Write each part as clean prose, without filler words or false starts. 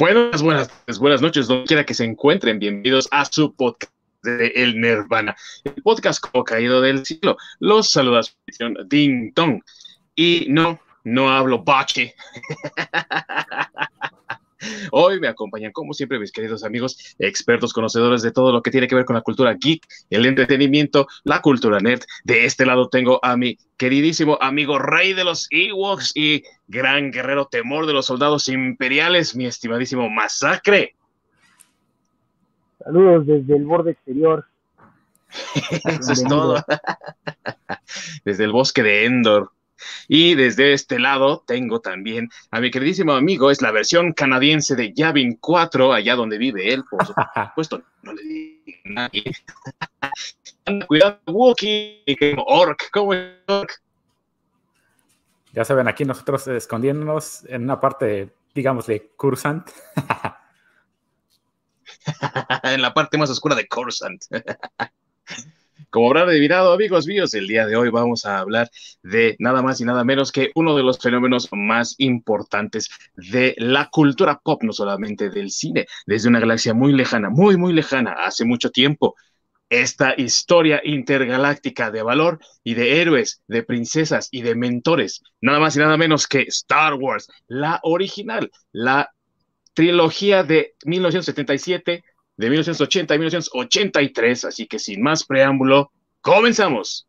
Buenas noches, donde quiera que se encuentren. Bienvenidos a su podcast de El Nirvana, el podcast como caído del cielo. Los saluda su edición Ding Dong. Y no hablo bache. Hoy me acompañan, como siempre, mis queridos amigos, expertos conocedores de todo lo que tiene que ver con la cultura geek, el entretenimiento, la cultura nerd. De este lado tengo a mi queridísimo amigo rey de los Ewoks y gran guerrero temor de los soldados imperiales, mi estimadísimo Masacre. Saludos desde el borde exterior. Eso es todo. Desde el bosque de Endor. Y desde este lado tengo también a mi queridísimo amigo, es la versión canadiense de Yavin 4, allá donde vive él, por supuesto, no le diga a nadie. Cuidado, Wookie, Orc, ¿cómo es Orc? Ya saben, aquí nosotros escondiéndonos en una parte, digamos, de Coruscant. En la parte más oscura de Coruscant. Como habrán adivinado, amigos míos, el día de hoy vamos a hablar de nada más y nada menos que uno de los fenómenos más importantes de la cultura pop, no solamente del cine, desde una galaxia muy lejana, muy lejana, hace mucho tiempo. Esta historia intergaláctica de valor y de héroes, de princesas y de mentores, nada más y nada menos que Star Wars, la original, la trilogía de 1977, de 1980 y 1983, así que sin más preámbulo, ¡comenzamos!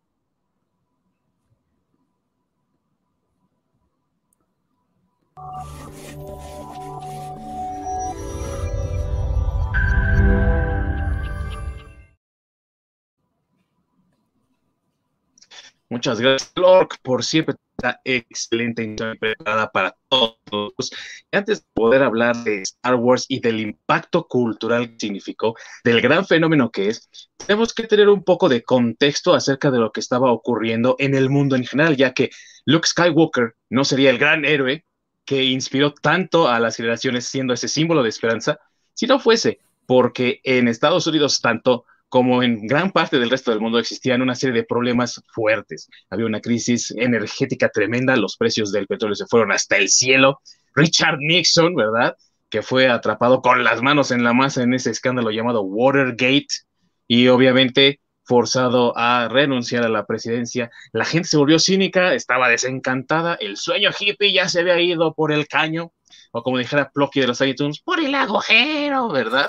Muchas gracias, Lork, por siempre estar excelente y preparada para todos. Y antes de poder hablar de Star Wars y del impacto cultural que significó, del gran fenómeno que es, tenemos que tener un poco de contexto acerca de lo que estaba ocurriendo en el mundo en general, ya que Luke Skywalker no sería el gran héroe que inspiró tanto a las generaciones siendo ese símbolo de esperanza, si no fuese porque en Estados Unidos tanto como en gran parte del resto del mundo existían una serie de problemas fuertes. Había una crisis energética tremenda, los precios del petróleo se fueron hasta el cielo. Richard Nixon, ¿verdad? Que fue atrapado con las manos en la masa en ese escándalo llamado Watergate y obviamente forzado a renunciar a la presidencia. La gente se volvió cínica, estaba desencantada, el sueño hippie ya se había ido por el caño, o como dijera Plucky de los iTunes, por el agujero, ¿verdad?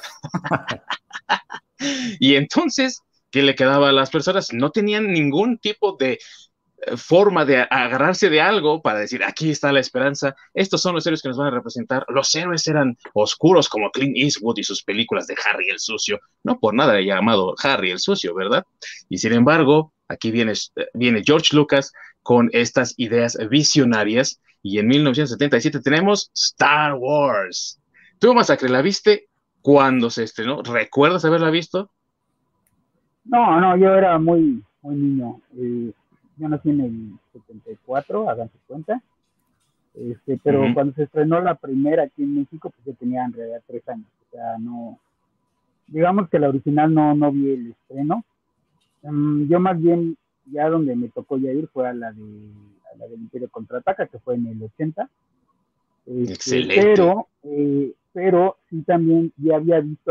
Y entonces, ¿qué le quedaba a las personas? No tenían ningún tipo de forma de agarrarse de algo para decir, aquí está la esperanza, estos son los héroes que nos van a representar. Los héroes eran oscuros como Clint Eastwood y sus películas de Harry el Sucio, no por nada llamado Harry el Sucio, ¿verdad? Y sin embargo, aquí viene George Lucas con estas ideas visionarias y en 1977 tenemos Star Wars. ¿Tú, Masacre, la viste cuando se estrenó? ¿Recuerdas haberla visto? No, yo era muy niño. Yo nací en el 74, hagan su cuenta. Pero cuando se estrenó la primera aquí en México, pues yo tenía en realidad 3 años. O sea, no, digamos que la original no vi el estreno. Yo más bien, ya donde me tocó ya ir fue a la del Imperio Contraataca, que fue en el 80. Excelente. Pero sí también ya había visto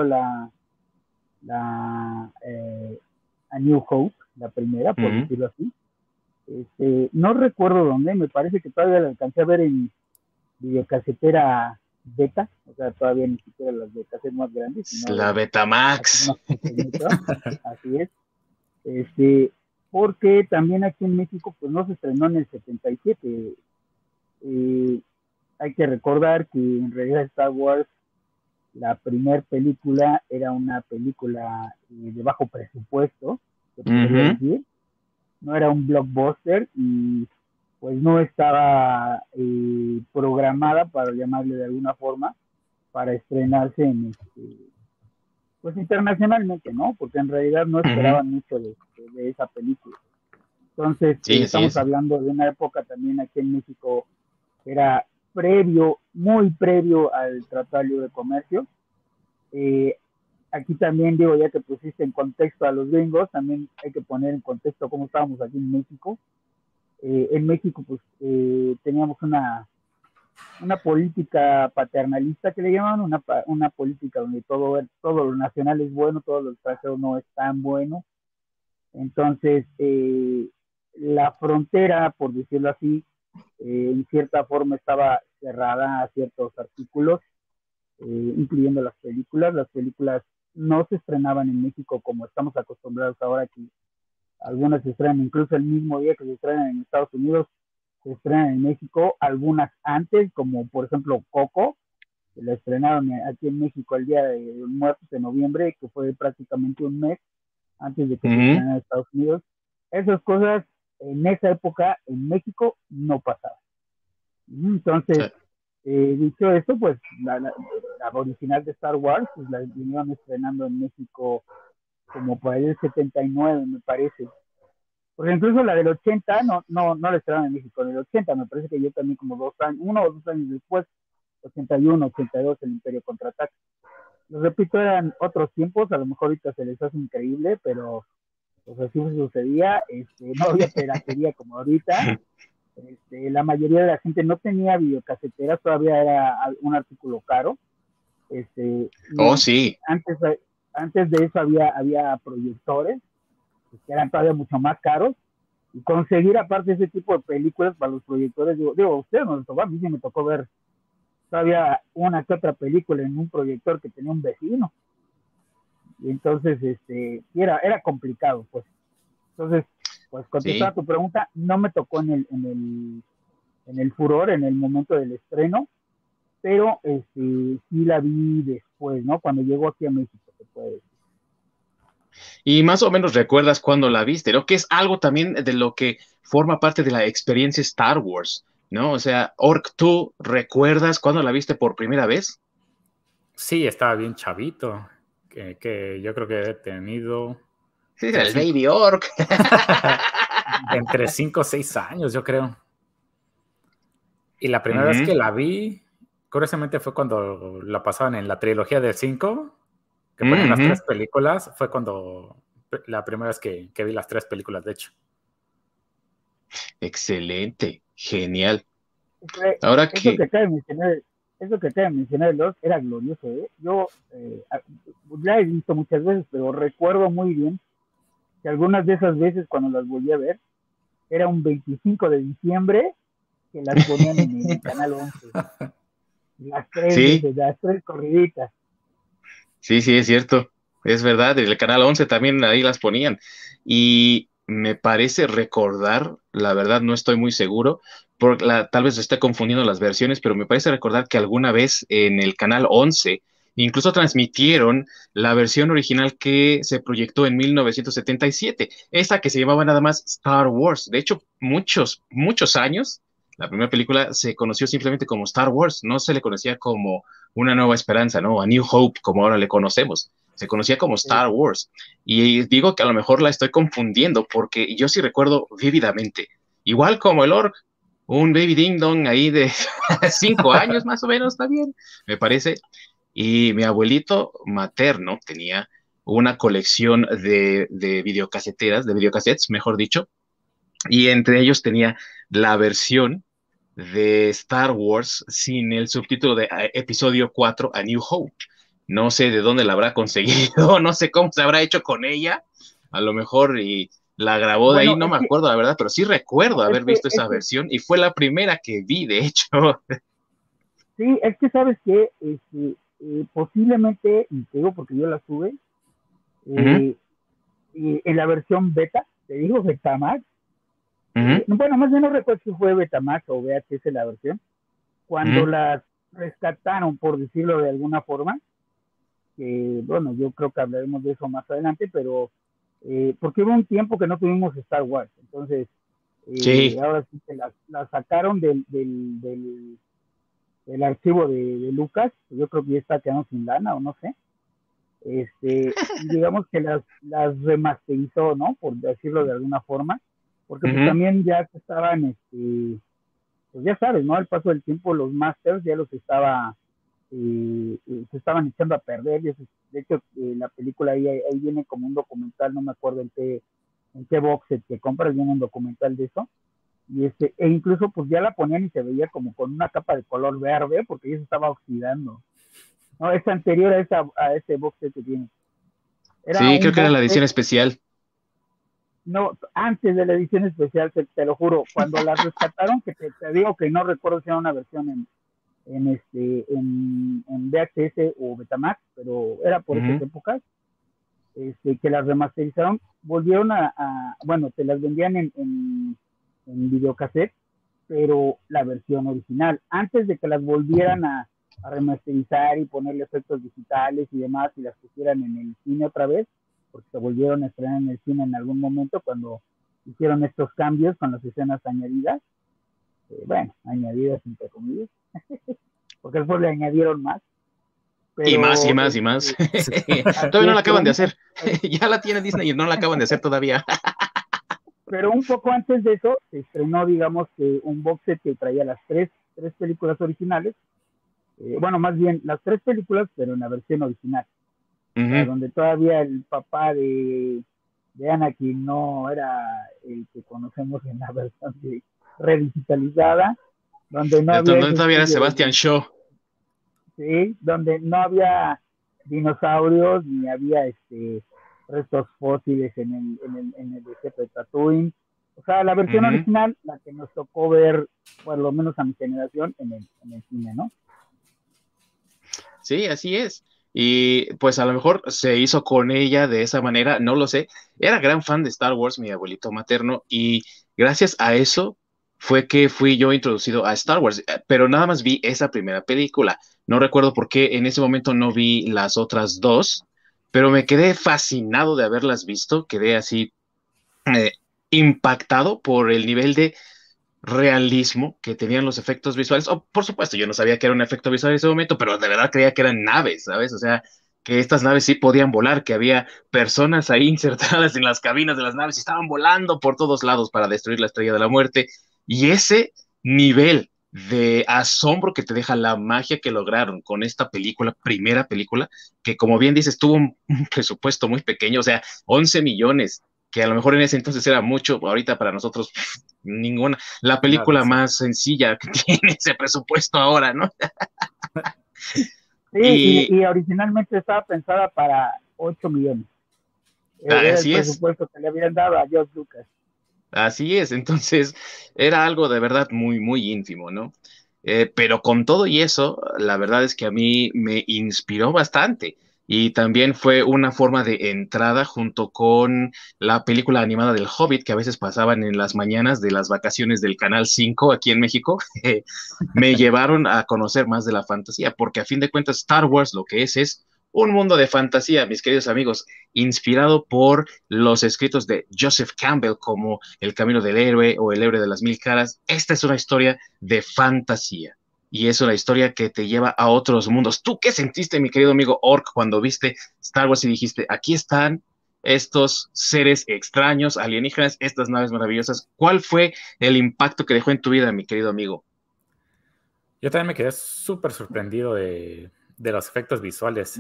A New Hope, la primera, por decirlo así. No recuerdo dónde, me parece que todavía la alcancé a ver en videocasetera beta, o sea, todavía ni siquiera las de cassette más grandes, sino la Betamax. Así es. Porque también aquí en México, pues no se estrenó en el 77. Hay que recordar que en realidad Star Wars, la primera película era una película de bajo presupuesto, se podría decir. No era un blockbuster y pues no estaba programada, para llamarle de alguna forma, para estrenarse pues internacionalmente, ¿no? Porque en realidad no esperaban mucho de esa película. Entonces, estamos hablando de una época también aquí en México que era muy previo al Tratado de Libre Comercio. Aquí también, digo, ya que pusiste en contexto a los gringos, también hay que poner en contexto cómo estábamos aquí en México. En México, pues, teníamos una una política paternalista que le llaman, una política donde todo lo nacional es bueno, todo lo extranjero no es tan bueno. Entonces, la frontera, por decirlo así, en cierta forma estaba cerrada a ciertos artículos, incluyendo las películas. Las películas no se estrenaban en México como estamos acostumbrados ahora, que algunas se estrenan incluso el mismo día que se estrenan en Estados Unidos, se estrenan en México, algunas antes, como por ejemplo Coco, que la estrenaron aquí en México el Día de Muertos de noviembre, que fue prácticamente un mes antes de que se estrenara en Estados Unidos. Esas cosas en esa época en México no pasaban. Entonces, dicho esto, pues la original de Star Wars, pues la vinieron estrenando en México como para el 79, me parece. Porque incluso la del 80 no la estrenaron en México. En el 80 me parece que yo también como 2 años, 1 o 2 años después, 81, 82, el Imperio Contraataca. Lo repito, eran otros tiempos, a lo mejor ahorita se les hace increíble, pero pues así sucedía, no había piratería como ahorita, la mayoría de la gente no tenía videocaseteras, todavía era un artículo caro, Sí. Antes de eso había proyectores, que eran todavía mucho más caros, y conseguir aparte ese tipo de películas para los proyectores, digo, a ustedes no les tocó, a mí sí me tocó ver todavía una que otra película en un proyector que tenía un vecino, y entonces era complicado, pues. Entonces, pues contestando a tu pregunta, no me tocó en el furor, en el momento del estreno, pero sí la vi después, ¿no? Cuando llegó aquí a México, se puede decir. Y más o menos recuerdas cuando la viste, ¿no? Que es algo también de lo que forma parte de la experiencia Star Wars, ¿no? O sea, Orc, ¿tú recuerdas cuando la viste por primera vez? Sí, estaba bien chavito, que yo creo que he tenido Sí, el Baby Orc. entre 5 o 6 años, yo creo. Y la primera vez que la vi, curiosamente fue cuando la pasaban en la trilogía del 5, que ponían las 3 películas. Fue cuando la primera vez que vi las 3 películas, de hecho. Excelente, genial. Ahora eso que acaba de mencionar, Lord, era glorioso, ¿eh? Yo la he visto muchas veces, pero recuerdo muy bien que algunas de esas veces cuando las volví a ver, era un 25 de diciembre que las ponían en el canal 11. Las 3 Sí. veces, las 3 corriditas. Sí, es cierto. Es verdad, en el canal 11 también ahí las ponían. Y me parece recordar, la verdad no estoy muy seguro, tal vez esté confundiendo las versiones, pero me parece recordar que alguna vez en el canal 11 incluso transmitieron la versión original que se proyectó en 1977, esa que se llamaba nada más Star Wars. De hecho, muchos años, la primera película se conoció simplemente como Star Wars, no se le conocía como Una Nueva Esperanza, ¿no? A New Hope, como ahora le conocemos. Se conocía como Star Wars. Y digo que a lo mejor la estoy confundiendo porque yo sí recuerdo vívidamente, igual como el Orc, un Baby Ding Dong ahí de 5 años más o menos, está bien, me parece. Y mi abuelito materno tenía una colección de videocaseteras, de videocassettes, mejor dicho, y entre ellos tenía la versión de Star Wars sin el subtítulo de episodio 4 A New Hope. No sé de dónde la habrá conseguido, no sé cómo se habrá hecho con ella, a lo mejor y la grabó de ahí, no me acuerdo la verdad, pero sí recuerdo haber visto esa versión y fue la primera que vi, de hecho. Sí, es que sabes que posiblemente, y te digo porque yo la sube, en la versión beta, te digo Betamax, bueno, más bien no recuerdo si fue Betamax o VHS la versión, cuando las rescataron, por decirlo de alguna forma, que bueno, yo creo que hablaremos de eso más adelante, pero porque hubo un tiempo que no tuvimos Star Wars, entonces ahora sí que la sacaron del archivo de Lucas, yo creo que ya está quedando sin lana o no sé, y digamos que las remasterizó, ¿no? Por decirlo de alguna forma, porque pues también ya estaban, pues ya sabes, ¿no? Al paso del tiempo los masters ya los se estaban echando a perder, de hecho la película ahí viene como un documental, no me acuerdo en qué box set que compras, viene un documental de eso, e incluso pues ya la ponían y se veía como con una capa de color verde porque ya se estaba oxidando. No, es anterior a ese box set que tiene. Era Sí, creo un que era la box edición set, especial. no, antes de la edición especial, te lo juro, cuando la rescataron, que te digo que no recuerdo si era una versión en VHS o Betamax, pero era por esas Ujú. épocas, que las remasterizaron, volvieron bueno, te las vendían en videocassette, pero la versión original, antes de que las volvieran a remasterizar y ponerle efectos digitales y demás y las pusieran en el cine otra vez, porque se volvieron a estrenar en el cine en algún momento cuando hicieron estos cambios con las escenas añadidas, bueno, añadidas entre comillas, porque después le añadieron más, Y más, y pero más, y más. así Todavía no es, la acaban de hacer. Ya la tiene Disney y no la acaban de hacer todavía. pero un poco antes de eso se estrenó, digamos, que un box set que traía las tres películas originales, bueno, más bien las tres películas, pero en la versión original, o sea, Ujú. donde todavía el papá de Anakin no era el que conocemos en la versión redigitalizada, donde no había Donde ese todavía era estudio Sebastian de, Shaw. sí, donde no había dinosaurios ni había restos fósiles en el desierto de Tatooine. O sea, la versión Ujú. original, la que nos tocó ver, por lo menos a mi generación, en el cine, ¿no? Sí, así es. Y pues a lo mejor se hizo con ella de esa manera, no lo sé. Era gran fan de Star Wars, mi abuelito materno, y gracias a eso fue que fui yo introducido a Star Wars, pero nada más vi esa primera película. No recuerdo por qué en ese momento no vi las otras dos, pero me quedé fascinado de haberlas visto, quedé así eh, impactado por el nivel de realismo que tenían los efectos visuales. Oh, por supuesto, yo no sabía que era un efecto visual en ese momento, pero de verdad creía que eran naves, ¿sabes? O sea, que estas naves sí podían volar, que había personas ahí insertadas en las cabinas de las naves y estaban volando por todos lados para destruir la Estrella de la Muerte. Y ese nivel de asombro que te deja la magia que lograron con esta película, primera película, que como bien dices, tuvo un presupuesto muy pequeño, o sea, 11 millones, que a lo mejor en ese entonces era mucho, ahorita para nosotros ninguna, la Nada, película sí. más sencilla que tiene ese presupuesto ahora, ¿no? Sí, Y y originalmente estaba pensada para 8 millones. Era el así es, presupuesto que le habían dado a George Lucas. así es. Entonces, era algo de verdad muy, muy ínfimo, ¿no? Pero con todo y eso, la verdad es que a mí me inspiró bastante. Y también fue una forma de entrada junto con la película animada del Hobbit que a veces pasaban en las mañanas de las vacaciones del Canal 5 aquí en México. Me llevaron a conocer más de la fantasía, porque a fin de cuentas Star Wars lo que es un mundo de fantasía, mis queridos amigos, inspirado por los escritos de Joseph Campbell como El Camino del Héroe o El Héroe de las Mil Caras. Esta es una historia de fantasía y es una historia que te lleva a otros mundos. ¿Tú qué sentiste, mi querido amigo Orc, cuando viste Star Wars y dijiste, aquí están estos seres extraños, alienígenas, estas naves maravillosas? ¿Cuál fue el impacto que dejó en tu vida, mi querido amigo? Yo también me quedé súper sorprendido de los efectos visuales,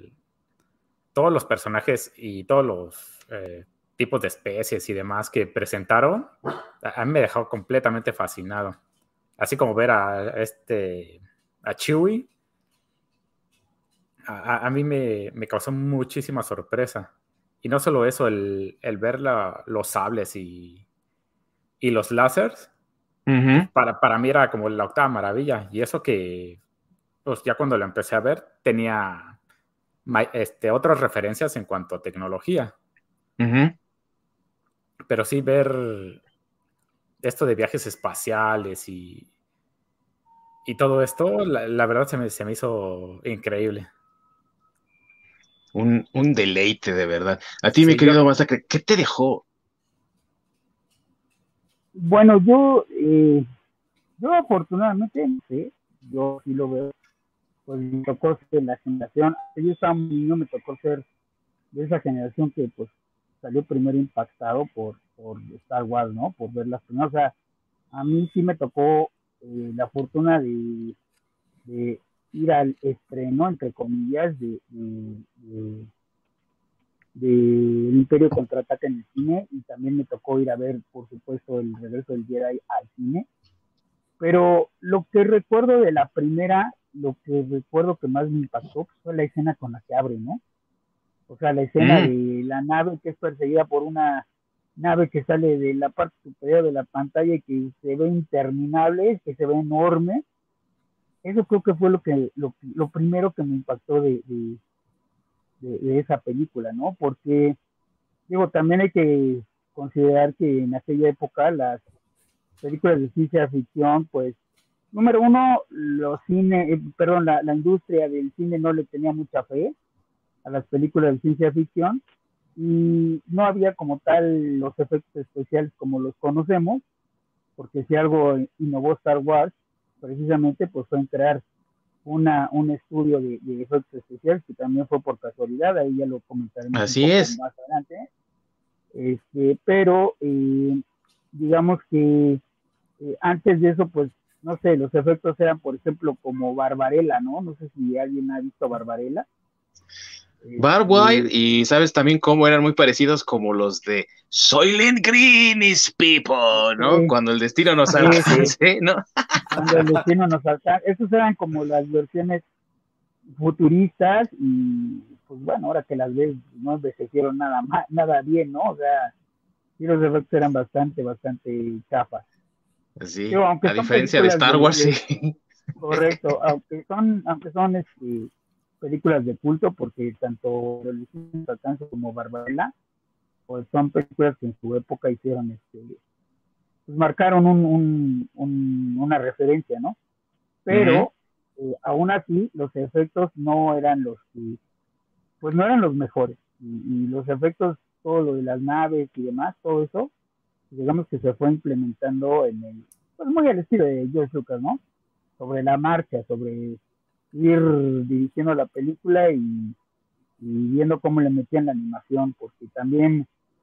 todos los personajes y todos los tipos de especies y demás que presentaron, a mí me dejó completamente fascinado. Así como ver a Chewie, a mí me causó muchísima sorpresa. Y no solo eso, el ver los sables y los láseres, pues Ujú. para mí era como la octava maravilla. Y eso que, pues ya cuando lo empecé a ver, tenía otras referencias en cuanto a tecnología. Ujú. Pero sí ver esto de viajes espaciales y todo esto, la verdad se me hizo increíble. Un deleite de verdad. A ti, mi Sí, querido Masacre, ¿qué te dejó? Bueno, yo afortunadamente, no sé, yo sí lo veo, pues me tocó ser la generación, yo estaba muy niño, me tocó ser de esa generación que pues salió primero impactado por Star Wars, ¿no? Por ver las primeras, o sea, a mí sí me tocó la fortuna de ir al estreno, entre comillas, El Imperio Contraataca en el cine, y también me tocó ir a ver, por supuesto, el Regreso del Jedi al cine. Pero lo que recuerdo de la primera, lo que recuerdo que más me impactó, pues, fue la escena con la que abre, ¿no? O sea, la escena de la nave que es perseguida por una nave que sale de la parte superior de la pantalla y que se ve interminable, que se ve enorme. Eso creo que fue lo primero que me impactó de esa película, ¿no? Porque, digo, también hay que considerar que en aquella época las películas de ciencia ficción, pues, número uno, la industria del cine no le tenía mucha fe a las películas de ciencia ficción, y no había como tal los efectos especiales como los conocemos, porque si algo innovó Star Wars, precisamente pues fue en crear un estudio de efectos especiales, que también fue por casualidad, ahí ya lo comentaremos un Así poco es. más adelante. Pero digamos que antes de eso, pues, no sé, los efectos eran, por ejemplo, como Barbarella, ¿no? No sé si alguien ha visto Barbarella. Barbwire, y sabes también cómo eran muy parecidos como los de Soylent Green is People, ¿no? Cuando el destino nos alcance, ¿no? Cuando el destino nos alcanza. Esos eran como las versiones futuristas, y pues bueno, ahora que las ves, no envejecieron nada bien, ¿no? O sea, sí, los efectos eran bastante chafas. Sí, Pero, aunque a son diferencia de películas Star Wars, sí. correcto, aunque son películas de culto, porque tanto El Destino nos alcanza como Barbarella, pues son películas que en su época hicieron, pues marcaron una referencia, ¿no? Pero aún así los efectos no eran pues no eran los mejores, y los efectos, todo lo de las naves y demás, todo eso, digamos que se fue implementando pues muy al estilo de George Lucas, ¿no? Sobre la marcha, sobre ir dirigiendo la película, y viendo cómo le metían la animación, porque también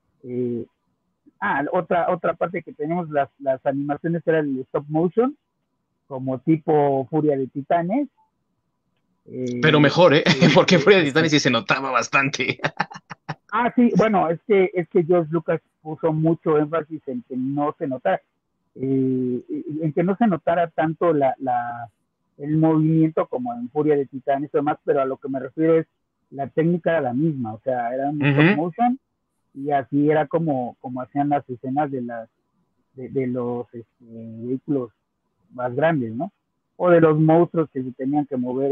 otra parte que tenemos, las animaciones eran el stop motion, como tipo Furia de Titanes. Pero mejor, ¿eh? Porque Furia de Titanes sí se notaba bastante. Sí, bueno, es que George Lucas puso mucho énfasis en que no se notara, en que no se notara tanto el movimiento como en Furia de Titanes y demás, pero a lo que me refiero es la técnica era la misma, o sea, era un stop motion, y así era como hacían las escenas de los vehículos más grandes, ¿no? O de los monstruos que se tenían que mover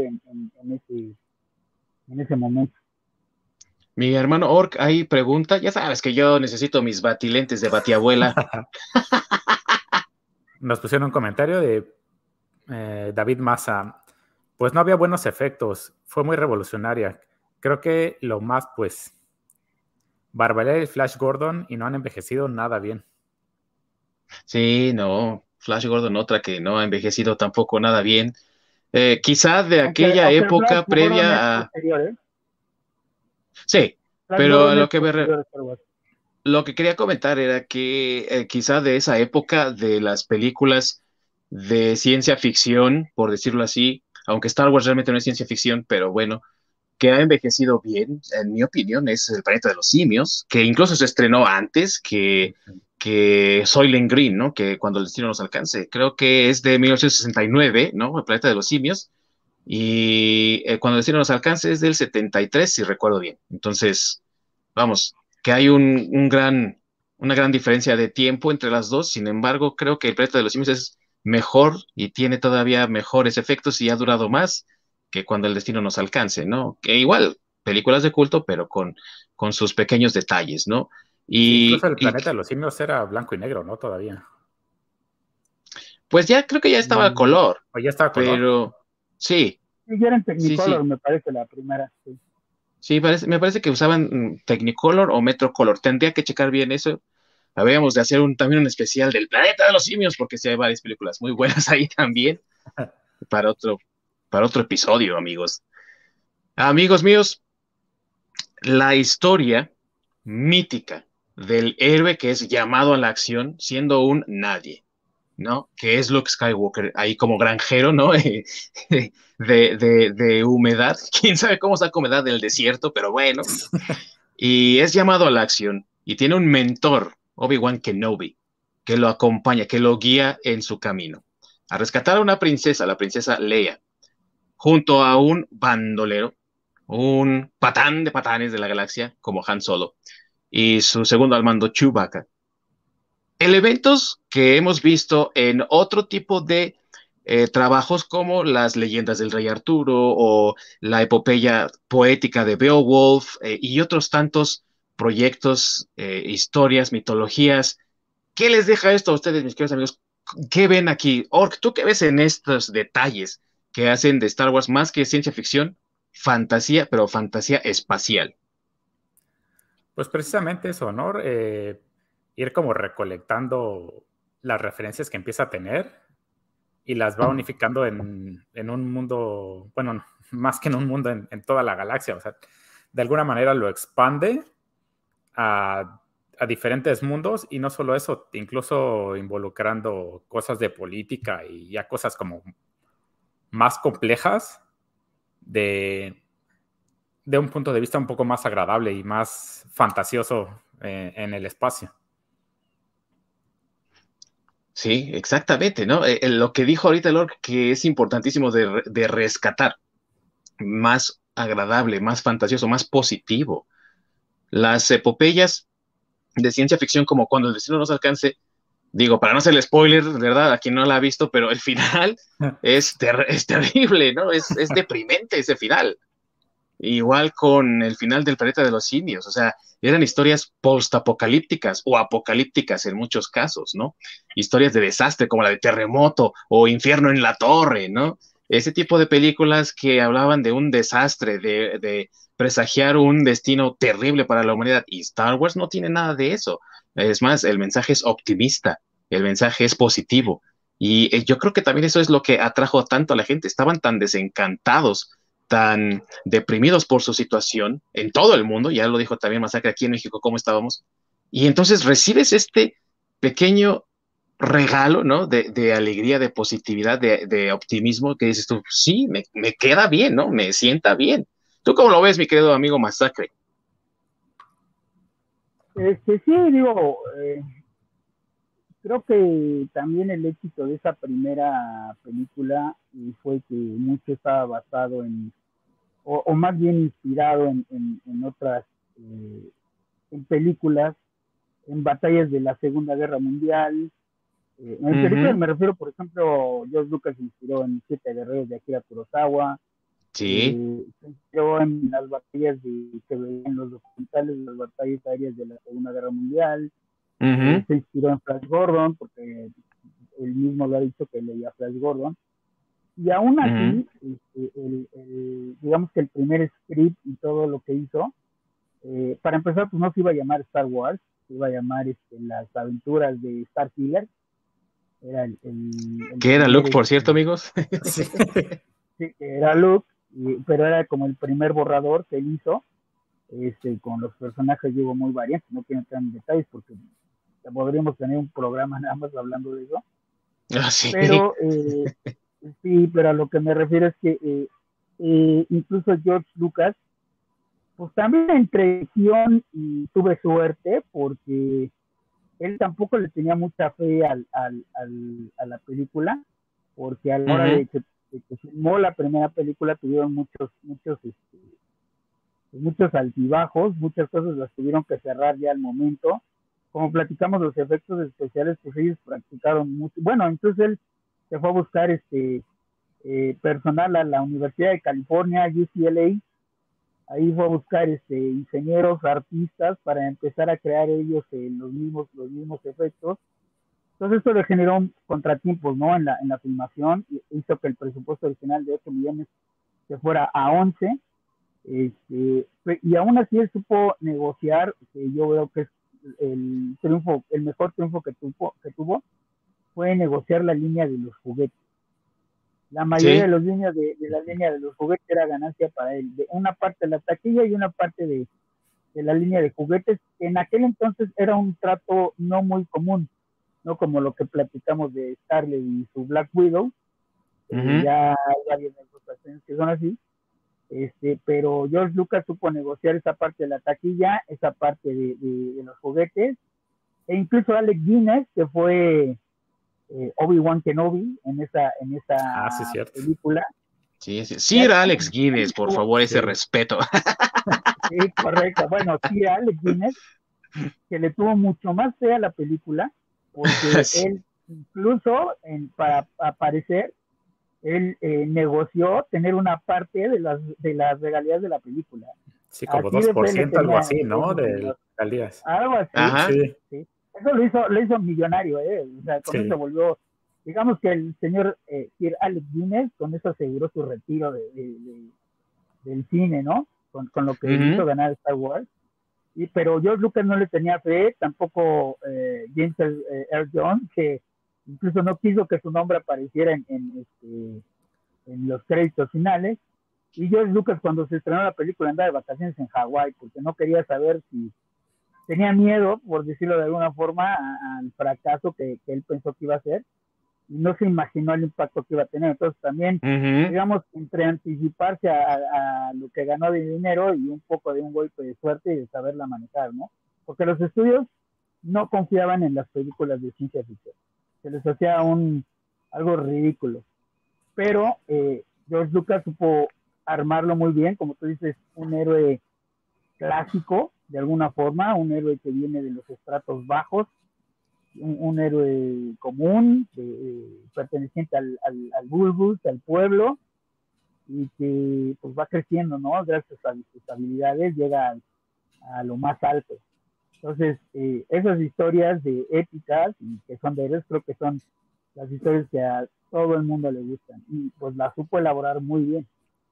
en ese momento. Mi hermano Orc ahí pregunta, ya sabes que yo necesito mis batilentes de batiabuela. Nos pusieron un comentario de David Massa. Pues no había buenos efectos, fue muy revolucionaria. Creo que lo más, pues, Barbarella y Flash Gordon, y no han envejecido nada bien. Sí, no, Flash Gordon, otra que no ha envejecido tampoco nada bien. Quizás de aquella aunque época Flash Gordon es previa a... posterior, ¿eh? Sí, Flash pero Gordon es posterior a Star Wars. lo que quería comentar era que quizá de esa época de las películas de ciencia ficción, por decirlo así, aunque Star Wars realmente no es ciencia ficción, pero bueno, que ha envejecido bien, en mi opinión, es El planeta de los simios, que incluso se estrenó antes que Soylent Green, ¿no? Que cuando el destino nos alcance. Creo que es de 1969, ¿no? El planeta de los simios. Y cuando el destino nos alcance es del 73, si recuerdo bien. Entonces, vamos, que hay una gran diferencia de tiempo entre las dos. Sin embargo, creo que el planeta de los simios es mejor y tiene todavía mejores efectos y ha durado más que cuando el destino nos alcance, ¿no? Que igual, películas de culto, pero con sus pequeños detalles, ¿no? Sí, incluso Y, el y planeta de los simios era blanco y negro, ¿no? Todavía. pues ya creo que ya estaba a color, ¿O ya estaba a color? pero sí, Sí, ya era en sí, Technicolor, sí. me parece, la primera. Sí. Sí, me parece que usaban Technicolor o Metrocolor. Tendría que checar bien eso. Habríamos de hacer también un especial del planeta de los simios, porque sí hay varias películas muy buenas ahí también, para otro, para otro episodio, amigos. Amigos míos, la historia mítica del héroe que es llamado a la acción siendo un nadie, ¿no? Que es Luke Skywalker, ahí como granjero, ¿no? De humedad. Quién sabe cómo saca humedad del desierto, pero bueno. y es llamado a la acción y tiene un mentor, Obi-Wan Kenobi, que lo acompaña, que lo guía en su camino a rescatar a una princesa, la princesa Leia, junto a un bandolero, un patán de patanes de la galaxia como Han Solo y su segundo al mando Chewbacca. Elementos que hemos visto en otro tipo de trabajos como las leyendas del Rey Arturo o la epopeya poética de Beowulf y otros tantos proyectos, historias, mitologías. ¿Qué les deja esto a ustedes, mis queridos amigos? ¿Qué ven aquí? Orc, ¿tú qué ves en estos detalles que hacen de Star Wars más que ciencia ficción? Fantasía, pero fantasía espacial. Pues precisamente eso, ¿no? Ir como recolectando las referencias que empieza a tener y las va unificando en un mundo, bueno, más que en un mundo, en toda la galaxia. O sea, de alguna manera lo expande a diferentes mundos y no solo eso, incluso involucrando cosas de política y ya cosas como más complejas de un punto de vista un poco más agradable y más fantasioso en el espacio. Sí, exactamente, ¿no? Lo que dijo ahorita Lord, que es importantísimo de rescatar, más agradable, más fantasioso, más positivo. Las epopeyas de ciencia ficción como Cuando el destino nos alcance, digo, para no hacerle spoiler, ¿verdad? A quien no la ha visto, pero el final es terrible, ¿no? Es deprimente ese final. Igual con el final del planeta de los simios, o sea, eran historias post-apocalípticas o apocalípticas en muchos casos, ¿no? Historias de desastre como la de Terremoto o Infierno en la Torre, ¿no? Ese tipo de películas que hablaban de un desastre, de presagiar un destino terrible para la humanidad. Y Star Wars no tiene nada de eso. Es más, el mensaje es optimista, el mensaje es positivo. Y yo creo que también eso es lo que atrajo tanto a la gente. Estaban tan desencantados, tan deprimidos por su situación en todo el mundo, ya lo dijo también Masacre aquí en México, cómo estábamos, y entonces recibes este pequeño regalo, ¿no? De alegría, de positividad, de optimismo, que dices tú, sí, me queda bien, ¿no? Me sienta bien. ¿Tú cómo lo ves, mi querido amigo Masacre? Sí, digo, creo que también el éxito de esa primera película fue que mucho estaba basado o más bien inspirado en otras en películas, en batallas de la Segunda Guerra Mundial. En películas me refiero, por ejemplo, George Lucas se inspiró en Siete Guerreros de Akira Kurosawa, Sí. se inspiró en las batallas que veían los documentales, las batallas aéreas de la Segunda Guerra Mundial, se inspiró en Flash Gordon, porque él mismo lo ha dicho que leía Flash Gordon, y aún así, digamos que el primer script y todo lo que hizo, para empezar, pues no se iba a llamar Star Wars, se iba a llamar Las Aventuras de Starkiller, era el ¿Qué era primer, Luke, por cierto, amigos? Sí. sí, era Luke, pero era como el primer borrador que él hizo, con los personajes llevo muy variantes, no quiero entrar en detalles porque podríamos tener un programa nada más hablando de eso, Ah, sí. pero sí, pero a lo que me refiero es que incluso George Lucas, pues también entre guión y tuve suerte porque él tampoco le tenía mucha fe a la película, porque a la hora de que filmó la primera película tuvieron muchos altibajos, muchas cosas las tuvieron que cerrar ya al momento. Como platicamos, los efectos especiales, pues ellos practicaron mucho. Bueno, entonces él se fue a buscar personal a la Universidad de California, UCLA. Ahí fue a buscar ingenieros, artistas para empezar a crear ellos los mismos efectos. Entonces esto le generó contratiempos, ¿no? En la filmación, hizo que el presupuesto original de 8 millones se fuera a 11, y aún así él supo negociar, que yo veo que es el mejor triunfo que tuvo fue negociar la línea de los juguetes. La mayoría de Sí. los líneas de la línea de los juguetes era ganancia para él, de una parte de la taquilla y una parte de la línea de juguetes, que en aquel entonces era un trato no muy común, no como lo que platicamos de Scarlett y su Black Widow, ya hay varias negociaciones que son así, pero George Lucas supo negociar esa parte de la taquilla, esa parte de los juguetes, e incluso Alec Guinness, que fue Obi-Wan Kenobi en esa sí, cierto. película. Sí, era Alex Guinness, por favor, ese respeto. Sí, correcto. Bueno, sí, Alec Guinness, que le tuvo mucho más fe a la película, porque él, incluso para aparecer, él negoció tener una parte de las regalías de la película. Sí, como 2%, algo así, ¿no? De regalías. Algo así. Sí. Eso lo hizo millonario, O sea, con eso se volvió, digamos que el señor Sir Alec Guinness, con eso aseguró su retiro del cine, ¿no? Con lo que hizo ganar Star Wars. Pero George Lucas no le tenía fe, tampoco James Earl Jones, que incluso no quiso que su nombre apareciera en los créditos finales. Y George Lucas, cuando se estrenó la película, andaba de vacaciones en Hawái, porque no quería saber si tenía miedo, por decirlo de alguna forma, al fracaso que él pensó que iba a ser, y no se imaginó el impacto que iba a tener. Entonces también, digamos, entre anticiparse a lo que ganó de dinero y un poco de un golpe de suerte y de saberla manejar, ¿no? Porque los estudios no confiaban en las películas de ciencia ficción. Se les hacía algo ridículo. Pero George Lucas supo armarlo muy bien, como tú dices, un héroe clásico, de alguna forma, un héroe que viene de los estratos bajos, un héroe común, perteneciente al bulbus, al pueblo, y que pues va creciendo, ¿no? Gracias a sus habilidades llega a lo más alto. Entonces, esas historias de épicas y que son de héroes, creo que son las historias que a todo el mundo le gustan, y pues las supo elaborar muy bien.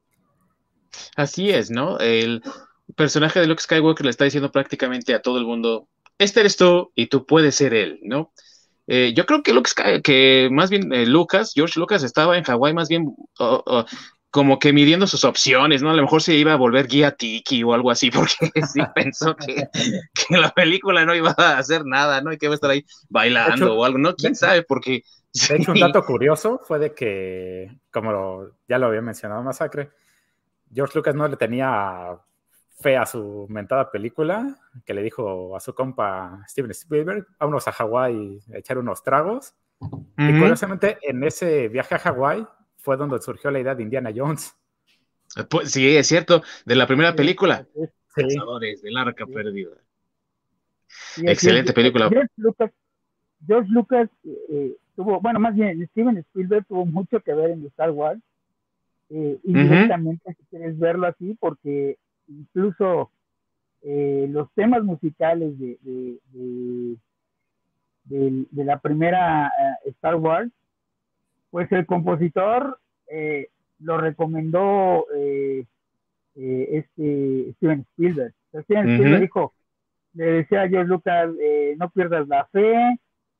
Así es, ¿no? El personaje de Luke Skywalker le está diciendo prácticamente a todo el mundo, este eres tú y tú puedes ser él, ¿no? Yo creo que más bien George Lucas estaba en Hawái más bien como que midiendo sus opciones, ¿no? A lo mejor se iba a volver guía tiki o algo así, porque sí pensó que la película no iba a hacer nada, ¿no? Y que iba a estar ahí bailando o algo, ¿no? ¿Quién sabe? Porque... De hecho, un dato curioso fue de que, como ya lo había mencionado Masacre, George Lucas no le tenía fe a su mentada película, que le dijo a su compa Steven Spielberg, vámonos a Hawái a echar unos tragos. Y curiosamente, en ese viaje a Hawái fue donde surgió la idea de Indiana Jones. Pues, sí, es cierto, de la primera película. Cazadores del Arca Perdida. Excelente película. George Lucas tuvo, bueno, más bien Steven Spielberg tuvo mucho que ver en Star Wars, indirectamente, si quieres verlo así, porque incluso los temas musicales de la primera Star Wars, pues el compositor lo recomendó Steven Spielberg. Steven Spielberg dijo, le decía a George Lucas, no pierdas la fe,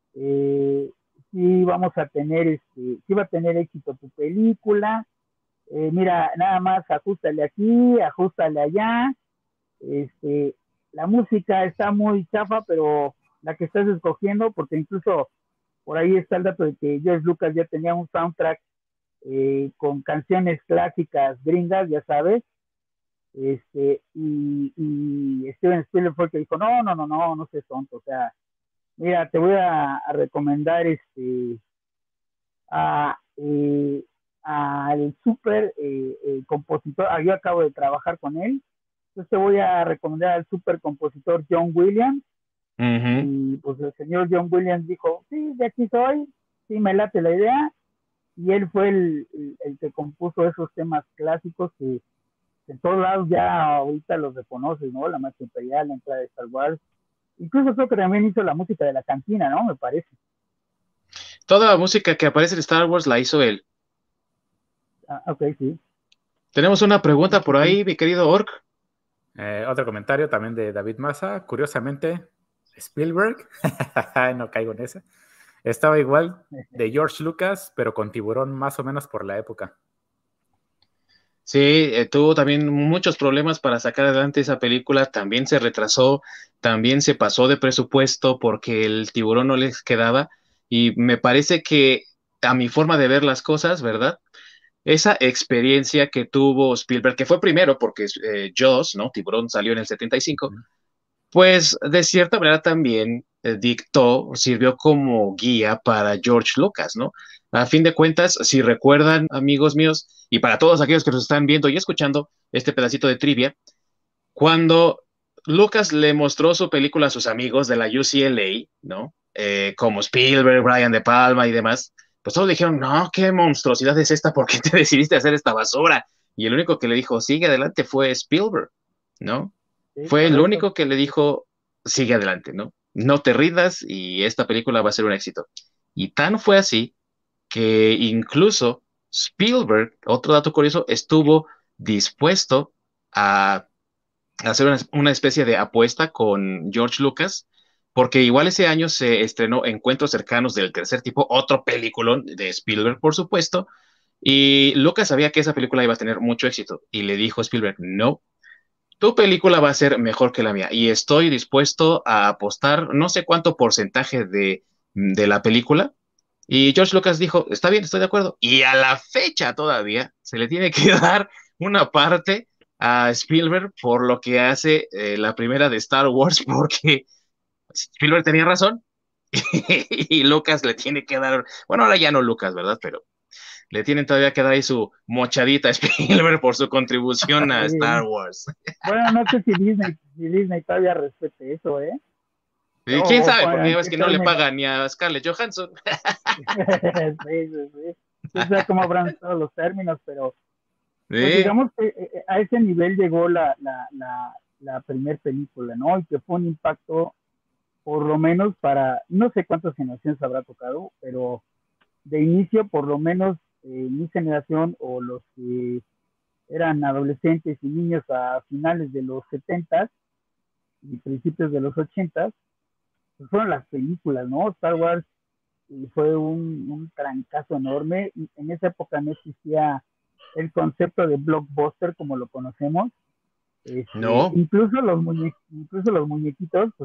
sí vamos a tener, sí va a tener éxito tu película, mira, nada más ajustale aquí, ajustale allá, la música está muy chafa, pero la que estás escogiendo, porque incluso por ahí está el dato de que George Lucas ya tenía un soundtrack con canciones clásicas gringas, ya sabes, y Steven Spielberg fue el que dijo, no seas tonto, o sea, mira, te voy a recomendar al super compositor, yo acabo de trabajar con él, entonces te voy a recomendar al super compositor John Williams. Y pues el señor John Williams dijo, sí, de aquí soy, sí, me late la idea, y él fue el que compuso esos temas clásicos que en todos lados ya ahorita los reconoces, ¿no? La Marcha Imperial, la entrada de Star Wars, incluso creo que también hizo la música de la cantina, ¿no? Me parece. Toda la música que aparece en Star Wars la hizo él. Ok, sí. Tenemos una pregunta por ahí, mi querido Orc. Otro comentario también de David Maza. Curiosamente, Spielberg, no caigo en ese, estaba igual de George Lucas, pero con tiburón más o menos por la época. Sí, tuvo también muchos problemas para sacar adelante esa película, también se retrasó, también se pasó de presupuesto porque el tiburón no les quedaba, y me parece que a mi forma de ver las cosas, ¿verdad? esa experiencia que tuvo Spielberg, que fue primero porque Jaws, ¿no? Tiburón salió en el 75, pues de cierta manera también sirvió como guía para George Lucas, ¿no? A fin de cuentas, si recuerdan, amigos míos, y para todos aquellos que nos están viendo y escuchando este pedacito de trivia, cuando Lucas le mostró su película a sus amigos de la UCLA, ¿no? Como Spielberg, Brian De Palma y demás, pues todos dijeron, no, qué monstruosidad es esta, ¿por qué te decidiste a hacer esta basura? Y el único que le dijo, sigue adelante, fue Spielberg, ¿no? Sí, Fue el correcto. único que le dijo, sigue adelante, ¿no? No te rindas y esta película va a ser un éxito. Y tan fue así que incluso Spielberg, otro dato curioso, estuvo dispuesto a hacer una especie de apuesta con George Lucas, porque igual ese año se estrenó Encuentros cercanos del tercer tipo, otro peliculón de Spielberg, por supuesto, y Lucas sabía que esa película iba a tener mucho éxito, y le dijo a Spielberg, no, tu película va a ser mejor que la mía, y estoy dispuesto a apostar no sé cuánto porcentaje de la película. Y George Lucas dijo, está bien, estoy de acuerdo. Y a la fecha todavía se le tiene que dar una parte a Spielberg por lo que hace la primera de Star Wars, porque Spielberg tenía razón y Lucas le tiene que dar, bueno, ahora ya no Lucas, ¿verdad? Pero le tienen todavía que dar ahí su mochadita a Spielberg por su contribución a Star Sí. Wars. Bueno, no sé si Disney todavía respete eso, ¿eh? Y quién sabe, porque ya En ves qué que no le términos. pagan ni a Scarlett Johansson. Sí, sí, sí. Quién sabe cómo habrán todos los términos, pero pues Sí, digamos que a ese nivel llegó la primer película, ¿no? Y que fue un impacto, por lo menos para, no sé cuántas generaciones habrá tocado, pero de inicio, por lo menos mi generación o los que eran adolescentes y niños a finales de los 70 y principios de los 80, pues fueron las películas, ¿no? Star Wars fue un trancazo enorme. En esa época no existía el concepto de blockbuster como lo conocemos. no, Incluso los muñequitos, pues,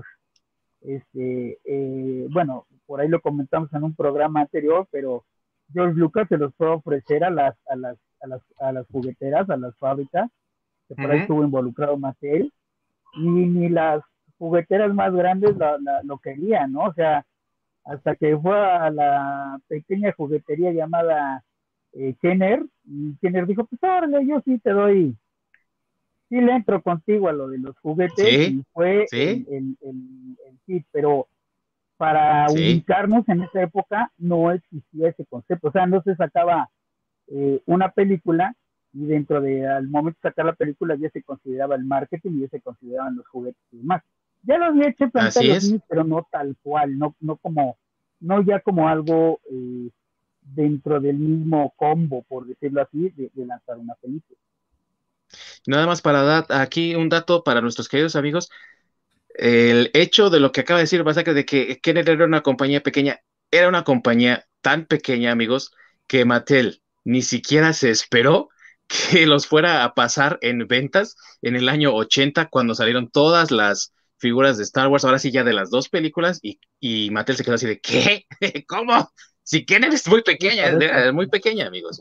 bueno, por ahí lo comentamos en un programa anterior, pero George Lucas se los fue a ofrecer a las jugueteras, a las fábricas, que por ahí ujú, estuvo involucrado más él, y ni las jugueteras más grandes lo querían, ¿no? O sea, hasta que fue a la pequeña juguetería llamada Kenner, y Kenner dijo, pues órale, yo sí te doy, sí le entro contigo a lo de los juguetes, sí, y fue sí, el hit, pero para sí. ubicarnos en esa época no existía ese concepto, o sea, no se sacaba una película y dentro de al momento de sacar la película ya se consideraba el marketing y ya se consideraban los juguetes y demás. Ya lo había hecho Planeta de Así los es. Simios, pero no tal cual, no ya como algo dentro del mismo combo, por decirlo así, de lanzar una película. Nada más para dar aquí un dato para nuestros queridos amigos. El hecho de lo que acaba de decir Masacre de que Kenner era una compañía pequeña, era una compañía tan pequeña, amigos, que Mattel ni siquiera se esperó que los fuera a pasar en ventas en el año 80 cuando salieron todas las figuras de Star Wars, ahora sí ya de las dos películas, y Mattel se quedó así de, ¿qué? ¿Cómo? Si Kenner es Sí, correcto. muy pequeña, amigos,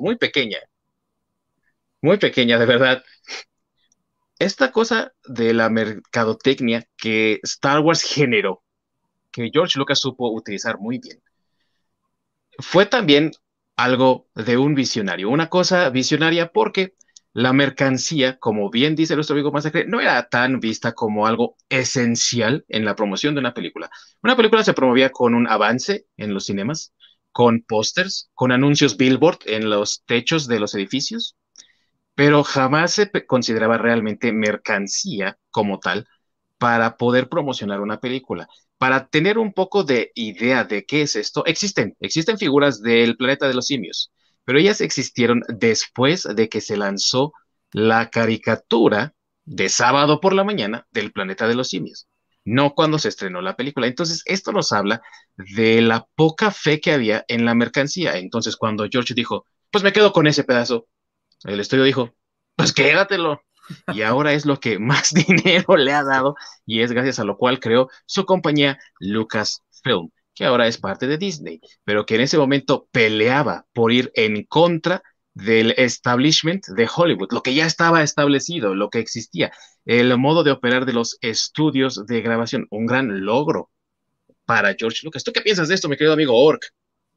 muy pequeña, de verdad. Esta cosa de la mercadotecnia que Star Wars generó, que George Lucas supo utilizar muy bien, fue también algo de un visionario, una cosa visionaria porque la mercancía, como bien dice nuestro amigo Masacre, no era tan vista como algo esencial en la promoción de una película. Una película se promovía con un avance en los cinemas, con pósters, con anuncios billboard en los techos de los edificios, pero jamás se consideraba realmente mercancía como tal para poder promocionar una película. Para tener un poco de idea de qué es esto, existen figuras del planeta de los simios, pero ellas existieron después de que se lanzó la caricatura de sábado por la mañana del planeta de los simios, no cuando se estrenó la película. Entonces, esto nos habla de la poca fe que había en la mercancía. Entonces, cuando George dijo, pues me quedo con ese pedazo, el estudio dijo, pues quédatelo. Y ahora es lo que más dinero le ha dado y es gracias a lo cual creó su compañía Lucasfilm, que ahora es parte de Disney, pero que en ese momento peleaba por ir en contra del establishment de Hollywood, lo que ya estaba establecido, lo que existía, el modo de operar de los estudios de grabación, un gran logro para George Lucas. ¿Tú qué piensas de esto, mi querido amigo Ork?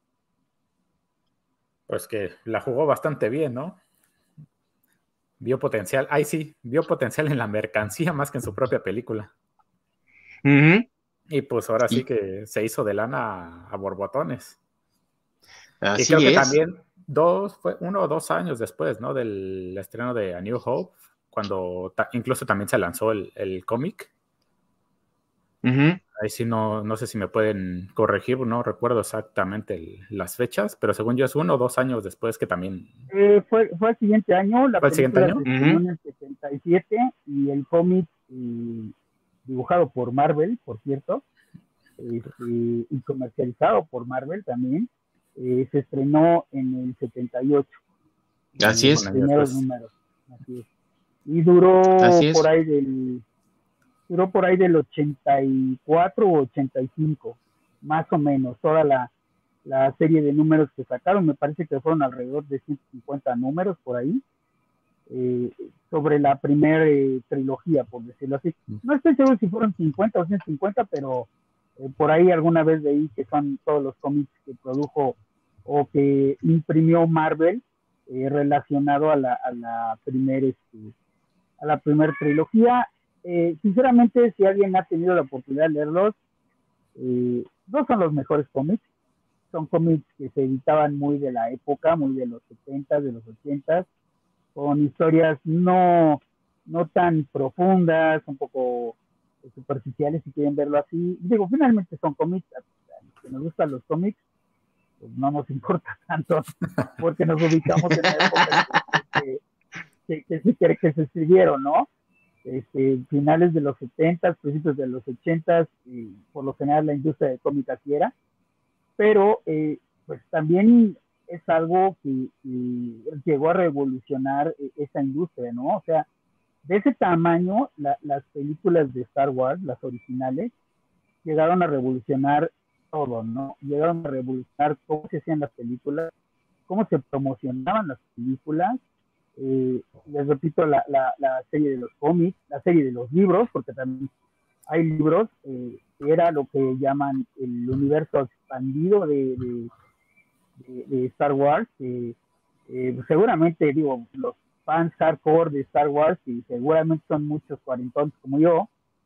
Pues que la jugó bastante bien, ¿no? Vio potencial, vio potencial en la mercancía más que en su propia película. Y pues ahora sí que se hizo de lana a borbotones. Así y creo que es. también fue 1 o 2 años después, ¿no? Del estreno de A New Hope, cuando incluso también se lanzó el cómic. Ahí sí no sé si me pueden corregir, no recuerdo exactamente las fechas, pero según yo es 1 o 2 años después que también... Fue el siguiente año, la ¿Fue el siguiente película año? se estrenó en el 77 y el cómic dibujado por Marvel, por cierto, y comercializado por Marvel también, se estrenó en el 78. Así es. Los primeros números. Así es. Y duró por ahí del 84 o 85, más o menos, toda la serie de números que sacaron. Me parece que fueron alrededor de 150 números por ahí, sobre la primera trilogía, por decirlo así. No estoy seguro si fueron 50 o 150, pero por ahí alguna vez leí que son todos los cómics que produjo o que imprimió Marvel relacionado a la primera trilogía. Sinceramente, si alguien ha tenido la oportunidad de leerlos, no son los mejores cómics. Son cómics que se editaban muy de la época, muy de los 70s, de los 80s, con historias no tan profundas, un poco superficiales, si quieren verlo así. Digo, finalmente son cómics. A los que nos gustan los cómics, pues no nos importa tanto, porque nos ubicamos en la época que se escribieron, ¿no? Finales de los 70s, principios de los 80s, por lo general la industria de cómic así era, pero pues también es algo que llegó a revolucionar esa industria, ¿no? O sea, de ese tamaño, las películas de Star Wars, las originales, llegaron a revolucionar todo, ¿no? Llegaron a revolucionar cómo se hacían las películas, cómo se promocionaban las películas. Les repito, la serie de los cómics, la serie de los libros, porque también hay libros, que era lo que llaman el universo expandido de Star Wars, seguramente, digo, los fans hardcore de Star Wars, y seguramente son muchos cuarentones como yo,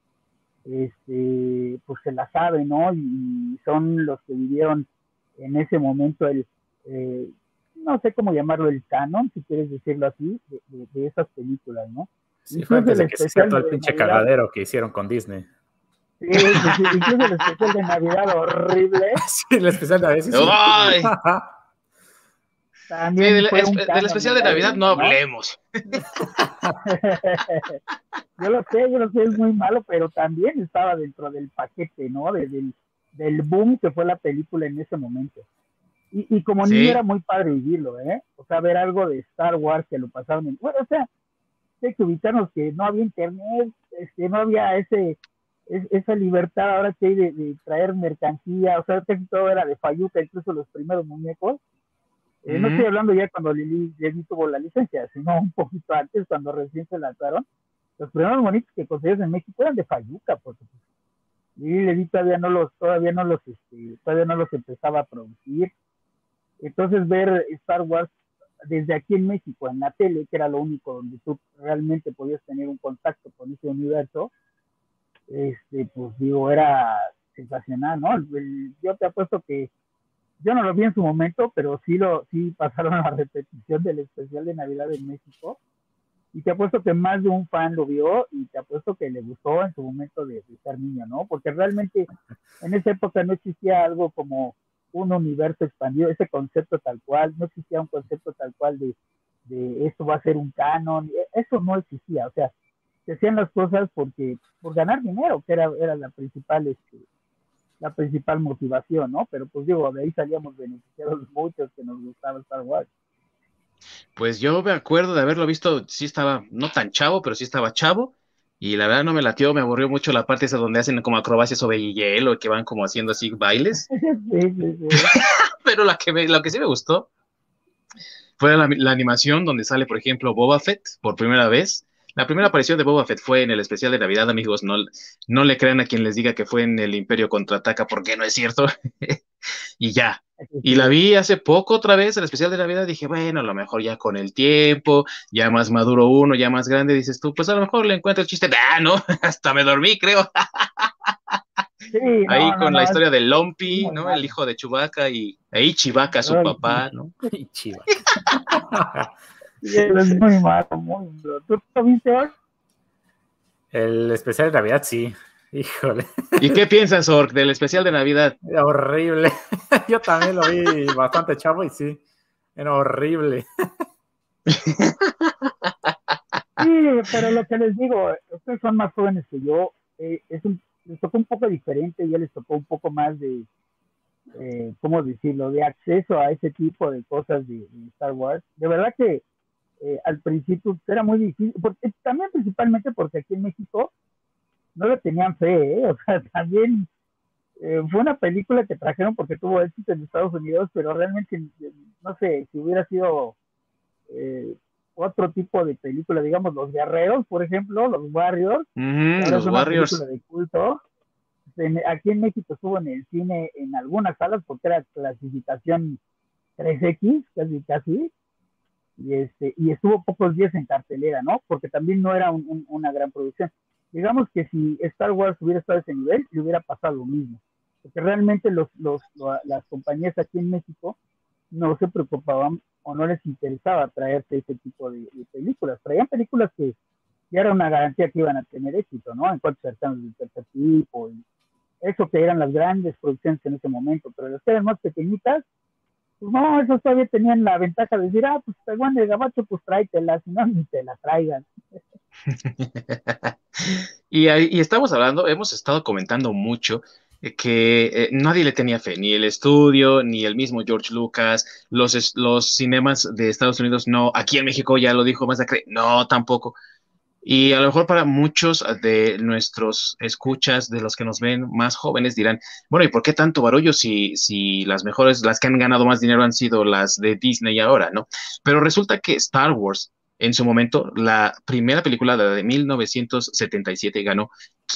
pues se la saben, ¿no? Y son los que vivieron en ese momento no sé cómo llamarlo, el canon, si quieres decirlo así, de esas películas, ¿no? Sí, fue antes de que se hiciera todo el pinche cagadero que hicieron con Disney. Sí, incluso el especial de Navidad horrible. Sí, el especial de Navidad. Sí. También del especial de Navidad no hablemos. Yo lo sé, es muy malo, pero también estaba dentro del paquete, ¿no? Del boom que fue la película en ese momento. Y como niño era muy padre vivirlo, ¿eh? O sea, ver algo de Star Wars que lo pasaron en... Bueno, o sea, hay que ubicarnos que no había internet, no había esa libertad ahora que hay de traer mercancía, o sea, casi todo era de Fayuca, incluso los primeros muñecos. No estoy hablando ya cuando Lili tuvo la licencia, sino un poquito antes, cuando recién se lanzaron. Los primeros monitos que conseguías en México eran de Fayuca, porque Lili todavía no los empezaba a producir. Entonces ver Star Wars desde aquí en México, en la tele, que era lo único donde tú realmente podías tener un contacto con ese universo, pues digo, era sensacional, ¿no? Yo te apuesto que yo no lo vi en su momento, pero sí pasaron a la repetición del especial de Navidad en México, y te apuesto que más de un fan lo vio, y te apuesto que le gustó en su momento de ser niño, ¿no? Porque realmente en esa época no existía algo como un universo expandido, ese concepto tal cual, no existía un concepto tal cual de esto va a ser un canon, eso no existía. O sea, se hacían las cosas por ganar dinero, que era la principal motivación, ¿no? Pero pues digo, de ahí salíamos beneficiados muchos que nos gustaba Star Wars. Pues yo me acuerdo de haberlo visto, sí estaba, no tan chavo, pero sí estaba chavo, y la verdad no me latió, me aburrió mucho la parte esa donde hacen como acrobacias sobre hielo, que van como haciendo así bailes. Sí. Pero lo que sí me gustó Fue la animación donde sale, por ejemplo, Boba Fett por primera vez. La primera aparición de Boba Fett fue en el especial de Navidad, amigos. No, no le crean a quien les diga que fue en el Imperio Contraataca, porque no es cierto. Y ya. Y la vi hace poco otra vez, el especial de Navidad. Dije, bueno, a lo mejor ya con el tiempo, ya más maduro uno, ya más grande, dices tú, pues a lo mejor le encuentro el chiste. Ah, no, hasta me dormí, creo. Sí, Ahí con la es historia de Lumpy, muy ¿no? El malo. hijo de Chewbacca y ahí Chewbacca, su Ay, papá, ¿no? Y Chivas. sí, es muy malo, muy malo. ¿Tú lo viste hoy? El especial de Navidad, sí. Híjole. ¿Y qué piensas, Ork, del especial de Navidad? Era horrible. Yo también lo vi bastante chavo y sí, era horrible. Sí, pero lo que les digo, ustedes son más jóvenes que yo, les tocó un poco diferente, ya les tocó un poco más de, ¿cómo decirlo?, de acceso a ese tipo de cosas de Star Wars. De verdad que al principio era muy difícil, porque, también principalmente porque aquí en México no le tenían fe, ¿eh? O sea, también fue una película que trajeron porque tuvo éxito en Estados Unidos, pero realmente, no sé, si hubiera sido eh, otro tipo de película, digamos, Los Guerreros, por ejemplo, Los Warriors, que ahora es Los una película Warriors. de culto. Aquí en México estuvo en el cine en algunas salas porque era clasificación 3X, casi casi, y estuvo pocos días en cartelera, ¿no? Porque también no era una gran producción. Digamos que si Star Wars hubiera estado a ese nivel, le hubiera pasado lo mismo. Porque realmente las compañías aquí en México no se preocupaban o no les interesaba traerse ese tipo de películas. Traían películas que ya era una garantía que iban a tener éxito, ¿no? En cuanto a certámenes del tercer tipo, y eso que eran las grandes producciones en ese momento, pero las que eran más pequeñitas, pues no, esos todavía tenían la ventaja de decir, pues Taiwán de Gabacho, pues tráetela, si no, ni te la traigan. Y estamos hablando, hemos estado comentando mucho que nadie le tenía fe, ni el estudio, ni el mismo George Lucas, los cinemas de Estados Unidos, no, aquí en México ya lo dijo Masacre, no, tampoco. Y a lo mejor para muchos de nuestros escuchas, de los que nos ven más jóvenes, dirán, bueno, ¿y por qué tanto barullo si las mejores, las que han ganado más dinero han sido las de Disney ahora, ¿no? Pero resulta que Star Wars, en su momento, la primera película, la de 1977, ganó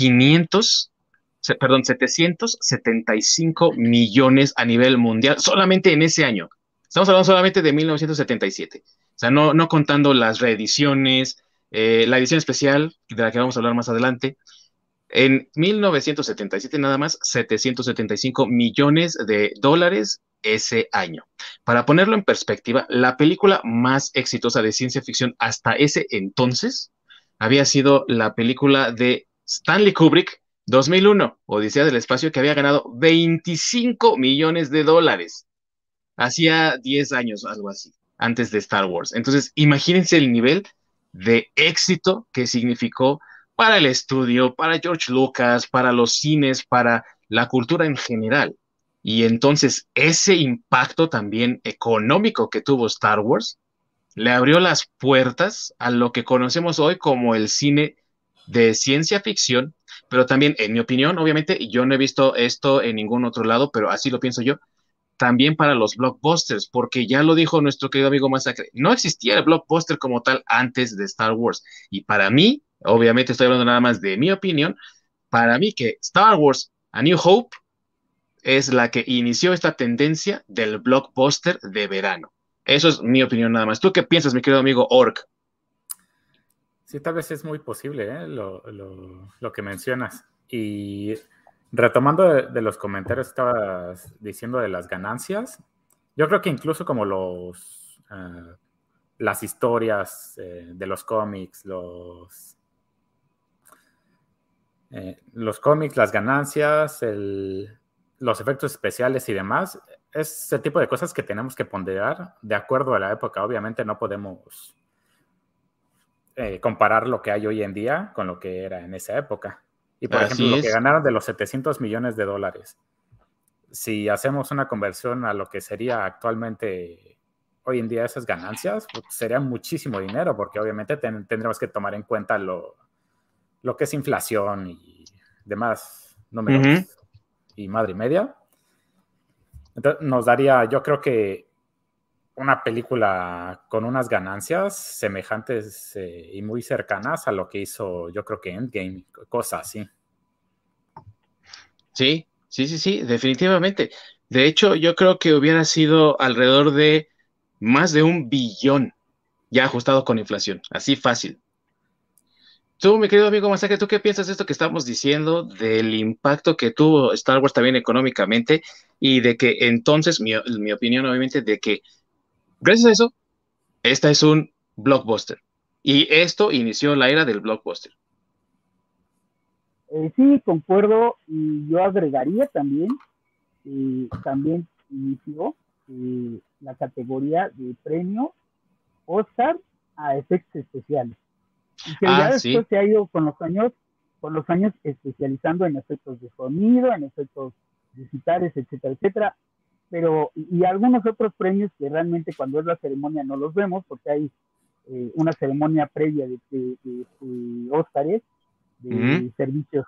775 millones a nivel mundial, solamente en ese año. Estamos hablando solamente de 1977. O sea, no contando las reediciones, la edición especial, de la que vamos a hablar más adelante, en 1977 nada más, 775 millones de dólares ese año. Para ponerlo en perspectiva, la película más exitosa de ciencia ficción hasta ese entonces había sido la película de Stanley Kubrick, 2001, Odisea del Espacio, que había ganado 25 millones de dólares. Hacía 10 años, algo así, antes de Star Wars. Entonces, imagínense el nivel de éxito que significó para el estudio, para George Lucas, para los cines, para la cultura en general. Y entonces, ese impacto también económico que tuvo Star Wars le abrió las puertas a lo que conocemos hoy como el cine de ciencia ficción, pero también, en mi opinión, obviamente, yo no he visto esto en ningún otro lado, pero así lo pienso yo, también para los blockbusters, porque ya lo dijo nuestro querido amigo Masacre, no existía el blockbuster como tal antes de Star Wars. Y para mí, obviamente estoy hablando nada más de mi opinión, para mí que Star Wars A New Hope es la que inició esta tendencia del blockbuster de verano. Eso es mi opinión nada más. ¿Tú qué piensas, mi querido amigo Ork? Sí, tal vez es muy posible, lo que mencionas. Y retomando de los comentarios que estabas diciendo de las ganancias, yo creo que incluso como las historias de los cómics, los cómics, las ganancias, los efectos especiales y demás, es ese tipo de cosas que tenemos que ponderar de acuerdo a la época. Obviamente no podemos comparar lo que hay hoy en día con lo que era en esa época. Y por ejemplo, Así lo que es. ganaron de los 700 millones de dólares, si hacemos una conversión a lo que sería actualmente hoy en día esas ganancias, pues sería muchísimo dinero, porque obviamente tendremos que tomar en cuenta lo que es inflación y demás números y madre y media. Entonces nos daría, yo creo que una película con unas ganancias semejantes y muy cercanas a lo que hizo, yo creo que Endgame, cosas así. Sí, sí, sí, sí, definitivamente. De hecho, yo creo que hubiera sido alrededor de más de 1 billón, ya ajustado con inflación, así fácil. Tú, mi querido amigo Masacre, ¿tú qué piensas de esto que estamos diciendo, del impacto que tuvo Star Wars también económicamente y de que entonces, mi opinión obviamente, de que gracias a eso, esta es un blockbuster. Y esto inició la era del blockbuster. Sí, concuerdo, y yo agregaría también inició la categoría de premio Oscar a efectos especiales, y que ya Ah, después sí. se ha ido con los años especializando en efectos de sonido, en efectos digitales, etcétera, etcétera, pero y algunos otros premios que realmente cuando es la ceremonia no los vemos porque hay una ceremonia previa de Óscares, Ujú, de servicios,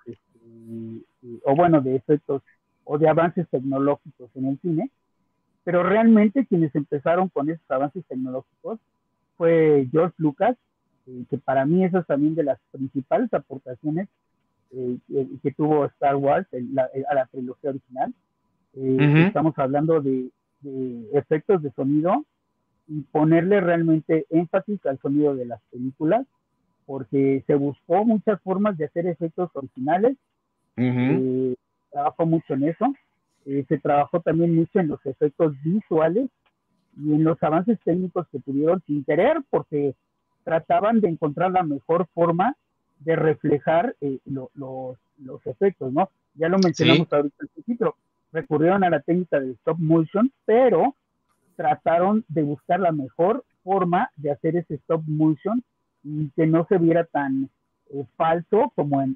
o bueno, de efectos o de avances tecnológicos en el cine, pero realmente quienes empezaron con esos avances tecnológicos fue George Lucas, que para mí esas también de las principales aportaciones que tuvo Star Wars a la trilogía original. ujú. Estamos hablando de efectos de sonido y ponerle realmente énfasis al sonido de las películas, porque se buscó muchas formas de hacer efectos originales, Ujú, eh, trabajó mucho en eso, se trabajó también mucho en los efectos visuales y en los avances técnicos que tuvieron sin querer, porque trataban de encontrar la mejor forma de reflejar los efectos, ¿no? Ya lo mencionamos sí, ahorita al principio, recurrieron a la técnica de stop motion, pero trataron de buscar la mejor forma de hacer ese stop motion y que no se viera tan falso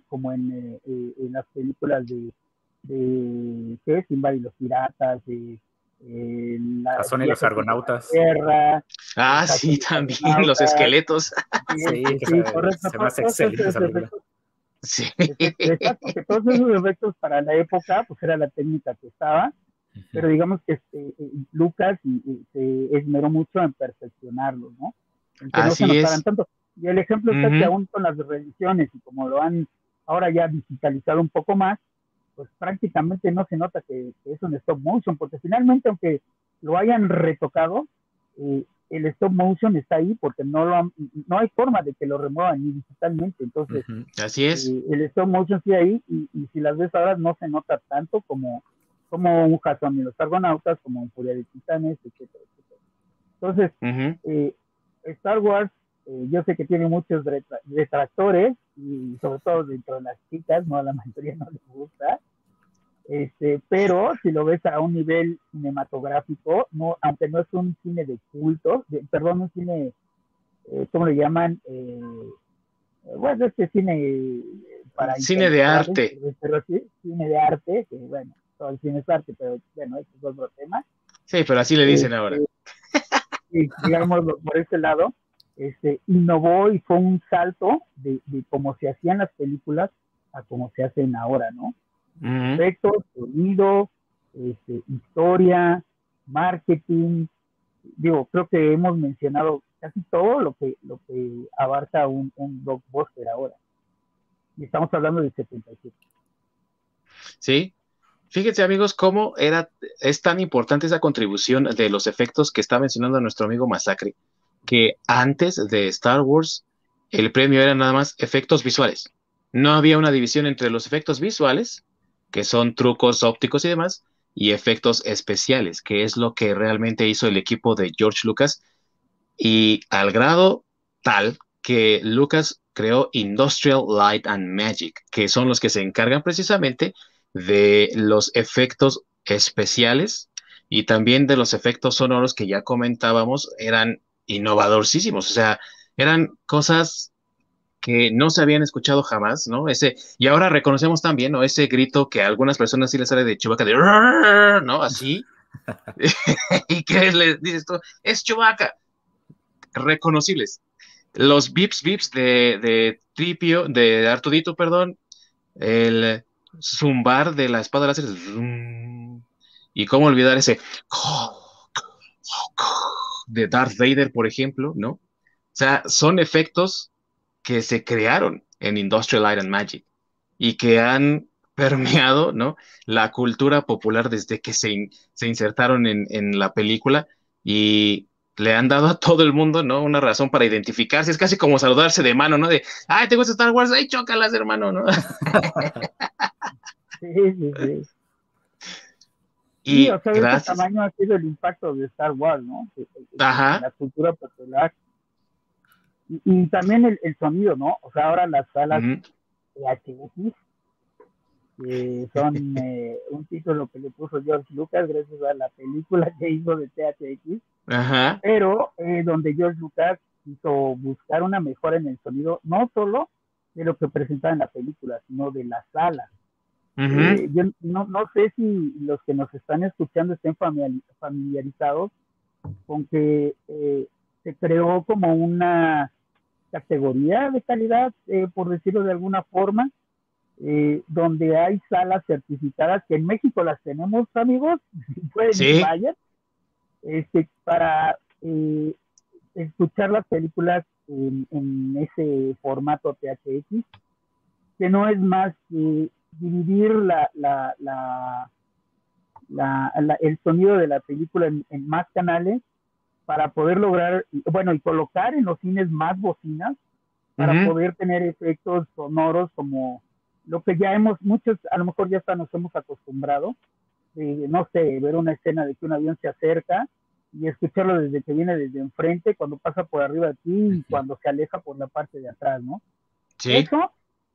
en las películas ¿qué? Simba y los piratas, Jason y los Viaje al centro de la Argonautas. Tierra, ah, Jason sí, y los también los Argonautas, esqueletos. sí, Sí, que sí, correcto, se me hace todos excelente esos esa película. efectos, Sí. exacto, que todos esos efectos para la época, pues era la técnica que estaba, Ujú. pero digamos que Lucas se esmeró mucho en perfeccionarlo, ¿no? En que no se Así notaran es. tanto. Y el ejemplo está que Ujú, aún con las reediciones y como lo han ahora ya digitalizado un poco más, pues prácticamente no se nota que es un stop motion, porque finalmente aunque lo hayan retocado, el stop motion está ahí porque no hay forma de que lo remuevan ni digitalmente, entonces Ujú. así es. el stop motion sí ahí, y si las ves ahora no se nota tanto como un Jason y los Argonautas, como un Furia de Titanes, etcétera, etcétera. Entonces, Ujú. eh, Star Wars, yo sé que tiene muchos detractores, y sobre todo dentro de las chicas, no a la mayoría no les gusta, pero si lo ves a un nivel cinematográfico, no, aunque no es un cine de culto, perdón, un cine, ¿cómo le llaman? Bueno, este cine para Cine de intelectuales, arte. pero sí, cine de arte, que bueno, todo el cine es arte, pero bueno, este es otro tema. Sí, pero así le dicen ahora. Este, y digamos por ese lado, innovó y fue un salto de cómo se hacían las películas a cómo se hacen ahora, ¿no? Ujú. Efectos, sonido, historia, marketing. Digo, creo que hemos mencionado casi todo lo que abarca un blockbuster ahora. Y estamos hablando de 77. Sí. Fíjense, amigos, es tan importante esa contribución de los efectos que está mencionando nuestro amigo Masacre, que antes de Star Wars, el premio era nada más efectos visuales. No había una división entre los efectos visuales, que son trucos ópticos y demás, y efectos especiales, que es lo que realmente hizo el equipo de George Lucas, y al grado tal que Lucas creó Industrial Light and Magic, que son los que se encargan precisamente de los efectos especiales y también de los efectos sonoros que ya comentábamos, eran innovadorcísimos, o sea, eran cosas que no se habían escuchado jamás, ¿no? Y ahora reconocemos también, ¿no? Ese grito que a algunas personas sí les sale de Chewbacca, de, "Rrrr", ¿no? Así, y que le dices tú, es Chewbacca, reconocibles. Los bips de Tripio, de Artudito, perdón, el zumbar de la espada láser, zoom, y cómo olvidar ese. de Darth Vader, por ejemplo, ¿no? O sea, son efectos que se crearon en Industrial Light and Magic y que han permeado, ¿no? La cultura popular desde que se insertaron en la película y le han dado a todo el mundo, ¿no? Una razón para identificarse. Es casi como saludarse de mano, ¿no? De, ay, ¿te gusta Star Wars? Ay, chócalas, hermano, ¿no? Sí, sí, sí. Sí, Y o sea, de ese gracias. tamaño ha sido el impacto de Star Wars, ¿no? En Ajá. la cultura popular. Y también el sonido, ¿no? O sea, ahora las salas Ujú. THX, que son un título que le puso George Lucas gracias a la película que hizo de THX, Ajá. pero donde George Lucas quiso buscar una mejora en el sonido, no solo de lo que presentaba en la película, sino de la sala. Ujú. Yo no sé si los que nos están escuchando estén familiarizados con que se creó como una categoría de calidad, por decirlo de alguna forma, donde hay salas certificadas, que en México las tenemos, amigos, si pueden ir, Sí. vayan, para escuchar las películas en ese formato THX, que no es más que dividir el sonido de la película en más canales para poder lograr, bueno, y colocar en los cines más bocinas para Ujú. poder tener efectos sonoros como lo que ya muchos a lo mejor ya hasta nos hemos acostumbrado, no sé, ver una escena de que un avión se acerca y escucharlo desde que viene desde enfrente, cuando pasa por arriba de ti y cuando se aleja por la parte de atrás, ¿no? Sí. Eso,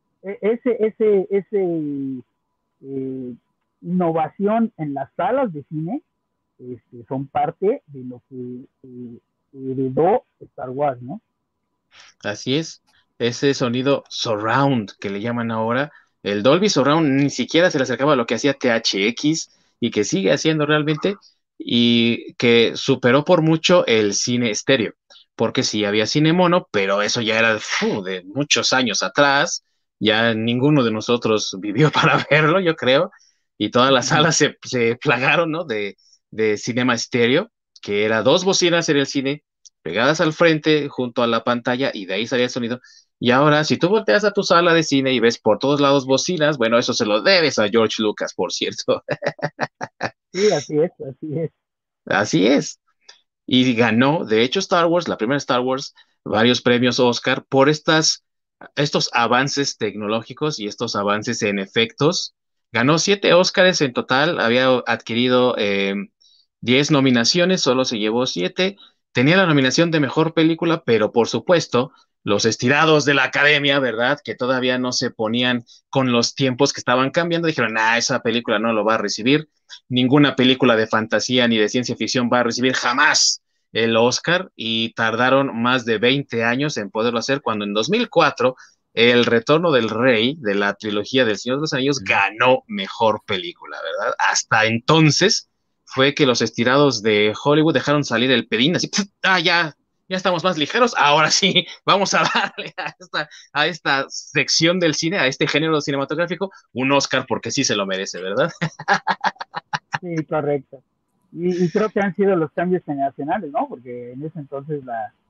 ese eh, innovación en las salas de cine son parte de lo que heredó Star Wars, ¿no? Así es. Ese sonido surround que le llaman ahora, el Dolby Surround ni siquiera se le acercaba a lo que hacía THX y que sigue haciendo realmente y que superó por mucho el cine estéreo, porque sí había cine mono, pero eso ya era de muchos años atrás, ya ninguno de nosotros vivió para verlo, yo creo, y todas las salas se plagaron, ¿no? de cinema estéreo, que era dos bocinas en el cine pegadas al frente junto a la pantalla y de ahí salía el sonido. Y ahora, si tú volteas a tu sala de cine y ves por todos lados bocinas, bueno, eso se lo debes a George Lucas, por cierto. Sí, así es, así es. Así es. Y ganó, de hecho, Star Wars, la primera Star Wars, varios premios Oscar por estos avances tecnológicos y estos avances en efectos. Ganó 7 Oscars en total, había adquirido 10 nominaciones, solo se llevó 7. Tenía la nominación de mejor película, pero por supuesto, los estirados de la academia, ¿verdad? Que todavía no se ponían con los tiempos que estaban cambiando, dijeron, esa película no lo va a recibir. Ninguna película de fantasía ni de ciencia ficción va a recibir jamás el Oscar y tardaron más de 20 años en poderlo hacer cuando en 2004 El Retorno del Rey de la trilogía del Señor de los Anillos ganó mejor película, ¿verdad? Hasta entonces fue que los estirados de Hollywood dejaron salir el pedín, así, ya estamos más ligeros, ahora sí, vamos a darle a esta sección del cine, a este género cinematográfico, un Oscar porque sí se lo merece, ¿verdad? Sí, correcto. Y creo que han sido los cambios generacionales, ¿no? Porque en ese entonces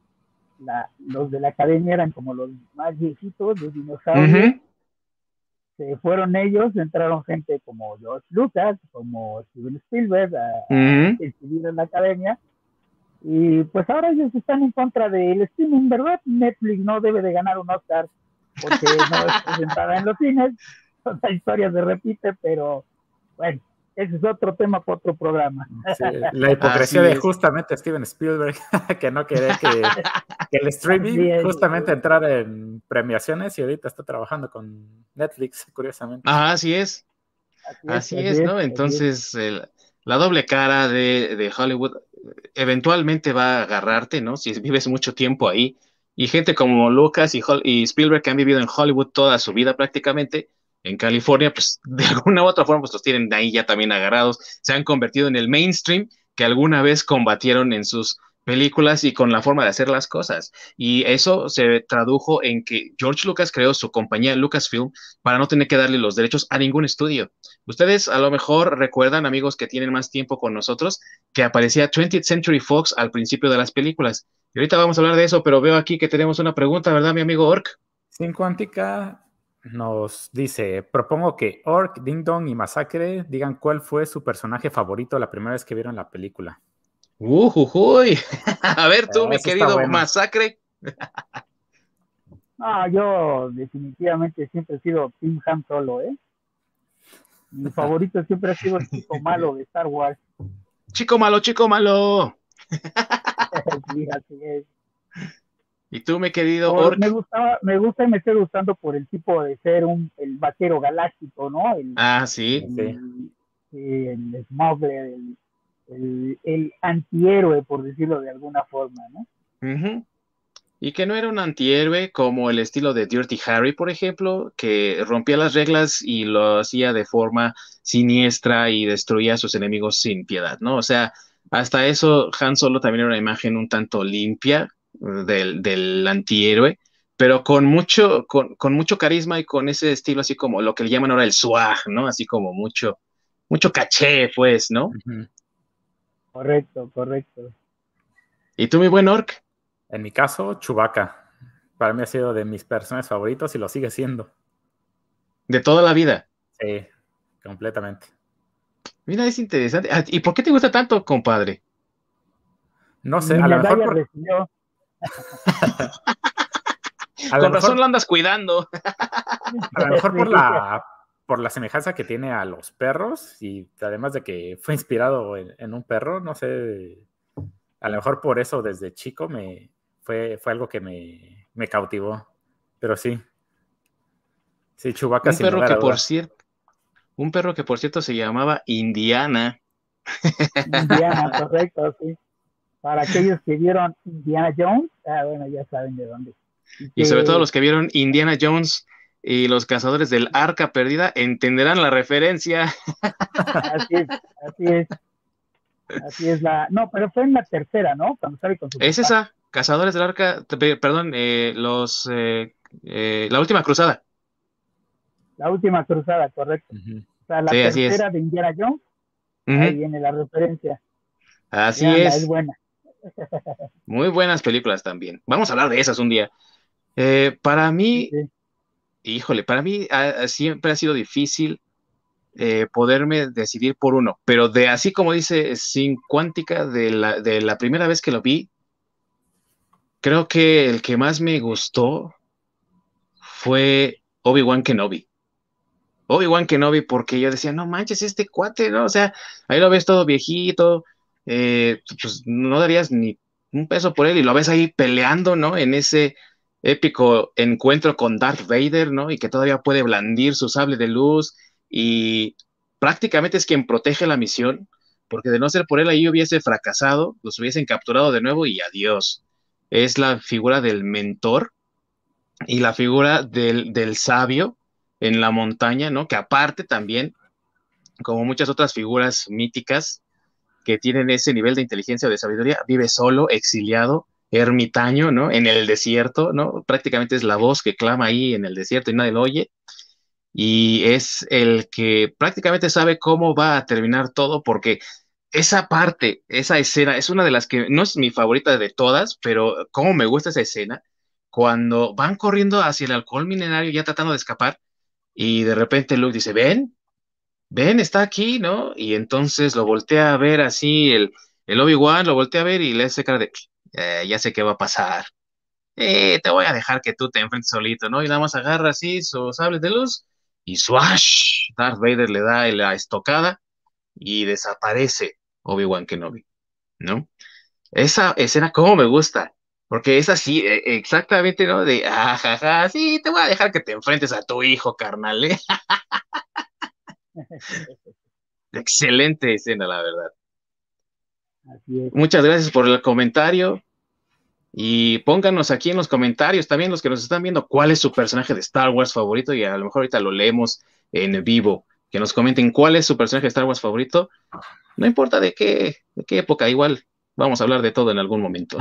los de la academia eran como los más viejitos, los Uh dinosaurios. -huh, Se fueron ellos, entraron gente como George Lucas, como Steven Spielberg uh -huh. a incidir en la academia. Y pues ahora ellos están en contra del streaming, ¿verdad? Netflix no debe de ganar un Oscar porque no es presentada en los cines. La historia se repite, pero bueno, ese es otro tema para otro programa. Sí, la hipocresía Así de es. justamente Steven Spielberg, que no quería que el streaming Así es, justamente entrara en premiaciones y ahorita está trabajando con Netflix, curiosamente. Así es. así es, Así así es, es, ¿no? así es. Entonces, la doble cara de Hollywood eventualmente va a agarrarte, ¿no? Si vives mucho tiempo ahí. Y gente como Lucas y Spielberg que han vivido en Hollywood toda su vida prácticamente, en California, pues de alguna u otra forma, pues los tienen ahí ya también agarrados. Se han convertido en el mainstream que alguna vez combatieron en sus películas y con la forma de hacer las cosas. Y eso se tradujo en que George Lucas creó su compañía Lucasfilm para no tener que darle los derechos a ningún estudio. Ustedes a lo mejor recuerdan, amigos que tienen más tiempo con nosotros, que aparecía 20th Century Fox al principio de las películas. Y ahorita vamos a hablar de eso, pero veo aquí que tenemos una pregunta, ¿verdad, mi amigo Orc? Sin Cuántica nos dice, propongo que Orc, Ding Dong y Masacre digan cuál fue su personaje favorito la primera vez que vieron la película. Uy. A ver tú, mi querido bueno. Masacre. Yo definitivamente siempre he sido Team Han Solo, ¿eh? Mi favorito siempre ha sido el chico malo de Star Wars. Chico malo, chico malo. Sí, así es. ¿Y tú, mi querido Orc? Me gusta y me está gustando por el tipo de ser el vaquero galáctico, ¿no? Sí. El smuggler, el antihéroe, por decirlo de alguna forma, ¿no? Uh-huh. Y que no era un antihéroe como el estilo de Dirty Harry, por ejemplo, que rompía las reglas y lo hacía de forma siniestra y destruía a sus enemigos sin piedad, ¿no? O sea, hasta eso Han Solo también era una imagen un tanto limpia del antihéroe, pero con mucho carisma y con ese estilo así como lo que le llaman ahora el swag, ¿no? Así como mucho caché, pues, ¿no? Uh-huh. Correcto. ¿Y tú, mi buen Orc? En mi caso, Chewbacca. Para mí ha sido de mis personajes favoritos y lo sigue siendo. De toda la vida. Sí, completamente. Mira, es interesante. ¿Y por qué te gusta tanto, compadre? No sé, a lo mejor Con razón lo andas cuidando. A lo mejor por la semejanza que tiene a los perros y además de que fue inspirado en un perro, no sé, a lo mejor por eso desde chico fue algo que me cautivó, pero sí, Chewbacca sin lugar a dudas. Un perro que por cierto se llamaba Indiana. Indiana, correcto, sí. Para aquellos que vieron Indiana Jones, bueno, ya saben de dónde. Y sobre todo los que vieron Indiana Jones y los cazadores del Arca Perdida entenderán la referencia. Así es no, pero fue en la tercera, ¿no? Cuando sale con su papá. Es esa, Cazadores del Arca, perdón, la última cruzada. La última cruzada, correcto. Uh-huh. O sea, la tercera de Indiana Jones, ahí viene la referencia. Así es buena. Muy buenas películas también. Vamos a hablar de esas un día. Para mí, híjole, para mí siempre ha sido difícil poderme decidir por uno, pero de así como dice Sin Cuántica, de la primera vez que lo vi, creo que el que más me gustó fue Obi-Wan Kenobi. Obi-Wan Kenobi, porque yo decía, no manches, este cuate, ¿no? O sea, ahí lo ves todo viejito, pues no darías ni un peso por él y lo ves ahí peleando, ¿no? En ese épico encuentro con Darth Vader, ¿no? Y que todavía puede blandir su sable de luz y prácticamente es quien protege la misión, porque de no ser por él ahí hubiese fracasado, los hubiesen capturado de nuevo y adiós. Es la figura del mentor y la figura del sabio en la montaña, ¿no? Que aparte también, como muchas otras figuras míticas que tienen ese nivel de inteligencia o de sabiduría, vive solo, exiliado, ermitaño, ¿no? En el desierto, ¿no? Prácticamente es la voz que clama ahí en el desierto y nadie lo oye. Y es el que prácticamente sabe cómo va a terminar todo, porque esa parte, esa escena, es una de las que no es mi favorita de todas, pero cómo me gusta esa escena, cuando van corriendo hacia el alcohol milenario ya tratando de escapar, y de repente Luke dice, ven, está aquí, ¿no? Y entonces lo voltea a ver así, el Obi-Wan lo voltea a ver y le hace cara de, ya sé qué va a pasar. Te voy a dejar que tú te enfrentes solito, ¿no? Y nada más agarra así sus sables de luz y ¡swash! Darth Vader le da la estocada y desaparece Obi-Wan Kenobi, ¿no? Esa escena, cómo me gusta, porque es así, exactamente, ¿no? De, jaja, sí, te voy a dejar que te enfrentes a tu hijo, carnal, ¿eh? Excelente escena, la verdad. Así es. Muchas gracias por el comentario y pónganos aquí en los comentarios también los que nos están viendo cuál es su personaje de Star Wars favorito y a lo mejor ahorita lo leemos en vivo, que nos comenten cuál es su personaje de Star Wars favorito, no importa de qué época, igual vamos a hablar de todo en algún momento.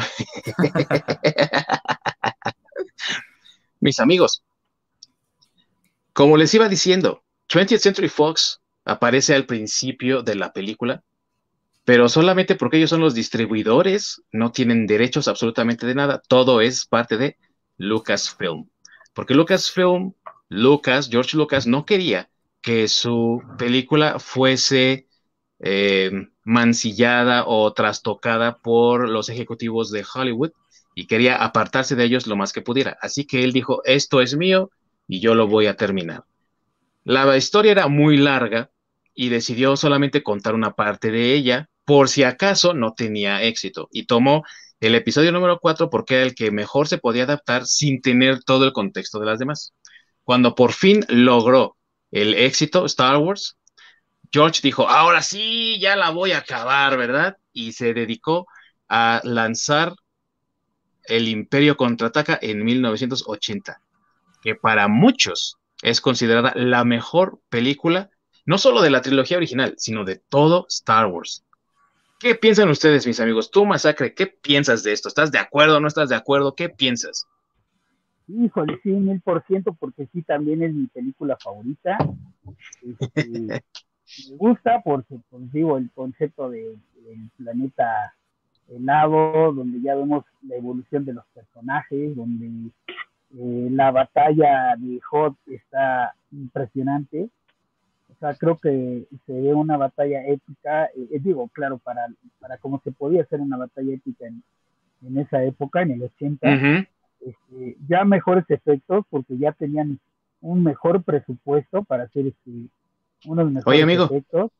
Mis amigos, como les iba diciendo, 20th Century Fox aparece al principio de la película, pero solamente porque ellos son los distribuidores, no tienen derechos absolutamente de nada, todo es parte de Lucasfilm. Porque George Lucas no quería que su película fuese mancillada o trastocada por los ejecutivos de Hollywood y quería apartarse de ellos lo más que pudiera. Así que él dijo, esto es mío y yo lo voy a terminar. La historia era muy larga y decidió solamente contar una parte de ella por si acaso no tenía éxito y tomó el episodio número 4 porque era el que mejor se podía adaptar sin tener todo el contexto de las demás. Cuando por fin logró el éxito Star Wars, George dijo, ahora sí, ya la voy a acabar, ¿verdad? Y se dedicó a lanzar El Imperio Contraataca en 1980, que para muchos es considerada la mejor película, no solo de la trilogía original, sino de todo Star Wars. ¿Qué piensan ustedes, mis amigos? Tú, Masacre, ¿qué piensas de esto? ¿Estás de acuerdo o no estás de acuerdo? ¿Qué piensas? Híjole, sí, 1000%, porque sí, también es mi película favorita. Me gusta digo, el concepto del planeta helado, donde ya vemos la evolución de los personajes, donde la batalla de Hoth está impresionante. O sea, creo que se ve una batalla épica, digo, claro, para cómo se podía hacer una batalla épica en esa época, en el 80, ya mejores efectos, porque ya tenían un mejor presupuesto para hacer unos mejores Oye, amigo, efectos.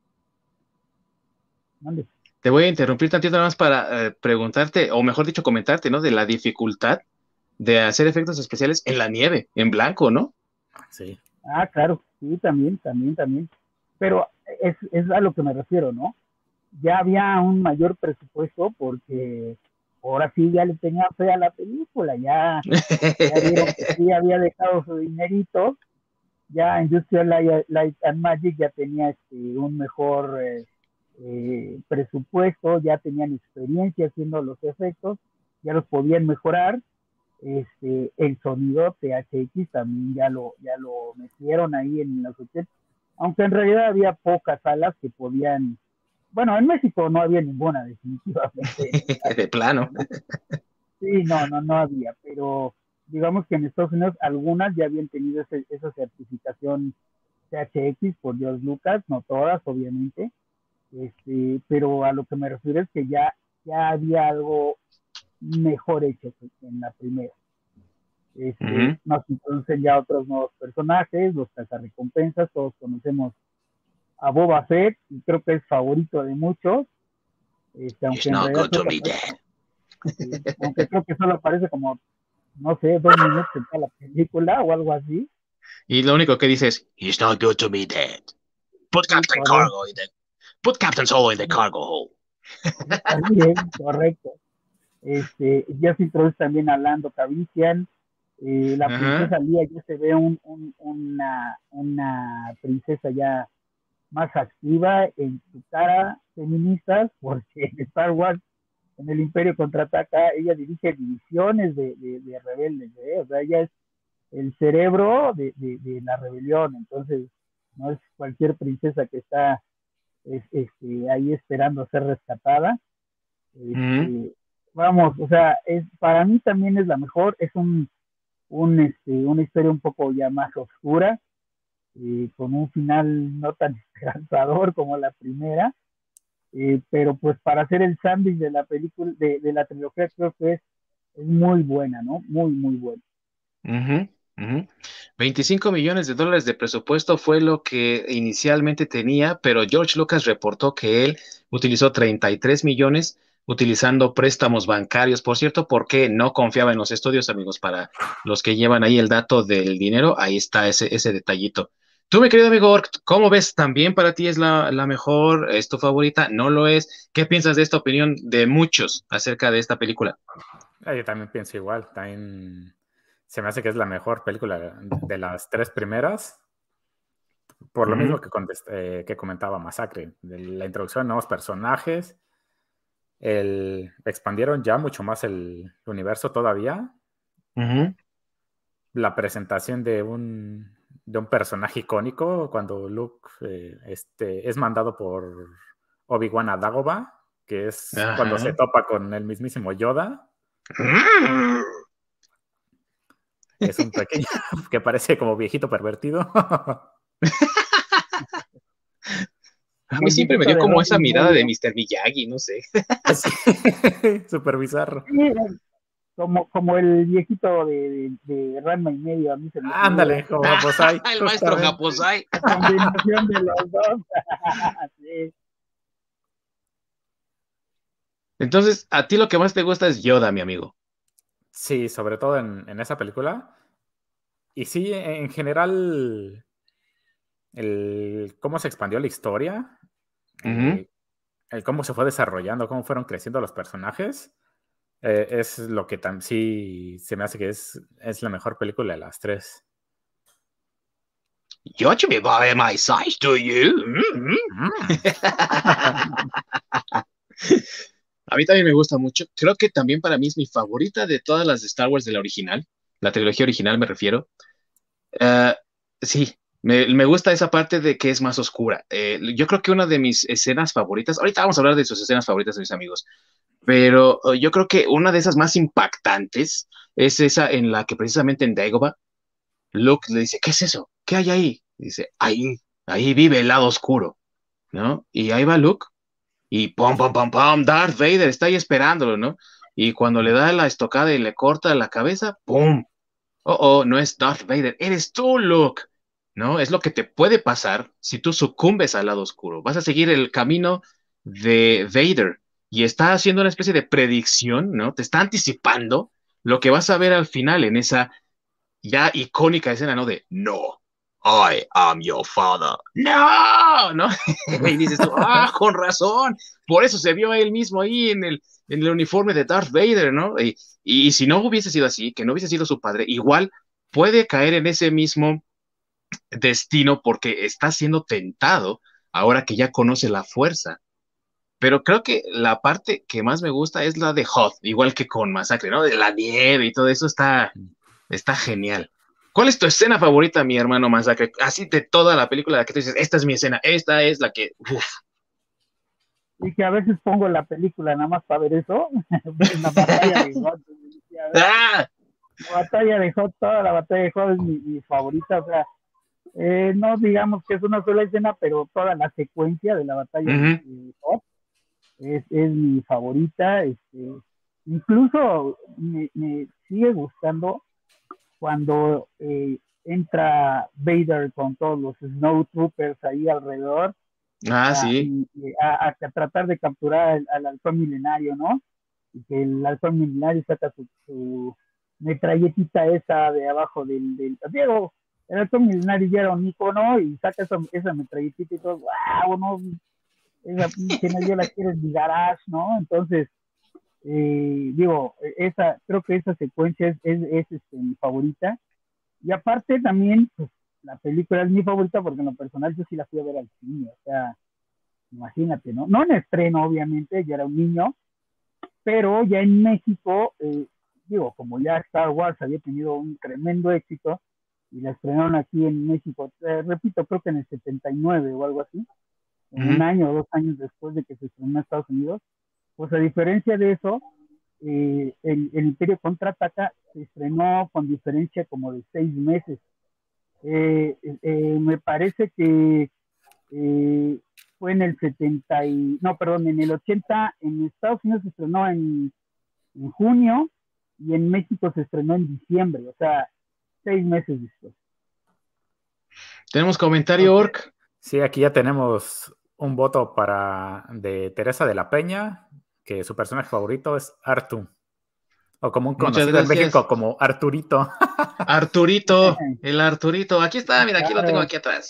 ¿Dónde? te voy a interrumpir tantito nada más para preguntarte, o mejor dicho, comentarte, ¿no? De la dificultad de hacer efectos especiales en la nieve, en blanco, ¿no? Sí. Ah, claro, sí, también. Pero es a lo que me refiero, ¿no? Ya había un mayor presupuesto porque ahora sí ya le tenía fe a la película, ya vieron que sí había dejado su dinerito, ya Industrial Light and Magic ya tenía un mejor presupuesto, ya tenían experiencia haciendo los efectos, ya los podían mejorar. El sonido THX también ya lo metieron ahí en los 80, aunque en realidad había pocas salas que podían, bueno, en México no había ninguna definitivamente. De plano. ¿No? Sí, no había, pero digamos que en Estados Unidos algunas ya habían tenido esa certificación THX por George Lucas, no todas, obviamente, pero a lo que me refiero es que ya había algo mejor hecho que en la primera. Nos introducen ya otros nuevos personajes, los cazarrecompensas, todos conocemos a Boba Fett, y creo que es favorito de muchos, aunque en realidad aunque creo que solo aparece como, no sé, 2 minutos en toda la película o algo así. Y lo único que dice es, He's not good to me, Dad. Put Captain Cargo in the... Put Captain Solo in the cargo hole. Está bien, correcto. Ya se introduce también a Lando Calrissian. La princesa Leia ya se ve una princesa ya más activa en su cara feministas, porque en Star Wars, en el Imperio Contraataca, ella dirige divisiones de rebeldes, o sea, ella es el cerebro de la rebelión, entonces no es cualquier princesa que está ahí esperando ser rescatada. Vamos, o sea, para mí también es la mejor, es una historia un poco ya más oscura, con un final no tan esperanzador como la primera, pero pues para hacer el sándwich de la película, de la trilogía, creo que es muy buena, ¿no? Muy, muy buena. 25 millones de dólares de presupuesto fue lo que inicialmente tenía, pero George Lucas reportó que él utilizó 33 millones utilizando préstamos bancarios, por cierto, porque no confiaba en los estudios, amigos. Para los que llevan ahí el dato del dinero, ahí está ese detallito. Tú, mi querido amigo Ork, ¿cómo ves? ¿También para ti es la mejor? ¿Es tu favorita? ¿No lo es? ¿Qué piensas de esta opinión de muchos acerca de esta película? Yo también pienso igual. También se me hace que es la mejor película de las 3 primeras. Por lo mismo que comentaba Masacre, de la introducción de nuevos personajes, expandieron ya mucho más el universo todavía. La presentación de un personaje icónico cuando Luke es mandado por Obi-Wan a Dagobah, que es cuando se topa con el mismísimo Yoda. Es un pequeño que parece como viejito pervertido. A mí siempre me dio como esa mirada de Mr. Miyagi, no sé. Sí, súper bizarro. Sí, como el viejito de Ranma y medio. A mí se me ándale, como Japosai. El maestro Japosai. La combinación de los dos. Sí. Entonces, a ti lo que más te gusta es Yoda, mi amigo. Sí, sobre todo en esa película. Y sí, en general, cómo se expandió la historia, el cómo se fue desarrollando, cómo fueron creciendo los personajes, es lo que sí se me hace que es la mejor película de las tres. Judge me by my size, do you? A mí también me gusta mucho. Creo que también para mí es mi favorita de todas las de Star Wars de la original. La trilogía original me refiero. Sí, me gusta esa parte de que es más oscura. Yo creo que una de mis escenas favoritas, ahorita vamos a hablar de sus escenas favoritas, mis amigos, pero yo creo que una de esas más impactantes es esa en la que precisamente en Dagobah, Luke le dice, ¿qué es eso? ¿Qué hay ahí? Dice, ahí vive el lado oscuro, ¿no? Y ahí va Luke y pum, pum, pum, pum, Darth Vader está ahí esperándolo, ¿no? Y cuando le da la estocada y le corta la cabeza, ¡pum! No es Darth Vader, eres tú, Luke, ¿no? Es lo que te puede pasar si tú sucumbes al lado oscuro. Vas a seguir el camino de Vader y está haciendo una especie de predicción, ¿no? Te está anticipando lo que vas a ver al final en esa ya icónica escena, ¿no? De no, I am your father. No, ¿no? Y dices tú, con razón. Por eso se vio a él mismo ahí en el uniforme de Darth Vader, ¿no? Y si no hubiese sido así, que no hubiese sido su padre, igual puede caer en ese mismo destino porque está siendo tentado ahora que ya conoce la fuerza. Pero creo que la parte que más me gusta es la de Hoth, igual que con Masacre, ¿no? De la nieve y todo eso está genial. ¿Cuál es tu escena favorita, mi hermano Masacre? Así de toda la película, la que tú dices, esta es mi escena, esta es la que... Uf. Y que a veces pongo la película nada más para ver eso. La batalla de Hoth. La batalla de Hoth, toda la batalla de Hoth es mi favorita. O sea, no digamos que es una sola escena, pero toda la secuencia de la batalla de Hoth es mi favorita. Incluso me sigue gustando cuando entra Vader con todos los Snowtroopers ahí alrededor sí. a tratar de capturar al halcón milenario, ¿no? Y que el halcón milenario saca su metralletita esa de abajo del Diego, el halcón milenario ya era un icono y saca esa metralletita y todo, wow, no, esa pinche no, yo la quiero en mi garage, ¿no? Entonces, creo que esa secuencia es mi favorita. Y aparte también, pues, la película es mi favorita porque en lo personal yo sí la fui a ver al cine, o sea, imagínate, ¿no? No en estreno, obviamente, yo era un niño, pero ya en México, como ya Star Wars había tenido un tremendo éxito y la estrenaron aquí en México, repito, creo que en el 79 o algo así, un año o 2 años después de que se estrenó en Estados Unidos, pues a diferencia de eso, el Imperio Contraataca se estrenó con diferencia como de 6 meses. Me parece que fue en el en el 80, en Estados Unidos se estrenó en junio y en México se estrenó en diciembre, o sea, 6 meses después. ¿Tenemos comentario, Orc? Sí, aquí ya tenemos un voto de Teresa de la Peña, que su personaje favorito es Artu, o como un conocido en México como Arturito. Arturito, el Arturito. Aquí está, mira, aquí lo tengo aquí atrás.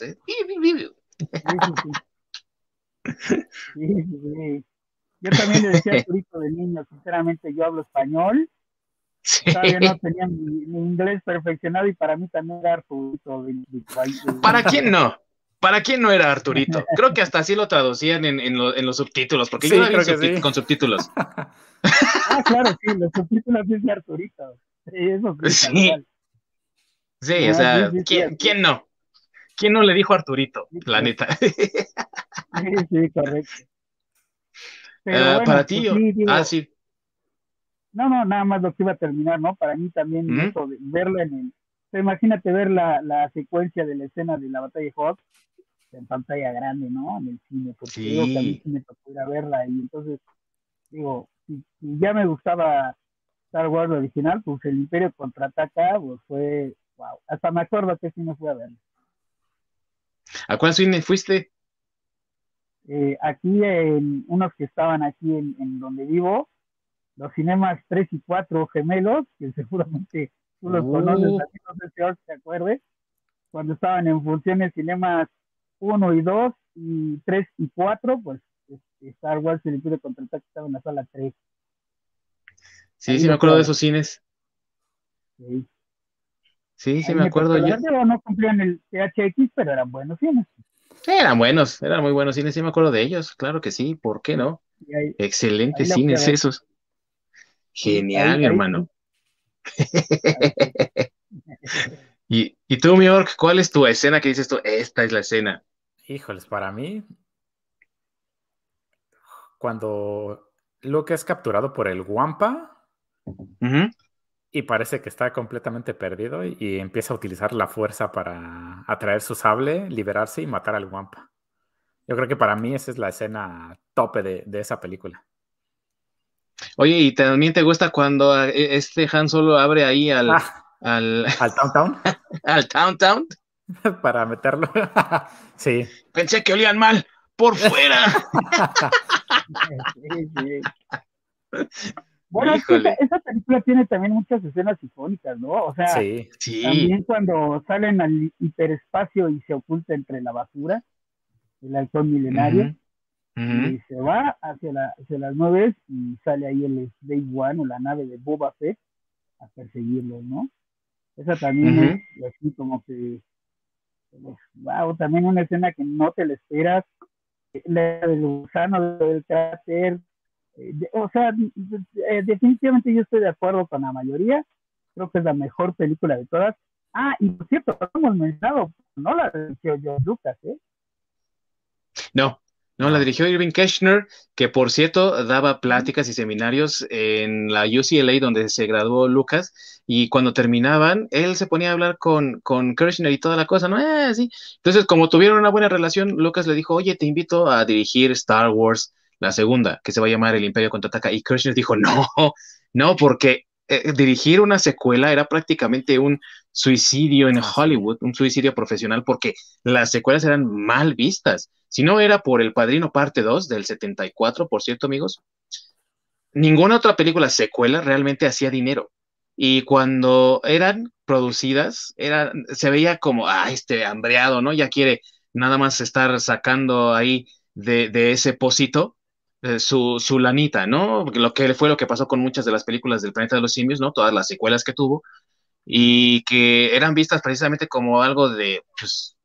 Sí. Yo también le decía Arturito de niño, sinceramente yo hablo español. Sí. Todavía no tenía mi inglés perfeccionado y para mí también era Arturito. ¿Para quién no? ¿Para quién no era Arturito? Creo que hasta así lo traducían en los subtítulos, porque yo Sí, la vi creo que sí. con subtítulos. Claro, sí, los subtítulos dice Arturito. Sí, eso sí, tal Sí, cual. sí, o No, sí, sea, sí, sí, así. ¿quién no? ¿Quién no le dijo Arturito? Sí, La neta. sí, correcto. Pero Para bueno, ti, pues sí, digo, sí. no, nada más lo que iba a terminar, ¿no? Para mí también Ujú. eso de verla o sea, imagínate ver la secuencia de la escena de la batalla de Hoth en pantalla grande, ¿no? En el cine, porque te digo que a mí Sí. sí me tocó ir a verla y entonces, digo, si ya me gustaba Star Wars original, pues el Imperio Contraataca, pues fue, wow, hasta me acuerdo que sí me fui a verla. ¿A cuál cine fuiste? Aquí en unos que estaban aquí en donde vivo, los cinemas 3 y 4 gemelos, que seguramente tú los conoces, Uh, así no sé si ahora te acuerdes, cuando estaban en funciones cinemas 1 y 2 y 3 y 4 pues Star Wars el Imperio Contraataca estaba en la sala 3. sí, Ahí sí me lo fui acuerdo a de ver. esos cines. Sí. Sí, sí Ahí me me acuerdo tocó yo. ver, digo, no cumplían el THX, pero eran buenos cines. Eran buenos, eran muy buenos cines, sí me acuerdo de ellos. Claro que sí, ¿por qué no? Y ahí Excelentes la fui a cines ver. esos. Sí, Genial, mi ahí hermano. sí, ahí sí. Y tú, mi York, ¿cuál es tu escena que dices tú? Esta es la escena. Híjoles, para mí, cuando Luke es capturado por el Wampa Ujú. y parece que está completamente perdido y empieza a utilizar la fuerza para atraer su sable, liberarse y matar al Wampa. Yo creo que para mí esa es la escena tope de esa película. Oye, ¿y también te gusta cuando este Han Solo abre ahí Ah, al, al Town Town al Town Town? para meterlo. Sí. Pensé que olían mal. ¡Por fuera! Sí, sí. Bueno, es que Híjole. esa película tiene también muchas escenas icónicas, ¿no? O sea, Sí. Sí. también cuando salen al hiperespacio y se oculta entre la basura, el halcón milenario, Ujú, ujú, y se va hacia las nubes y sale ahí el Slave One o la nave de Boba Fett a perseguirlos, ¿no? Esa también es ujú. así como que, wow, también una escena que no te la esperas, la del gusano del cráter, o sea, definitivamente yo estoy de acuerdo con la mayoría, creo que es la mejor película de todas. Y por cierto, no hemos mencionado, no la dirigió George Lucas, ¿eh? No, no, la No. dirigió Irving Kershner, que por cierto daba pláticas y seminarios en la UCLA donde se graduó Lucas, y cuando terminaban, él se ponía a hablar con Kershner y toda la cosa, ¿no? Sí. Entonces, como tuvieron una buena relación, Lucas le dijo, oye, te invito a dirigir Star Wars, la segunda, que se va a llamar El Imperio Contraataca, y Kershner dijo, no, no, porque dirigir una secuela era prácticamente un suicidio en Ah, sí. Hollywood, un suicidio profesional, porque las secuelas eran mal vistas. Si no era por El Padrino Parte 2 del 74, por cierto, amigos, ninguna otra película secuela realmente hacía dinero. Y cuando eran producidas, se veía como, este hambreado, ¿no? Ya quiere nada más estar sacando ahí de ese pocito su lanita, ¿no? Lo que fue lo que pasó con muchas de las películas del Planeta de los Simios, ¿no? Todas las secuelas que tuvo y que eran vistas precisamente como algo de, pues,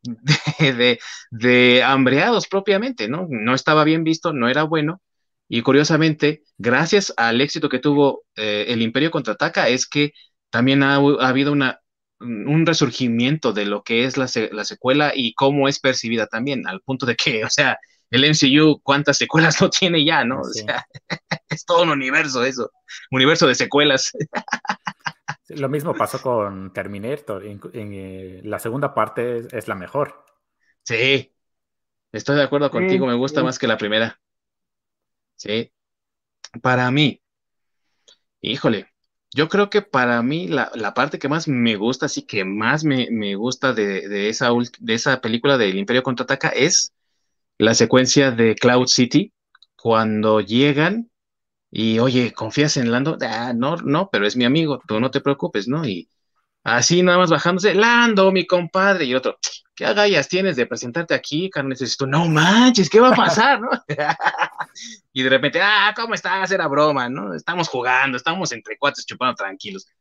de hambreados propiamente, ¿no? No estaba bien visto, no era bueno. Y curiosamente, gracias al éxito que tuvo el Imperio Contraataca, es que también ha habido un resurgimiento de lo que es la secuela y cómo es percibida también, al punto de que, o sea, el MCU, ¿cuántas secuelas no tiene ya, no? Ah, O sí. sea, es todo un universo eso, universo de secuelas. Sí, lo mismo pasó con Terminator. La segunda parte es la mejor. Sí, estoy de acuerdo contigo, Sí, me gusta sí. más que la primera. Sí, para mí, híjole, yo creo que para mí la parte que más me gusta, así que más me gusta de esa película del Imperio Contraataca es la secuencia de Cloud City, cuando llegan y, oye, ¿confías en Lando? No, no, pero es mi amigo, tú no te preocupes, ¿no? Y así nada más bajándose, Lando, mi compadre, y otro, ¿qué agallas tienes de presentarte aquí, carnal? Y dices tú, no manches, ¿qué va a pasar, no? Y de repente, ¿cómo estás? Era broma, ¿no? Estamos jugando, estamos entre cuates chupando tranquilos.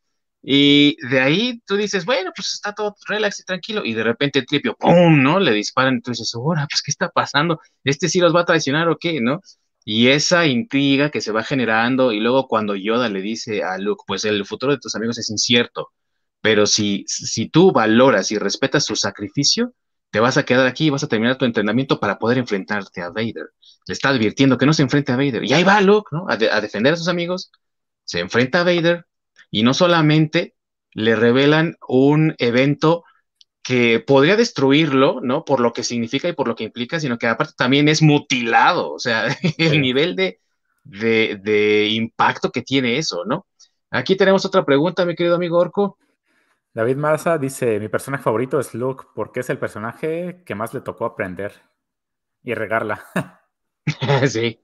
Y de ahí tú dices, bueno, pues está todo relax y tranquilo, y de repente el Tripio, ¡pum!, ¿no? Le disparan, entonces, ahora, pues, ¿qué está pasando? ¿Este sí los va a traicionar o qué, no? Y esa intriga que se va generando, y luego cuando Yoda le dice a Luke, pues el futuro de tus amigos es incierto, pero si tú valoras y respetas su sacrificio, te vas a quedar aquí y vas a terminar tu entrenamiento para poder enfrentarte a Vader. Le está advirtiendo que no se enfrente a Vader. Y ahí va Luke, ¿no? A defender a sus amigos, se enfrenta a Vader y no solamente le revelan un evento que podría destruirlo, ¿no? Por lo que significa y por lo que implica, sino que aparte también es mutilado, o sea, el Sí. nivel de impacto que tiene eso, ¿no? Aquí tenemos otra pregunta, mi querido amigo Orco. David Maza dice, mi personaje favorito es Luke porque es el personaje que más le tocó aprender y regarla. Sí,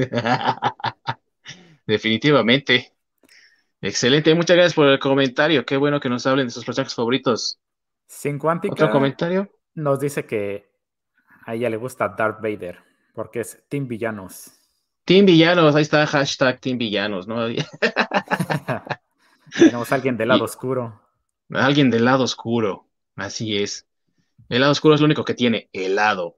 definitivamente. Excelente, muchas gracias por el comentario. Qué bueno que nos hablen de sus personajes favoritos. Sin ¿Otro Cuántica comentario? nos dice que a ella le gusta Darth Vader porque es Team Villanos. Team Villanos, ahí está, hashtag Team Villanos, ¿no? Tenemos a alguien del lado Y oscuro. alguien del lado oscuro, así es. El lado oscuro es lo único que tiene, helado.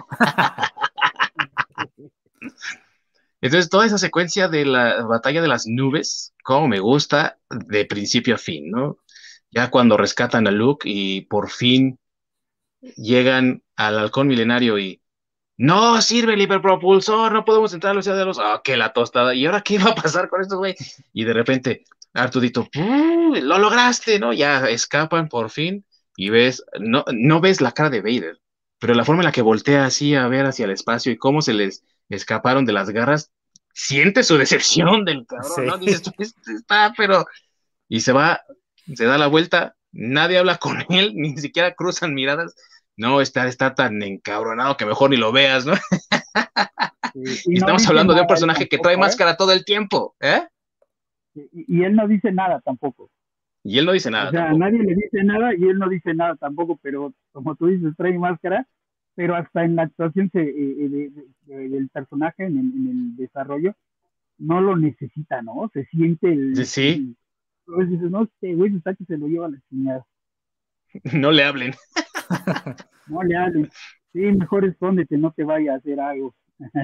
Entonces, toda esa secuencia de la batalla de las nubes, como me gusta de principio a fin, ¿no? Ya cuando rescatan a Luke y por fin llegan al halcón milenario y no sirve el hiperpropulsor, no podemos entrar a la velocidad de los. ¡Ah, qué la tostada! ¿Y ahora qué va a pasar con estos güey? Y de repente, Artudito, lo lograste, ¿no? Ya escapan por fin y ves, no ves la cara de Vader, pero la forma en la que voltea así a ver hacia el espacio y cómo se les escaparon de las garras, siente su decepción del cabrón, Sí. ¿no? Dices, "Este está, pero. Y se va, se da la vuelta, nadie habla con él, ni siquiera cruzan miradas. No, está tan encabronado que mejor ni lo veas, ¿no? Y Y no estamos dice hablando de un nada él personaje que trae tampoco, ¿eh? máscara todo el tiempo, ¿eh? Y él no dice nada tampoco. Y él no dice O nada sea, tampoco. nadie le dice nada y él no dice nada tampoco, pero como tú dices, trae máscara, pero hasta en la actuación del personaje, en el desarrollo, no lo necesita, ¿no? Se siente Sí, sí, pues dices, no, este güey está que se lo lleva a la chingada. no le hablen. No le hablen. Sí, mejor escóndete, no te vaya a hacer algo.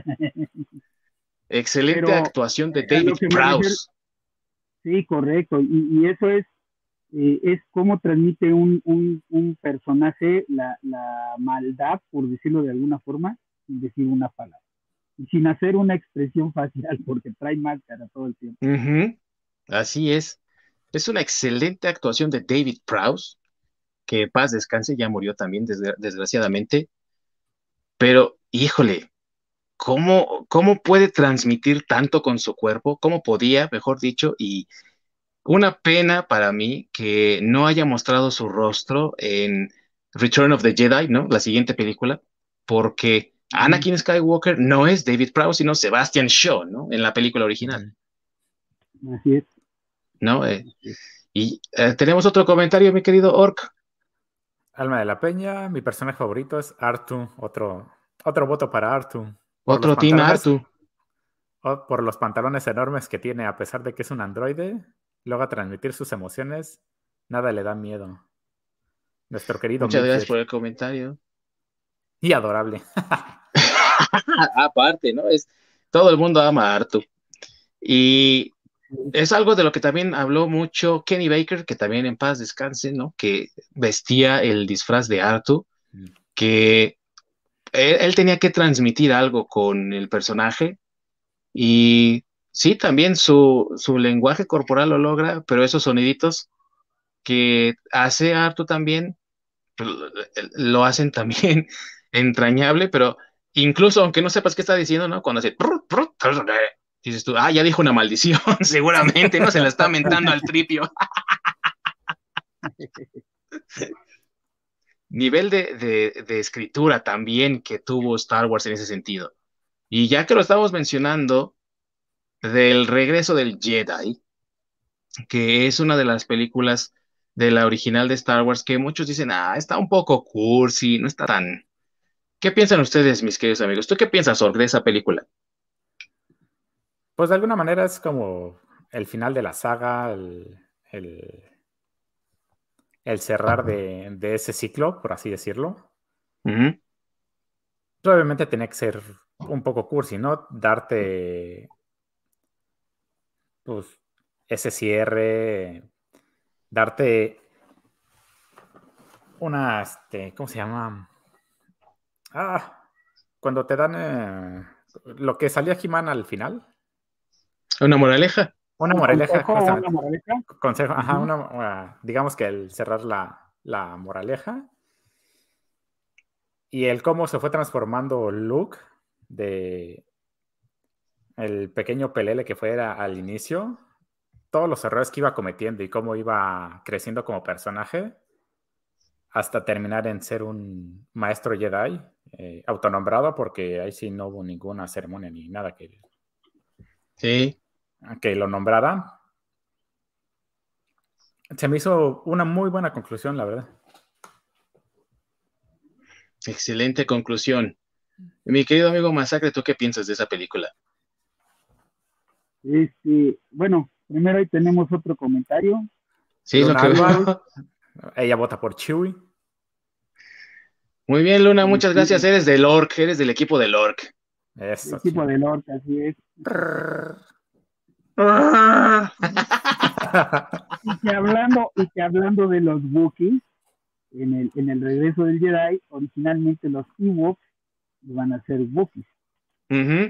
Excelente Pero actuación de a lo David que me refiero, Prowse. sí, correcto. Y eso es cómo transmite un personaje la maldad, por decirlo de alguna forma, sin decir una palabra. Y sin hacer una expresión facial, porque trae máscara todo el tiempo. Ujú, así es. Es una excelente actuación de David Prowse, que paz descanse, ya murió también, desgraciadamente. Pero, híjole, ¿cómo puede transmitir tanto con su cuerpo? ¿Cómo podía, mejor dicho? Y una pena para mí que no haya mostrado su rostro en Return of the Jedi, ¿no? La siguiente película, porque Mm, Anakin Skywalker no es David Prowse, sino Sebastian Shaw, ¿no? En la película original, así es. ¿no? Así es. Y tenemos otro comentario, mi querido Orc. Alma de la Peña, mi personaje favorito es Artu. Otro voto para Artu. Por los Otro Team pantalones, Artu. por los pantalones enormes que tiene, a pesar de que es un androide, logra transmitir sus emociones. Nada le da miedo. Nuestro querido Muchas gracias por Midget. el comentario. Y adorable. Aparte, ¿no? Todo el mundo ama a Artu. Y es algo de lo que también habló mucho Kenny Baker, que también en paz descanse, ¿no? Que vestía el disfraz de Artu, que él tenía que transmitir algo con el personaje y sí, también su lenguaje corporal lo logra, pero esos soniditos que hace Artu también pues, lo hacen también entrañable, pero incluso aunque no sepas qué está diciendo, ¿no? Cuando hace dices tú, ya dijo una maldición, seguramente, ¿no? Se la está mentando al tripio. Nivel de escritura también que tuvo Star Wars en ese sentido. Y ya que lo estamos mencionando, del regreso del Jedi, que es una de las películas de la original de Star Wars que muchos dicen, está un poco cursi, no está tan. ¿Qué piensan ustedes, mis queridos amigos? ¿Tú qué piensas sobre esa película? Pues de alguna manera es como el final de la saga, el el cerrar de ese ciclo, por así decirlo. Ujú. Obviamente tenía que ser un poco cursi, ¿no? Darte, pues, ese cierre, darte una, ¿cómo se llama? Cuando te dan lo que salía He-Man al final. Una moraleja. Una ¿Un moraleja, consejo o una justamente. moraleja? Consejo, ajá, Ujú. digamos que el cerrar la moraleja. Y el cómo se fue transformando Luke de el pequeño pelele que fue al inicio, todos los errores que iba cometiendo y cómo iba creciendo como personaje hasta terminar en ser un maestro Jedi autonombrado, porque ahí sí no hubo ninguna ceremonia ni nada Sí, que lo nombraran. Se me hizo una muy buena conclusión, la verdad. excelente conclusión. Mi querido amigo Masacre, ¿tú qué piensas de esa película? Bueno, primero ahí tenemos otro comentario. Sí, lo Luna que Alba, veo. ella vota por Chewie. Muy bien, Luna, muchas gracias. Sí, Eres del Orc, eres del equipo del Orc. el Eso, equipo Chewie. de Lorca, así es. Y que hablando de los Wookiees, en el regreso del Jedi, originalmente los Ewoks iban a ser Wookiees, Ujú.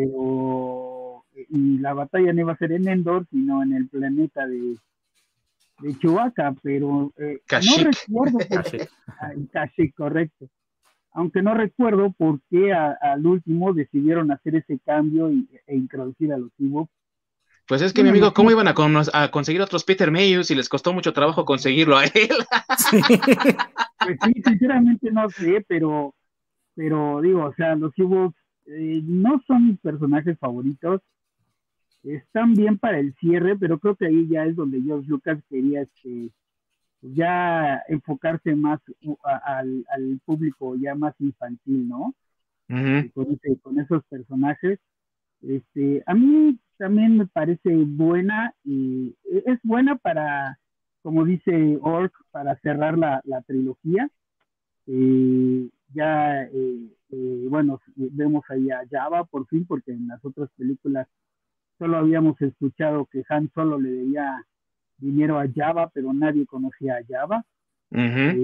y la batalla no iba a ser en Endor, sino en el planeta de Chewbacca, pero no Kashyyyk. recuerdo por Kashyyyk. en Kashyyyk, correcto, aunque no recuerdo por qué al último decidieron hacer ese cambio e introducir a los Ewoks. Pues es que, mi Bueno, amigo, ¿cómo iban a conseguir otros Peter Mayhew si les costó mucho trabajo conseguirlo a él? Sí. pues sí, sinceramente no sé, pero digo, o sea, los Ewoks no son mis personajes favoritos. Están bien para el cierre, pero creo que ahí ya es donde George Lucas quería ya enfocarse más al público ya más infantil, ¿no? Ujú. Con esos personajes. A mí también me parece buena, y es buena para, como dice Orc, para cerrar la trilogía. Bueno, vemos ahí a Java por fin, porque en las otras películas solo habíamos escuchado que Han Solo le debía dinero a Java, pero nadie conocía a Java. Ujú.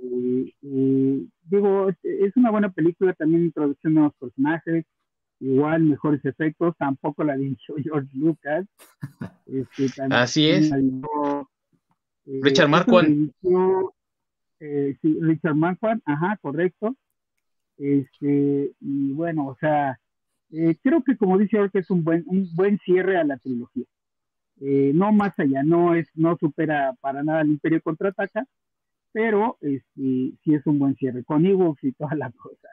Digo, es una buena película, también introducción de nuevos personajes, igual mejores efectos, tampoco la dirigió George Lucas, también Así es. la dirigió, Richard esta la Marquand. dirigió, sí, Richard Marquand, ajá, correcto. Y bueno, o sea, creo que como dice ahora que es un buen cierre a la trilogía. No más allá, no supera para nada el Imperio Contraataca, pero sí es un buen cierre, con Ewoks y toda la cosa.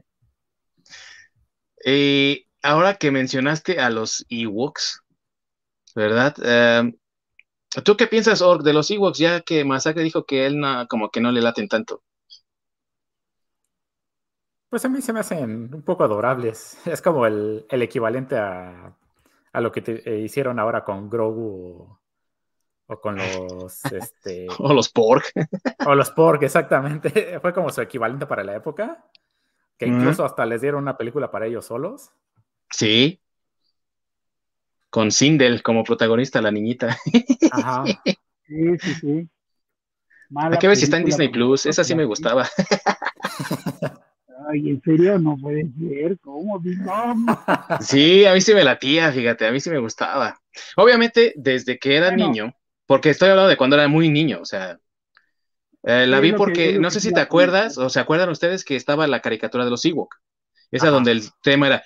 Ahora que mencionaste a los Ewoks, ¿verdad? ¿Tú qué piensas, Orc, de los Ewoks? Ya que Masacre dijo que él como que no le laten tanto. Pues a mí se me hacen un poco adorables. Es como el equivalente a lo que hicieron ahora con Grogu o con O los Porg. o los Porg, exactamente. Fue como su equivalente para la época, que Ujú. incluso hasta les dieron una película para ellos solos. Sí, con Sindel como protagonista, la niñita. Ajá. Sí, sí, sí. Hay Mala que ver si está en película, Disney por Plus. cierto, Esa sí pero me sí. gustaba. Ay, en serio, no puede ser. ¿Cómo? No. Sí, a mí sí me latía, fíjate, a mí sí me gustaba. Obviamente, desde que era Bueno, niño, porque estoy hablando de cuando era muy niño, o sea, sí, la es vi lo que, es porque, lo no que sé te si te iba a comentar. acuerdas o se acuerdan ustedes que estaba la caricatura de los Ewok, esa donde Ajá. el tema era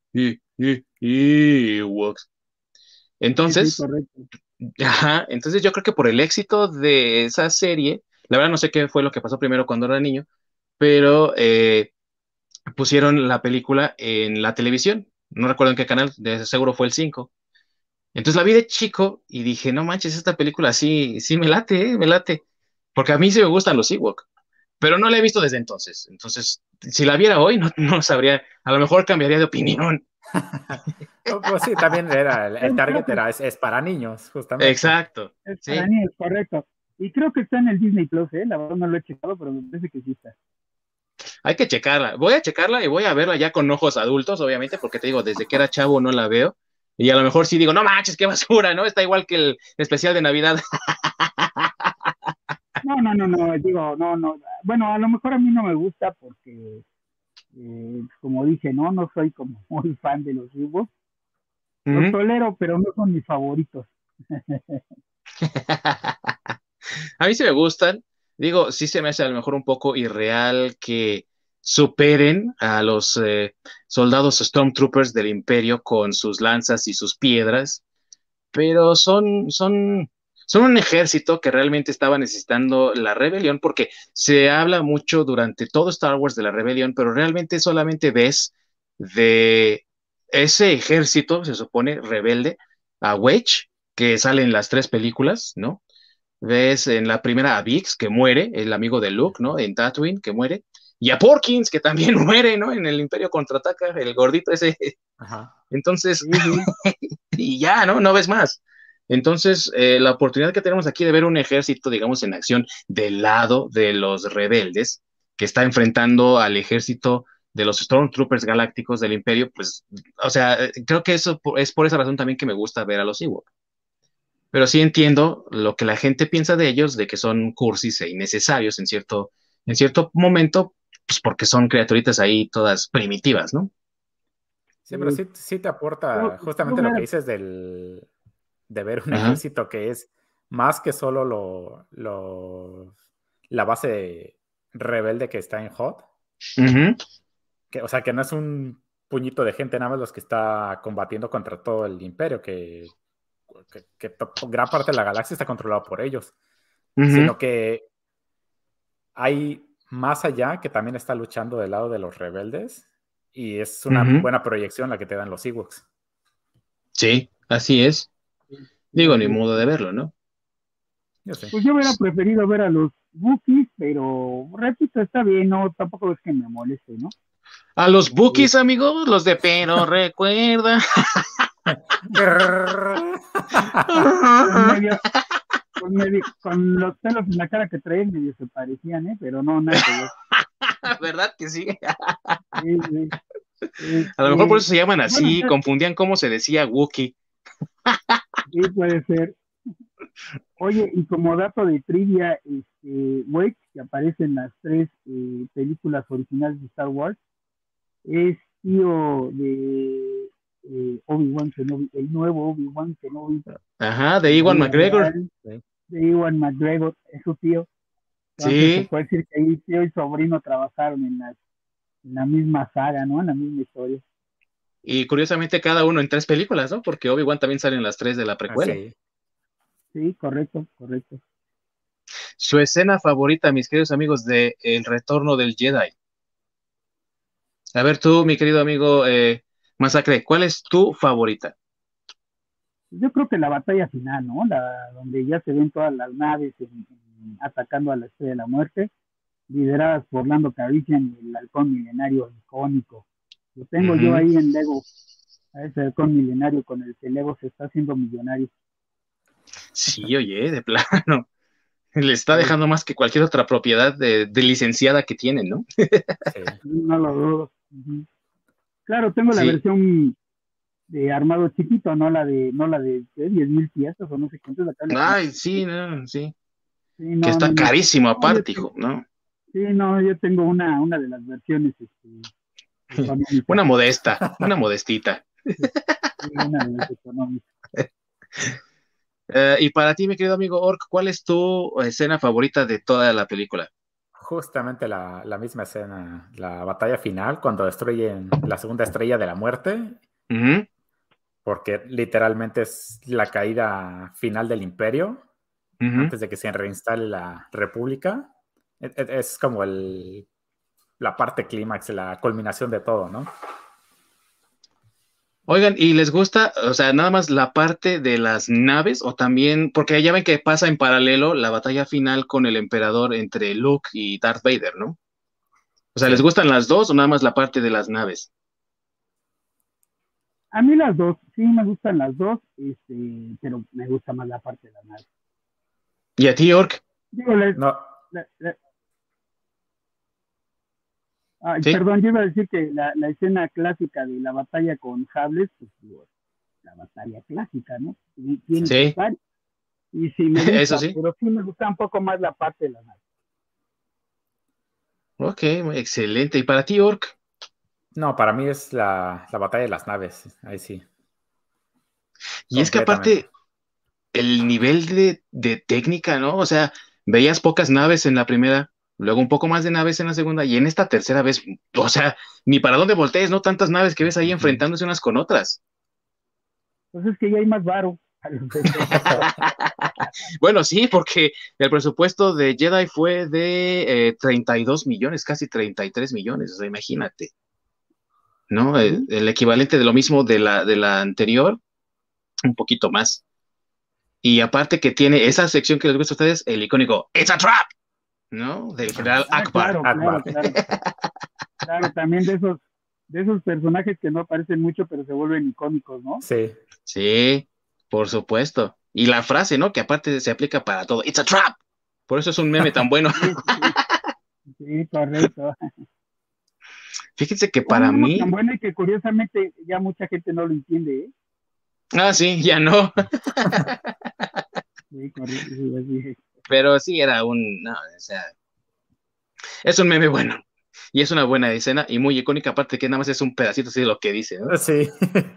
Ewoks. Sí, sí, Entonces, correcto. ajá, entonces yo creo que por el éxito de esa serie, la verdad no sé qué fue lo que pasó primero cuando era niño, pero pusieron la película en la televisión, no recuerdo en qué canal, de seguro fue el 5. Entonces la vi de chico y dije, no manches, esta película sí, sí me late, me late. Porque a mí sí me gustan los Ewok, pero no la he visto desde entonces. Entonces, si la viera hoy, no, no sabría, a lo mejor cambiaría de opinión. Pues sí, también era el Creo target que es para niños, justamente. Exacto, es para sí. niños, correcto. Y creo que está en el Disney Plus, la verdad no lo he checado, pero me parece que sí está. Hay que checarla. Voy a checarla y voy a verla ya con ojos adultos, obviamente, porque te digo, desde que era chavo no la veo. Y a lo mejor sí digo, no manches, qué basura, ¿no? Está igual que el especial de Navidad. No, digo, no. Bueno, a lo mejor a mí no me gusta porque, como dije, no soy como muy fan de los Ewoks. Los Ujú. tolero, pero no son mis favoritos. A mí sí me gustan. Digo, sí se me hace a lo mejor un poco irreal que superen a los soldados Stormtroopers del Imperio con sus lanzas y sus piedras, pero son un ejército que realmente estaba necesitando la rebelión, porque se habla mucho durante todo Star Wars de la rebelión, pero realmente solamente ves de ese ejército, se supone, rebelde, a Wedge, que sale en las tres películas, ¿no? Ves en la primera a Biggs, que muere, el amigo de Luke, ¿no? En Tatooine, que muere. Y a Porkins, que también muere, ¿no? En el Imperio Contraataca, el gordito ese. Ajá. Entonces, Sí, sí. y ya, ¿no? No ves más. Entonces, la oportunidad que tenemos aquí de ver un ejército, digamos, en acción del lado de los rebeldes, que está enfrentando al ejército de los Stormtroopers galácticos del Imperio, pues, o sea, creo que eso es por esa razón también que me gusta ver a los Ewoks. Pero sí entiendo lo que la gente piensa de ellos, de que son cursis e innecesarios en cierto momento, pues porque son criaturitas ahí todas primitivas, ¿no? Sí, pero sí te Yo, aporta yo justamente lo que hubiera, dices de ver un Ajá. ejército que es más que solo la base rebelde que está en Hot. Ujú. O sea, que no es un puñito de gente nada más los que está combatiendo contra todo el imperio, que gran parte de la galaxia está controlada por ellos, Ujú. sino que hay más allá que también está luchando del lado de los rebeldes y es una Ujú. buena proyección la que te dan los Ewoks. Sí, así es. sí, Digo, ni así es. modo de verlo, ¿no? Yo sé. Pues yo hubiera preferido ver a los Wookiees, pero repito, está bien, no, tampoco es que me moleste, ¿no? A los Eh, Bookies, amigos, los de pero recuerda. pues medio, con los pelos en la cara que traen, medio se parecían, pero no, nada que ver. ¿Verdad que sí? Sí, sí. A lo mejor por Este, eso se llaman bueno, así, confundían cómo se decía Wookiee. sí puede ser. Oye, y como dato de trivia, Wade, que aparece en las tres películas originales de Star Wars, es tío de Obi-Wan Kenobi, el nuevo Obi-Wan Kenobi Ajá, de en la Iwan vida McGregor. real, Sí. de Ewan McGregor, es su tío. Entonces se Sí, puede decir que ahí tío y sobrino trabajaron en la misma saga, ¿no? En la misma historia. y curiosamente cada uno en tres películas, ¿no? Porque Obi-Wan también sale en las tres de la precuela. Sí. Sí, correcto, correcto. Su escena favorita, mis queridos amigos, de El Retorno del Jedi. A ver tú, mi querido amigo Masacre, ¿cuál es tu favorita? Yo creo que la batalla final, ¿no? Donde ya se ven todas las naves atacando a la Estrella de la Muerte, lideradas por Lando Calrissian y el halcón milenario icónico. Lo tengo yo Ujú. ahí en Lego, a ese halcón milenario con el que Lego se está haciendo millonario. Sí, oye, de plano. Le está Sí, dejando más que cualquier otra propiedad de licenciada que tienen, ¿no? Sí. no lo dudo. Ujú. Claro, tengo la Sí. versión de armado chiquito, no la de 10,000 piezas o no sé cuánto, la que tengo. Ay, sí, no, sí. Sí, Que no, está no, no. carísimo No, aparte, hijo, ¿no? sí, no, yo tengo una de las versiones económicas. Una modesta, una modestita. Sí, sí, una de las económicas. Y para ti, mi querido amigo Orc, ¿cuál es tu escena favorita de toda la película? Justamente la misma escena, la batalla final, cuando destruyen la segunda estrella de la muerte, Ujú. porque literalmente es la caída final del imperio, Ujú. antes de que se reinstale la república. Es como la parte clímax, la culminación de todo, ¿no? Oigan, ¿y les gusta, o sea, nada más la parte de las naves o también, porque ya ven que pasa en paralelo la batalla final con el emperador entre Luke y Darth Vader, ¿no? O sea, Sí. ¿les gustan las dos o nada más la parte de las naves? A mí las dos, sí me gustan las dos, pero me gusta más la parte de la nave. ¿Y a ti, Orc? Digo, No, ¿Sí? perdón, yo iba a decir que la escena clásica de la batalla con Hables, pues digo, la batalla clásica, ¿no? Y tiene que Sí, estar, y sí me eso gusta, sí. pero sí me gusta un poco más la parte de la nave. Ok, excelente. ¿Y para ti, Orc? no, para mí es la batalla de las naves. Ahí sí, Y es que completamente. aparte, el nivel de técnica, ¿no? O sea, veías pocas naves en la primera, luego un poco más de naves en la segunda, y en esta tercera vez, o sea, ni para dónde voltees, ¿no? Tantas naves que ves ahí Ujú. enfrentándose unas con otras. Entonces es que ya hay más varo a los efectos. Bueno, sí, porque el presupuesto de Jedi fue de 32 millones, casi 33 millones, o sea, imagínate, ¿no? Ujú. El equivalente de lo mismo de la anterior, un poquito más. Y aparte que tiene esa sección que les gusta a ustedes, el icónico It's a Trap, ¿no? Del general Akbar. Claro, claro, Akbar. claro. Claro, también de esos personajes que no aparecen mucho, pero se vuelven icónicos, ¿no? Sí. Sí, por supuesto. Y la frase, ¿no? Que aparte se aplica para todo. It's a trap. Por eso es un meme tan bueno. Sí, sí, sí, sí, correcto. Fíjense que Un para memo tan mí, bueno y que curiosamente ya mucha gente no lo entiende, ¿eh? ah, sí, ya no. Sí, correcto, sí, así es. Pero sí era un, no, o sea, es un meme bueno. Y es una buena escena y muy icónica, aparte que nada más es un pedacito así de lo que dice, ¿no? Sí.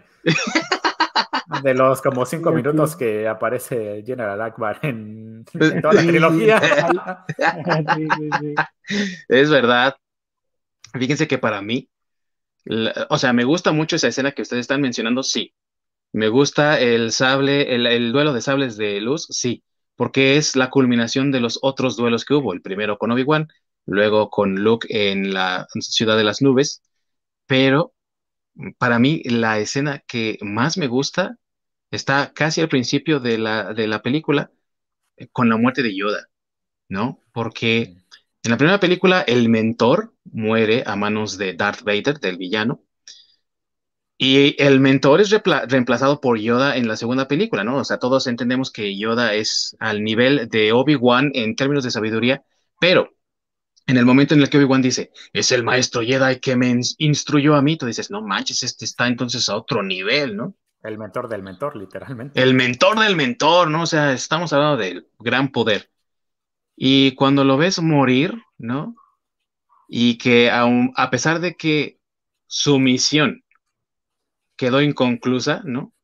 De los como Sí, 5 minutos así que aparece General Akbar en, Pues, en toda la sí, sí, trilogía. sí, sí, sí. es verdad. Fíjense que para mí, o sea, me gusta mucho esa escena que ustedes están mencionando, sí. Me gusta el sable, el duelo de sables de luz, sí, porque es la culminación de los otros duelos que hubo, el primero con Obi-Wan, luego con Luke en la Ciudad de las Nubes, pero para mí la escena que más me gusta está casi al principio de la película, con la muerte de Yoda, ¿no? Porque en la primera película el mentor muere a manos de Darth Vader, del villano. Y el mentor es reemplazado por Yoda en la segunda película, ¿no? O sea, todos entendemos que Yoda es al nivel de Obi-Wan en términos de sabiduría, pero en el momento en el que Obi-Wan dice, es el maestro Jedi que me instruyó a mí, tú dices, no manches, este está entonces a otro nivel, ¿no? El mentor del mentor, literalmente. El mentor del mentor, ¿no? O sea, estamos hablando del gran poder. Y cuando lo ves morir, ¿no? Y que aun, a pesar de que su misión quedó inconclusa, ¿no?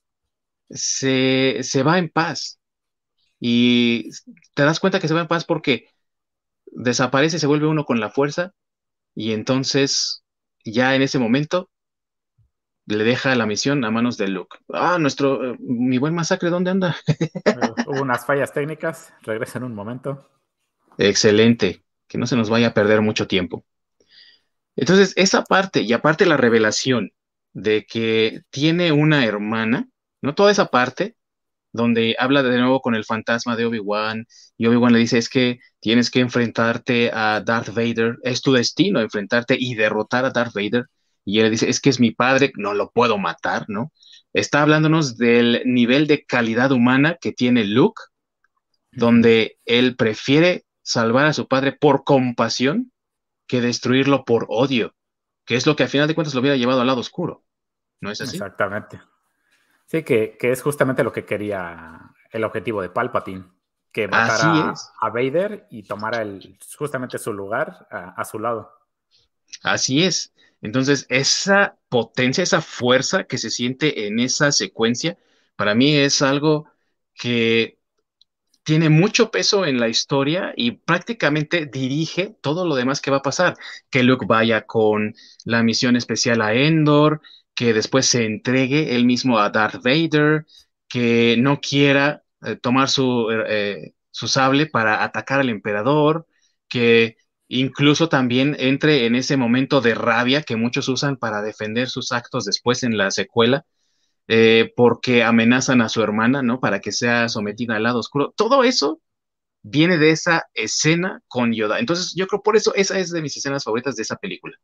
Se va en paz. Y te das cuenta que se va en paz porque desaparece, se vuelve uno con la fuerza y entonces ya en ese momento le deja la misión a manos de Luke. Ah, mi buen masacre, ¿dónde anda? Hubo unas fallas técnicas, regresa en un momento. Excelente, que no se nos vaya a perder mucho tiempo. Entonces, esa parte y aparte la revelación de que tiene una hermana, ¿no? Toda esa parte donde habla de nuevo con el fantasma de Obi-Wan y Obi-Wan le dice es que tienes que enfrentarte a Darth Vader, es tu destino enfrentarte y derrotar a Darth Vader. Y él le dice, es que es mi padre, no lo puedo matar, ¿no? Está hablándonos del nivel de calidad humana que tiene Luke, Ujú. donde él prefiere salvar a su padre por compasión que destruirlo por odio, que es lo que al final de cuentas lo hubiera llevado al lado oscuro, ¿no es así? Exactamente. Sí, que es justamente lo que quería el objetivo de Palpatine, que Así matara es. a Vader y tomara justamente su lugar a su lado. Así es. Entonces, esa potencia, esa fuerza que se siente en esa secuencia, para mí es algo que tiene mucho peso en la historia y prácticamente dirige todo lo demás que va a pasar. Que Luke vaya con la misión especial a Endor, que después se entregue él mismo a Darth Vader, que no quiera tomar su sable para atacar al emperador, que incluso también entre en ese momento de rabia que muchos usan para defender sus actos después en la secuela porque amenazan a su hermana, ¿no? Para que sea Ujú. sometida al lado oscuro. Todo eso viene de esa escena con Yoda. Entonces, yo creo por eso esa es de mis escenas favoritas de esa película.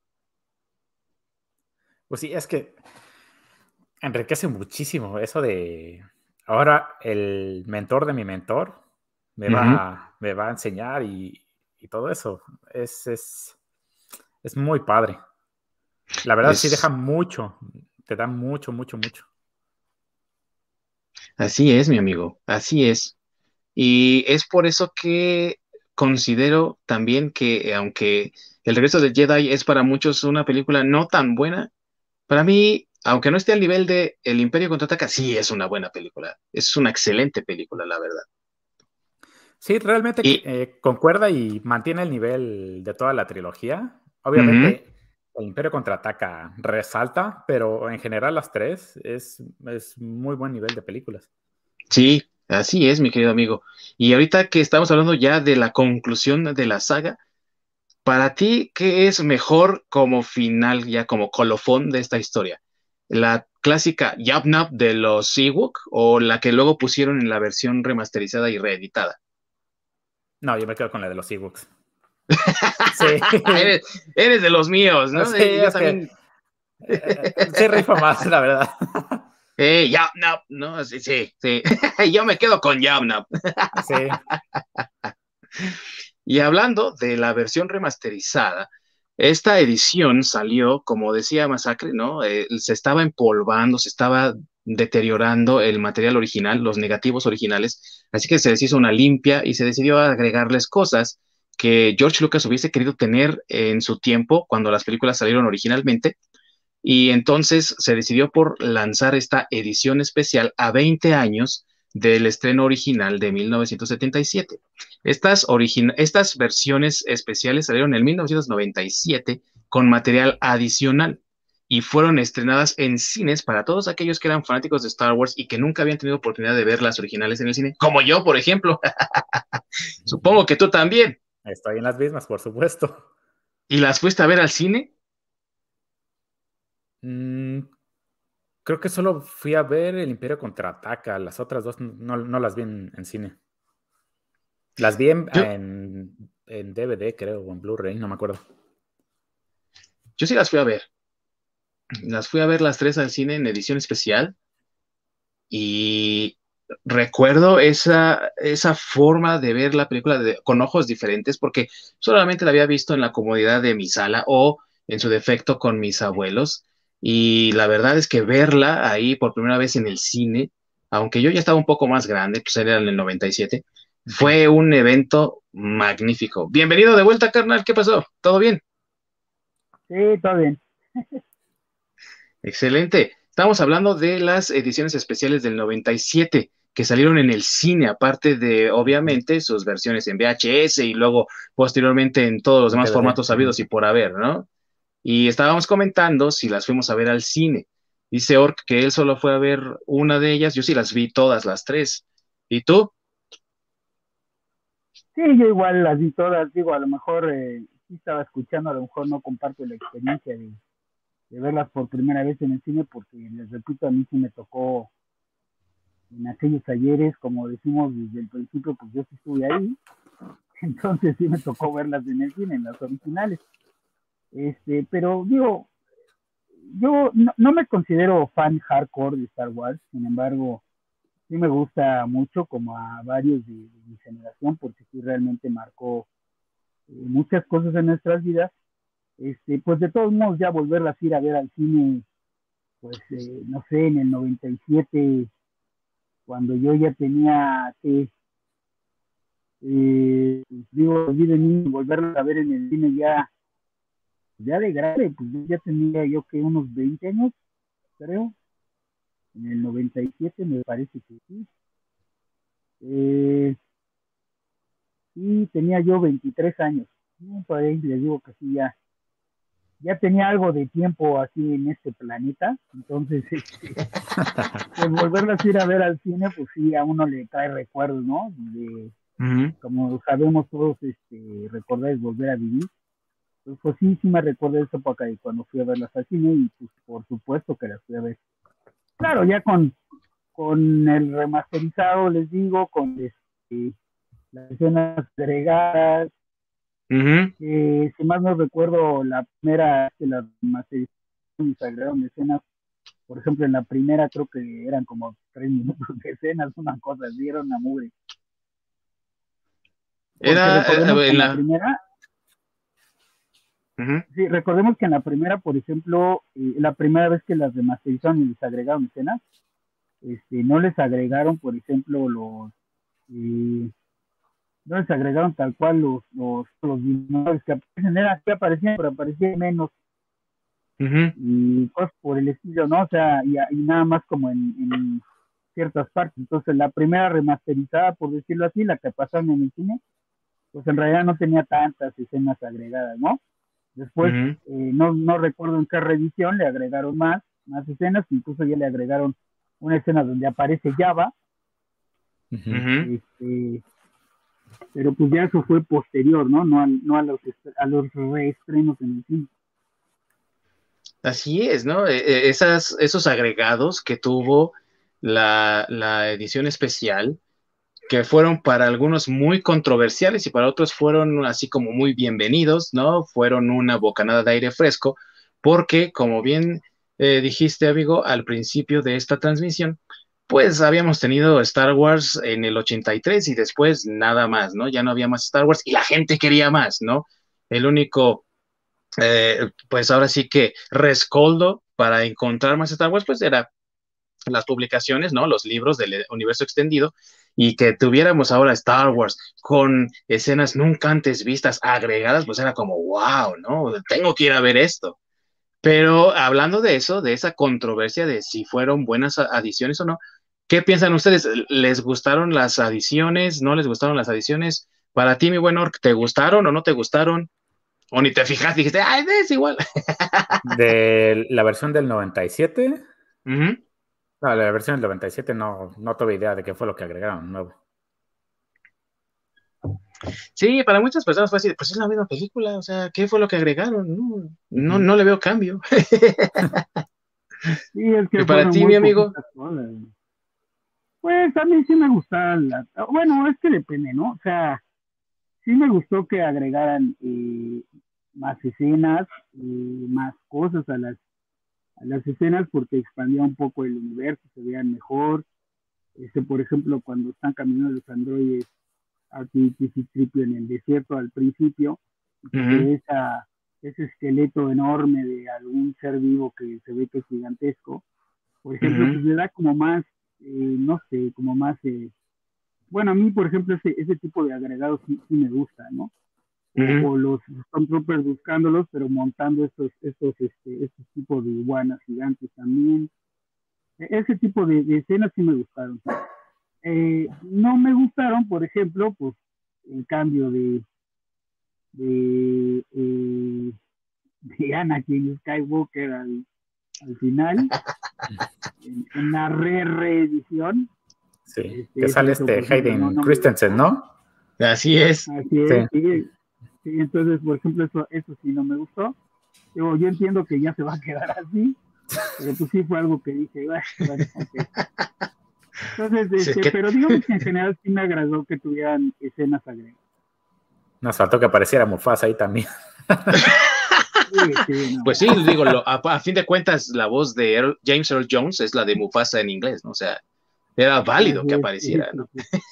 Pues sí, es que enriquece muchísimo eso de ahora el mentor de mi mentor. me va a enseñar y todo eso. Es muy padre. La verdad sí deja mucho, te da mucho, mucho, mucho. Así es, mi amigo, así es. Y es por eso que considero también que aunque El regreso del Jedi es para muchos una película no tan buena, para mí, aunque no esté al nivel de El Imperio Contraataca, sí es una buena película. Es una excelente película, la verdad. Sí, realmente Y concuerda y mantiene el nivel de toda la trilogía. ujú, Obviamente, el Imperio Contraataca resalta, pero en general las tres es muy buen nivel de películas. sí, así es, mi querido amigo. Y ahorita que estamos hablando ya de la conclusión de la saga, para ti, ¿qué es mejor como final, ya como colofón de esta historia? ¿La clásica Yap-Nap de los Ewok o la que luego pusieron en la versión remasterizada y reeditada? No, yo me quedo con la de los Ewoks. Sí, Eres de los míos, ¿no? sí, Yo es que también. sí rifa más, la verdad. Yap-Nap, ¿no? Sí, sí, sí. Yo me quedo con Yap-Nap. Sí, Y hablando de la versión remasterizada, esta edición salió, como decía Masacre, ¿no? Se estaba empolvando, se estaba deteriorando el material original, los negativos originales, así que se les hizo una limpia y se decidió agregarles cosas que George Lucas hubiese querido tener en su tiempo cuando las películas salieron originalmente, y entonces se decidió por lanzar esta edición especial a 20 años del estreno original de 1977. Estas versiones especiales salieron en 1997 con material adicional y fueron estrenadas en cines para todos aquellos que eran fanáticos de Star Wars y que nunca habían tenido oportunidad de ver las originales en el cine, como yo, por ejemplo. Supongo que tú también. estoy en las mismas, por supuesto. ¿Y las fuiste a ver al cine? Mm, creo que solo fui a ver El Imperio Contraataca. Las otras dos no las vi en cine. Las vi Yo, en DVD, creo, o en Blu-ray, no me acuerdo. yo sí las fui a ver. Las fui a ver las tres al cine en edición especial y recuerdo esa forma de ver la película con ojos diferentes porque solamente la había visto en la comodidad de mi sala o en su defecto con mis abuelos, y la verdad es que verla ahí por primera vez en el cine, aunque yo ya estaba un poco más grande, pues era en el 97, Ujú. fue un evento magnífico. Bienvenido de vuelta, carnal, ¿qué pasó? ¿Todo bien? Sí, todo bien. Excelente. Estamos hablando de las ediciones especiales del 97 que salieron en el cine, aparte de, Ujú. obviamente, sus versiones en VHS y luego posteriormente en todos los En demás DVD. formatos Ujú. habidos y por haber, ¿no? Y estábamos comentando si las fuimos a ver al cine. Dice Ork que él solo fue a ver una de ellas. Yo sí las vi todas las tres. ¿Y tú? Sí, yo igual las vi todas, digo, a lo mejor sí estaba escuchando, a lo mejor no comparto la experiencia de verlas por primera vez en el cine, porque les repito, a mí sí me tocó en aquellos ayeres, como decimos desde el principio, pues yo sí estuve ahí, entonces sí me tocó verlas en el cine, en las originales. Pero digo, yo no me considero fan hardcore de Star Wars, sin embargo, sí me gusta mucho, como a varios de mi generación, porque sí realmente marcó muchas cosas en nuestras vidas. Pues de todos modos, ya volverlas a ir a ver al cine, pues no sé, en el 97, cuando yo ya tenía que, pues, digo, vi de niño, volverlas a ver en el cine ya de grande, pues ya tenía yo que unos 20 años, creo, en el 97 me parece que sí. Eh, sí, tenía yo 23 años, ¿no? Por ahí les digo que sí, ya tenía algo de tiempo aquí en este planeta, entonces, pues volverlas a ir a ver al cine, pues sí, a uno le trae recuerdos, ¿no? Ujú. Como sabemos todos, recordar es volver a vivir. Pues sí, sí me recuerdo esa época de cuando fui a verlas al cine y pues por supuesto que las fui a ver. Claro, ya con el remasterizado, les digo, con las escenas agregadas, Ujú. si más no recuerdo, la primera que la remasterizaron y se agregaron escenas, por ejemplo, en la primera creo que eran como 3 minutos de escenas, una cosa, dieron a mugre. Recordemos que en la primera... Uh-huh. Sí, recordemos que en la primera, por ejemplo, la primera vez que las remasterizaron y les agregaron escenas, no les agregaron, por ejemplo, no les agregaron tal cual los dinosaurios que aparecían, pero aparecían menos. Uh-huh. Y cosas por el estilo, ¿no? O sea, y nada más como en ciertas partes. Entonces, la primera remasterizada, por decirlo así, la que pasaron en el cine, pues en realidad no tenía tantas escenas agregadas, ¿no? Después, uh-huh. No recuerdo en qué reedición le agregaron más escenas, incluso ya le agregaron una escena donde aparece Java. Uh-huh. Pero pues ya eso fue posterior, ¿no? No a los reestrenos en el cine. Así es, ¿no? Esos agregados que tuvo la edición especial, que fueron para algunos muy controversiales y para otros fueron así como muy bienvenidos, ¿no? Fueron una bocanada de aire fresco, porque como bien dijiste, amigo, al principio de esta transmisión, pues habíamos tenido Star Wars en el 83 y después nada más, ¿no? Ya no había más Star Wars y la gente quería más, ¿no? El único pues ahora sí que rescoldo para encontrar más Star Wars, pues era las publicaciones, ¿no? Los libros del universo extendido y que tuviéramos ahora Star Wars con escenas nunca antes vistas agregadas, pues era como, wow, ¿no? Tengo que ir a ver esto. Pero hablando de eso, de esa controversia de si fueron buenas adiciones o no, ¿qué piensan ustedes? ¿Les gustaron las adiciones? ¿No les gustaron las adiciones? Para ti, mi buen Orc, ¿te gustaron o no te gustaron? O ni te fijaste, dijiste, ay, es igual. De la versión del 97, Uh-huh. no, la versión del 97 no tuve idea de qué fue lo que agregaron nuevo. Sí, para muchas personas fue así, pues es la misma película, o sea, ¿qué fue lo que agregaron? No le veo cambio. Sí, es que ¿Y para ti, mi amigo? Cosas. Pues a mí sí me gustaban bueno, es que depende, ¿no? O sea, sí me gustó que agregaran más escenas, más cosas a las escenas porque expandía un poco el universo, se veían mejor. Por ejemplo, cuando están caminando los androides R2-D2 y Tripio en el desierto al principio, Uh-huh. ese esqueleto enorme de algún ser vivo que se ve que es gigantesco, por ejemplo, Uh-huh. pues le da como más, no sé, como más, bueno, a mí, por ejemplo, ese tipo de agregados sí me gusta, ¿no? Uh-huh. O los Stormtroopers buscándolos, pero montando estos tipos de iguanas gigantes también. Ese tipo de escenas sí me gustaron. No me gustaron, por ejemplo, pues el cambio de Anakin Skywalker al final, en la reedición. Sí, que sale Hayden no Christensen, ¿no? Así es. Así es, sí. Sí, entonces, por ejemplo, eso sí no me gustó. Yo entiendo que ya se va a quedar así, pero pues sí fue algo que dije, bueno, okay. Entonces, pero digamos que en general sí me agradó que tuvieran escenas agregadas. Nos faltó que apareciera Mufasa ahí también. Sí, no. Pues sí, digo, a fin de cuentas, la voz de James Earl Jones es la de Mufasa en inglés, ¿no? O sea, era válido que apareciera, ¿no?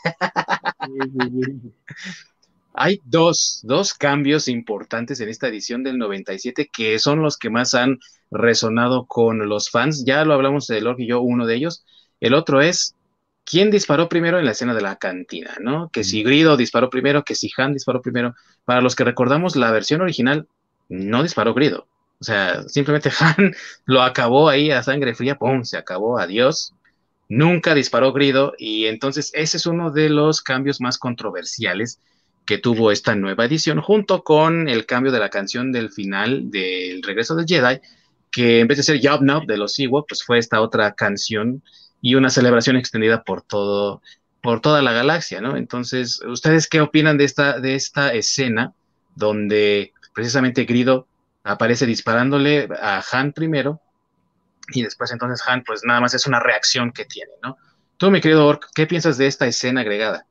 Sí. Hay dos cambios importantes en esta edición del 97 que son los que más han resonado con los fans. Ya lo hablamos de Lord y yo, uno de ellos. El otro es quién disparó primero en la escena de la cantina, ¿no? Que si Grido disparó primero, que si Han disparó primero. Para los que recordamos, la versión original no disparó Grido. O sea, simplemente Han lo acabó ahí a sangre fría, ¡pum! Se acabó, adiós. Nunca disparó Grido y entonces ese es uno de los cambios más controversiales que tuvo esta nueva edición, junto con el cambio de la canción del final del Regreso del Jedi, que en vez de ser Yob Nob de los Ewok, pues fue esta otra canción y una celebración extendida por toda la galaxia, ¿no? Entonces, ¿ustedes qué opinan de esta escena donde precisamente Grido aparece disparándole a Han primero y después entonces Han pues nada más es una reacción que tiene, ¿no? Tú, mi querido Orc, ¿qué piensas de esta escena agregada?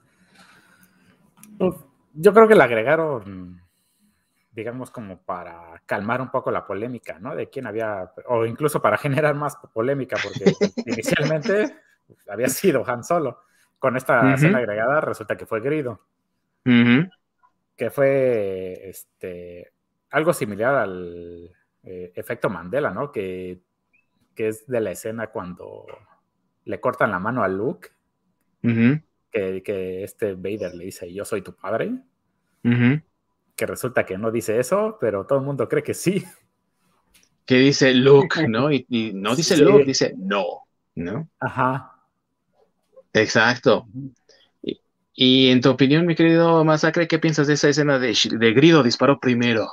Yo creo que la agregaron, digamos, como para calmar un poco la polémica, ¿no? De quién había, o incluso para generar más polémica, porque inicialmente había sido Han Solo. Con esta escena agregada resulta que fue Grido. Ujú. que fue algo similar al efecto Mandela, ¿no? Que es de la escena cuando le cortan la mano a Luke, Ujú. que Vader le dice, yo soy tu padre, Ujú. que resulta que no dice eso, pero todo el mundo cree que sí. Que dice Luke, ¿no? Y no dice Luke, Sí. dice no, ¿no? Ajá. Exacto. Y, y en tu opinión, mi querido Masacre, ¿qué piensas de esa escena de Grido disparó primero?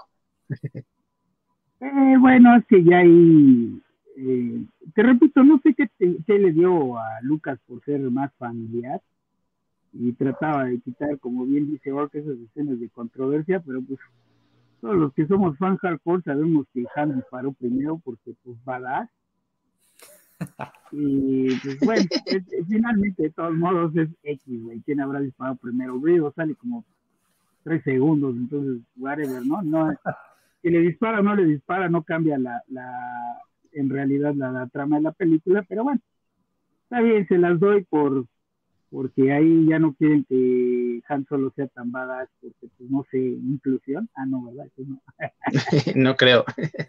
Bueno, es que ya ahí, te repito, no sé qué le dio a Lucas por ser más familiar y trataba de quitar, como bien dice Ork, esas escenas de controversia, pero pues todos los que somos fan hardcore sabemos que Han disparó primero porque pues badass y pues bueno, finalmente de todos modos es X, güey, ¿quién habrá disparado primero? Grido sale como 3 segundos, entonces whatever, ¿no? No, si le dispara o no le dispara, no cambia en realidad la trama de la película, pero bueno, está bien, se las doy porque ahí ya no quieren que Han Solo sea tan badass, porque pues no sé, inclusión, no, ¿verdad? Eso no. No creo.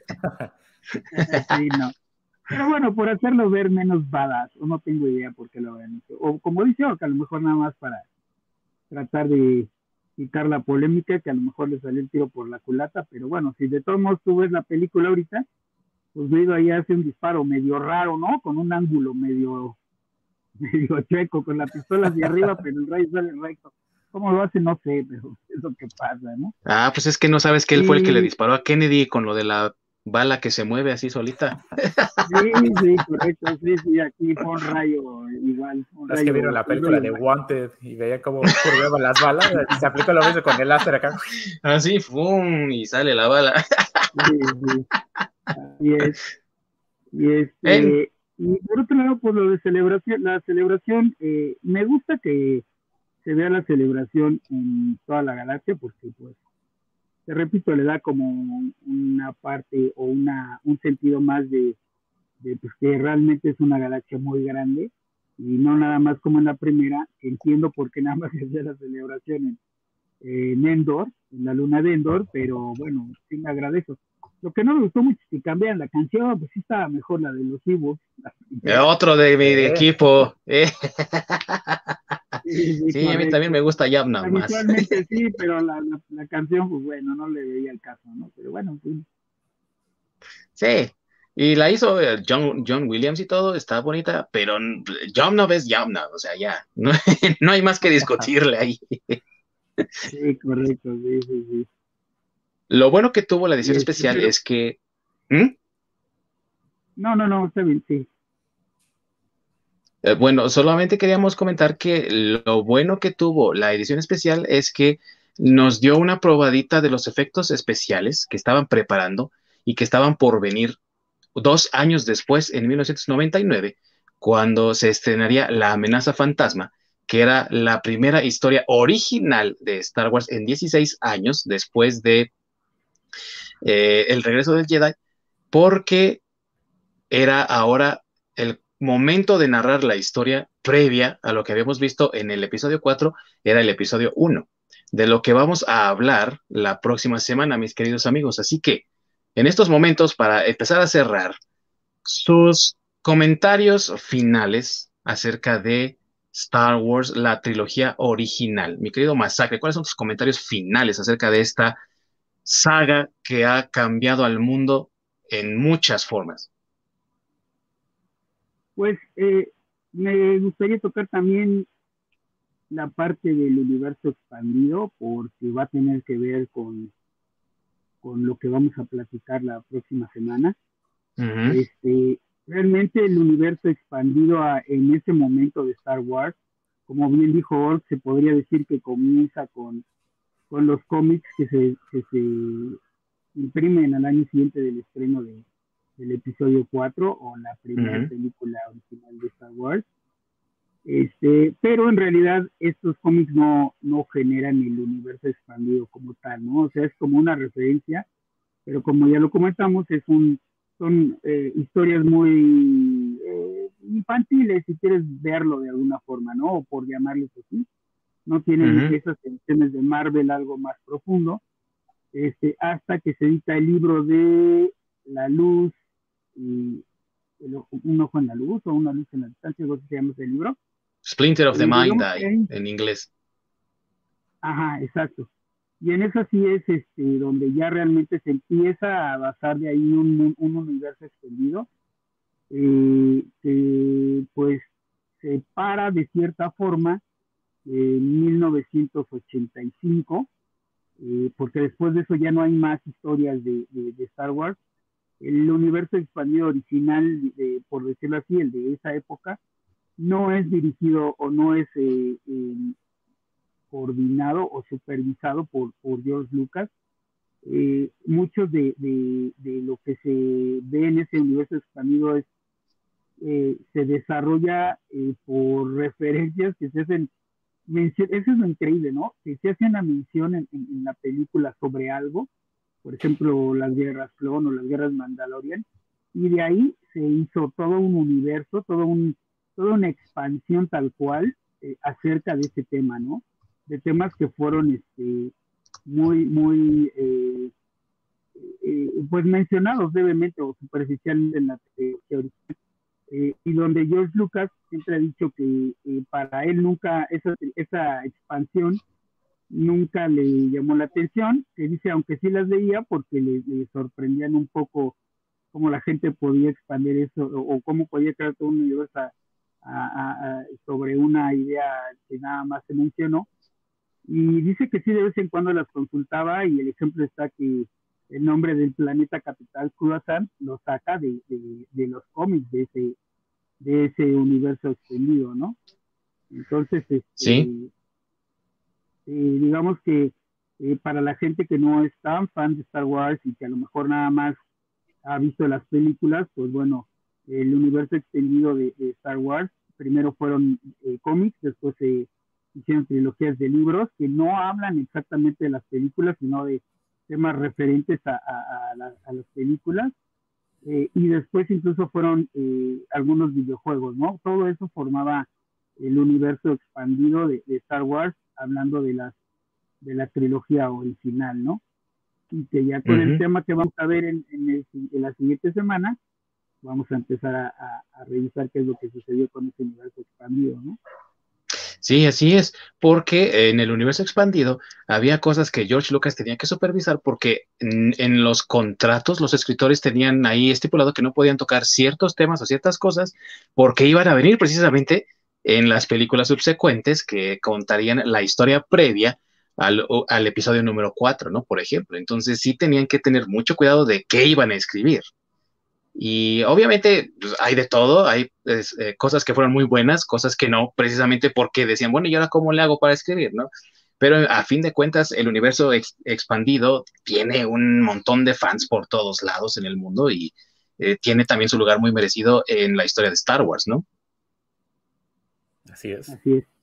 Sí, no. Pero bueno, por hacerlo ver menos badass, o no tengo idea por qué lo habrán hecho. O como dice Oka, a lo mejor nada más para tratar de quitar la polémica, que a lo mejor le salió el tiro por la culata, pero bueno, si de todos modos tú ves la película ahorita, pues Guido ahí hace un disparo medio raro, ¿no? Con un ángulo medio chueco, con la pistola hacia arriba, pero el rayo sale recto. ¿Cómo lo hace? No sé, pero es lo que pasa, ¿no? Ah, pues es que no sabes que él fue el que le Y disparó a Kennedy con lo de la bala que se mueve así solita. sí, sí, correcto, sí, sí, aquí fue un rayo igual, Es que vieron la un película rayo de más. Wanted y veían cómo curveaban las balas. Se aplicó lo mismo con el láser acá. Así, ¡fum! Y sale la bala. Sí, sí, así es. Y En, y por otro lado, pues lo de celebración, la celebración, me gusta que se vea la celebración en toda la galaxia, porque pues te repito, le da como una parte o un sentido más de pues, que realmente es una galaxia muy grande y no nada más como en la primera, que entiendo por qué nada más se hacía la celebración en Endor, en la luna de Endor, pero bueno, sí me agradezco. Lo que no me gustó mucho es que cambiaran la canción, pues sí estaba mejor la de los Ewoks, la primera. otro de mi equipo. Sí, sí, Sí, a mí también correcto. me gusta O Yavna sea, más. visualmente sí, pero la canción, pues bueno, no le veía el caso, ¿no? Pero bueno, pues, Sí. Y la hizo John Williams y todo, está bonita, pero Yavna es Yavna, o sea, ya, no, no hay más que discutirle ahí. sí, correcto, sí, sí, sí. Lo bueno que tuvo la Y edición especial pero, es que... ¿Mm? no, no, no, está bien, sí. Bueno, solamente queríamos comentar que lo bueno que tuvo la edición especial es que nos dio una probadita de los efectos especiales que estaban preparando y que estaban por venir 2 años después, en 1999, cuando se estrenaría La amenaza fantasma, que era la primera historia original de Star Wars en 16 años después de El regreso del Jedi, porque era ahora el momento de narrar la historia previa a lo que habíamos visto en el episodio 4, era el episodio 1, de lo que vamos a hablar la próxima semana, mis queridos amigos. Así que en estos momentos, para empezar a cerrar, sus comentarios finales acerca de Star Wars, la trilogía original. Mi querido Masacre, ¿cuáles son tus comentarios finales acerca de esta saga que ha cambiado al mundo en muchas formas? Pues me gustaría tocar también la parte del universo expandido, porque va a tener que ver con lo que vamos a platicar la próxima semana. Ujú. Realmente el universo expandido en ese momento de Star Wars, como bien dijo Ork, se podría decir que comienza con los cómics que se imprimen al año siguiente del estreno del episodio 4 o la primera Ujú. película original de Star Wars. Pero en realidad estos cómics no generan el universo expandido como tal, ¿no? O sea, es como una referencia, pero como ya lo comentamos, son historias muy infantiles, si quieres verlo de alguna forma, ¿no? O por llamarlos así. no tienen esas tensiones de Marvel, algo más profundo, hasta que se edita el libro de La Luz y un ojo en la luz o una luz en la distancia, algo así se llama ese libro. Splinter of the Mind Digamos que hay, en inglés. ajá, exacto. Y en eso sí es donde ya realmente se empieza a basar de ahí un universo extendido, que pues se para de cierta forma en 1985, porque después de eso ya no hay más historias de Star Wars. El universo expandido original, por decirlo así, el de esa época, no es dirigido o no es coordinado o supervisado por George Lucas. Muchos de lo que se ve en ese universo expandido se desarrolla por referencias que se hacen. Eso es lo increíble, ¿no? Que se hace una mención en la película sobre algo, por ejemplo, las guerras clon o las guerras Mandalorian, y de ahí se hizo todo un universo, toda una expansión tal cual acerca de ese tema, ¿no? De temas que fueron muy, pues mencionados brevemente o superficialmente en la teoría original. Y donde George Lucas siempre ha dicho que para él nunca esa expansión nunca le llamó la atención, que dice, aunque sí las leía, porque le sorprendían un poco cómo la gente podía expandir eso o cómo podía crear todo un universo sobre una idea que nada más se mencionó. Y dice que sí, de vez en cuando las consultaba, y el ejemplo está que el nombre del planeta capital, Coruscant, lo saca de los cómics de ese universo extendido, ¿no? Entonces, Sí. digamos que para la gente que no es tan fan de Star Wars y que a lo mejor nada más ha visto las películas, pues bueno, el universo extendido de Star Wars, primero fueron cómics, después se hicieron trilogías de libros que no hablan exactamente de las películas, sino de temas referentes a las películas, y después incluso fueron algunos videojuegos, ¿no? Todo eso formaba el universo expandido de Star Wars, hablando de la trilogía original, ¿no? Y que ya con el tema que vamos a ver en la siguiente semana, vamos a empezar a revisar qué es lo que sucedió con ese universo expandido, ¿no? Sí, así es, porque en el universo expandido había cosas que George Lucas tenía que supervisar porque en los contratos los escritores tenían ahí estipulado que no podían tocar ciertos temas o ciertas cosas porque iban a venir precisamente en las películas subsecuentes que contarían la historia previa al episodio número 4, ¿no? Por ejemplo, entonces sí tenían que tener mucho cuidado de qué iban a escribir. Y obviamente pues, hay de todo, hay cosas que fueron muy buenas, cosas que no, precisamente porque decían, bueno, ¿y ahora cómo le hago para escribir, no? Pero a fin de cuentas, el universo expandido tiene un montón de fans por todos lados en el mundo y tiene también su lugar muy merecido en la historia de Star Wars, ¿no? Así es. Así es.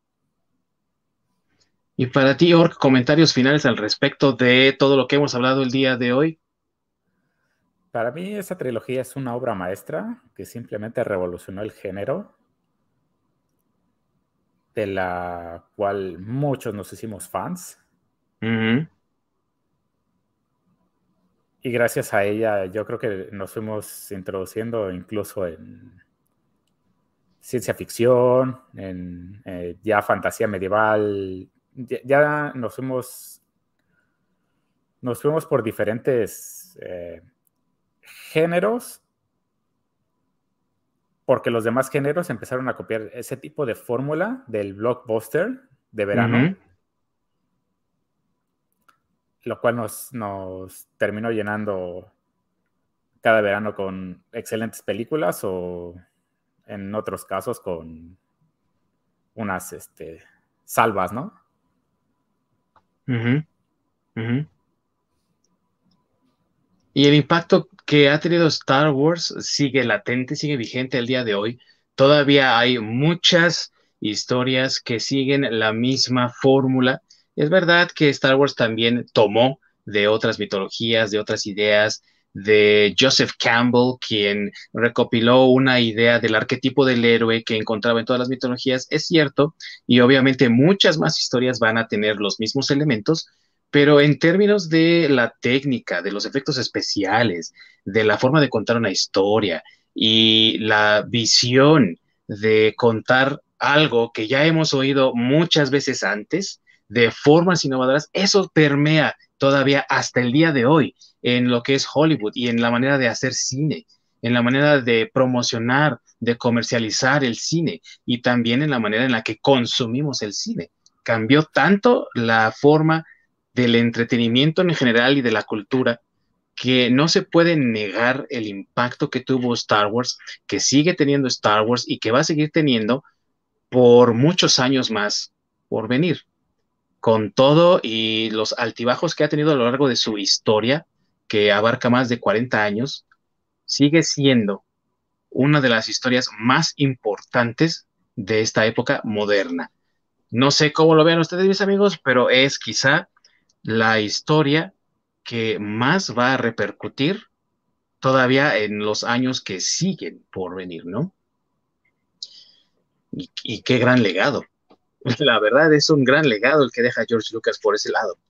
Y para ti, Ork, comentarios finales al respecto de todo lo que hemos hablado el día de hoy. Para mí esa trilogía es una obra maestra que simplemente revolucionó el género, de la cual muchos nos hicimos fans. Y gracias a ella yo creo que nos fuimos introduciendo incluso en ciencia ficción, en ya fantasía medieval. Ya nos fuimos por diferentes géneros, porque los demás géneros empezaron a copiar ese tipo de fórmula del blockbuster de verano, lo cual nos terminó llenando cada verano con excelentes películas o en otros casos con unas salvas, ¿no? Y el impacto que ha tenido Star Wars sigue latente, sigue vigente al día de hoy. Todavía hay muchas historias que siguen la misma fórmula. Es verdad que Star Wars también tomó de otras mitologías, de otras ideas, de Joseph Campbell, quien recopiló una idea del arquetipo del héroe que encontraba en todas las mitologías, es cierto, y obviamente muchas más historias van a tener los mismos elementos, pero en términos de la técnica, de los efectos especiales, de la forma de contar una historia y la visión de contar algo que ya hemos oído muchas veces antes, de formas innovadoras, eso permea todavía hasta el día de hoy en lo que es Hollywood y en la manera de hacer cine, en la manera de promocionar, de comercializar el cine y también en la manera en la que consumimos el cine. Cambió tanto la forma del entretenimiento en general y de la cultura que no se puede negar el impacto que tuvo Star Wars, que sigue teniendo Star Wars y que va a seguir teniendo por muchos años más por venir. Con todo y los altibajos que ha tenido a lo largo de su historia, que abarca más de 40 años, sigue siendo una de las historias más importantes de esta época moderna. No sé cómo lo vean ustedes, mis amigos, pero es quizá la historia que más va a repercutir todavía en los años que siguen por venir, ¿no? Y qué gran legado. La verdad es un gran legado el que deja George Lucas por ese lado.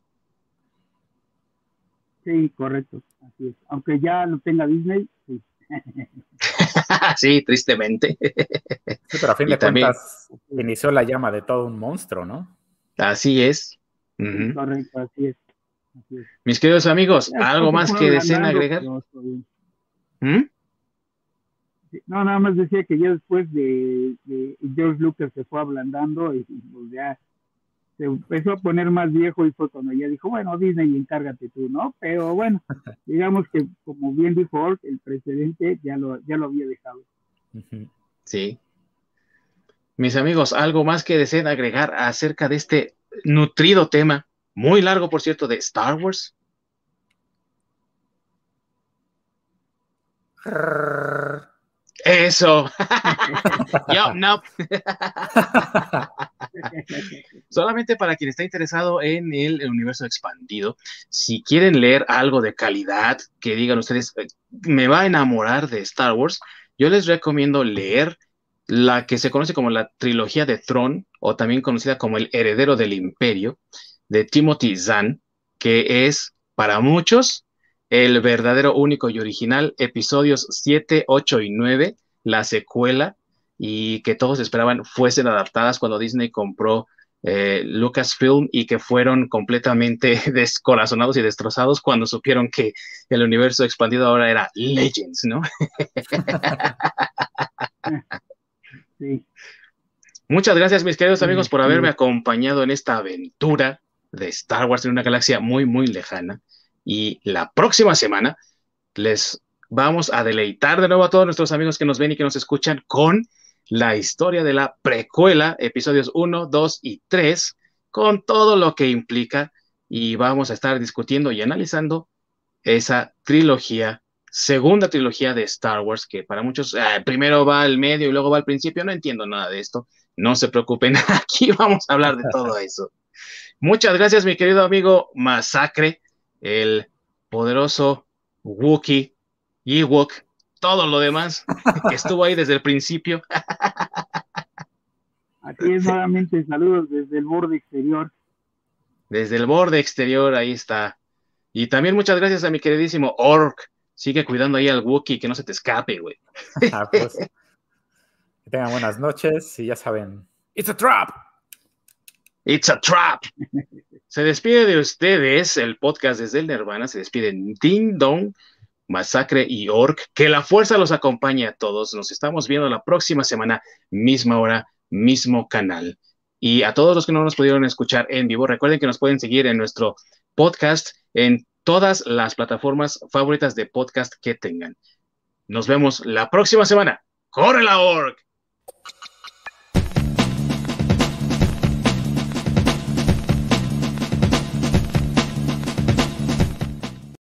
Sí, correcto, así es. Aunque ya lo tenga Disney, sí. Sí, tristemente. Sí, pero a fin Y de también, cuentas inició la llama de todo un monstruo, ¿no? así es. Sí, correcto, así es. Así es. Mis queridos amigos, Ya después ¿algo se más fue que deseen ablandando, agregar? pero está bien. ¿Mm? Sí, no, nada más decía que ya después de George Lucas se fue ablandando y pues ya se empezó a poner más viejo y fue cuando ya dijo, bueno, Disney, encárgate tú, ¿no? Pero bueno, digamos que como bien dijo Ork, el precedente ya lo había dejado. Sí. Mis amigos, ¿algo más que deseen agregar acerca de este nutrido tema, muy largo, por cierto, de Star Wars? Eso. Yo, no. Solamente para quien está interesado en el universo expandido, si quieren leer algo de calidad, que digan ustedes, me va a enamorar de Star Wars, yo les recomiendo leer la que se conoce como la trilogía de Thrawn, o también conocida como El Heredero del Imperio, de Timothy Zahn, que es para muchos el verdadero, único y original, episodios 7, 8 y 9, la secuela, y que todos esperaban fuesen adaptadas cuando Disney compró Lucasfilm y que fueron completamente descorazonados y destrozados cuando supieron que el universo expandido ahora era Legends, ¿no? Sí. Muchas gracias, mis queridos amigos, por haberme Sí. acompañado en esta aventura de Star Wars en una galaxia muy, muy lejana. Y la próxima semana les vamos a deleitar de nuevo a todos nuestros amigos que nos ven y que nos escuchan con la historia de la precuela, episodios 1, 2 y 3, con todo lo que implica, y vamos a estar discutiendo y analizando esa trilogía, segunda trilogía de Star Wars, que para muchos primero va al medio y luego va al principio. No entiendo nada de esto, no se preocupen, aquí vamos a hablar de todo eso. Muchas gracias, mi querido amigo Masacre, el poderoso Wookiee, Ewok, todo lo demás que estuvo ahí desde el principio. Así es, nuevamente saludos desde el borde exterior. Desde el borde exterior, ahí está. Y también muchas gracias a mi queridísimo Orc. Sigue cuidando ahí al Wookiee, que no se te escape, güey. Pues, que tengan buenas noches y ya saben, ¡It's a trap! It's a trap. Se despide de ustedes el podcast desde el Nirvana. Se despiden Ding Dong, Masacre y Orc. Que la fuerza los acompañe a todos. Nos estamos viendo la próxima semana, misma hora, mismo canal. Y a todos los que no nos pudieron escuchar en vivo, recuerden que nos pueden seguir en nuestro podcast en todas las plataformas favoritas de podcast que tengan. Nos vemos la próxima semana. ¡Corre la Orc!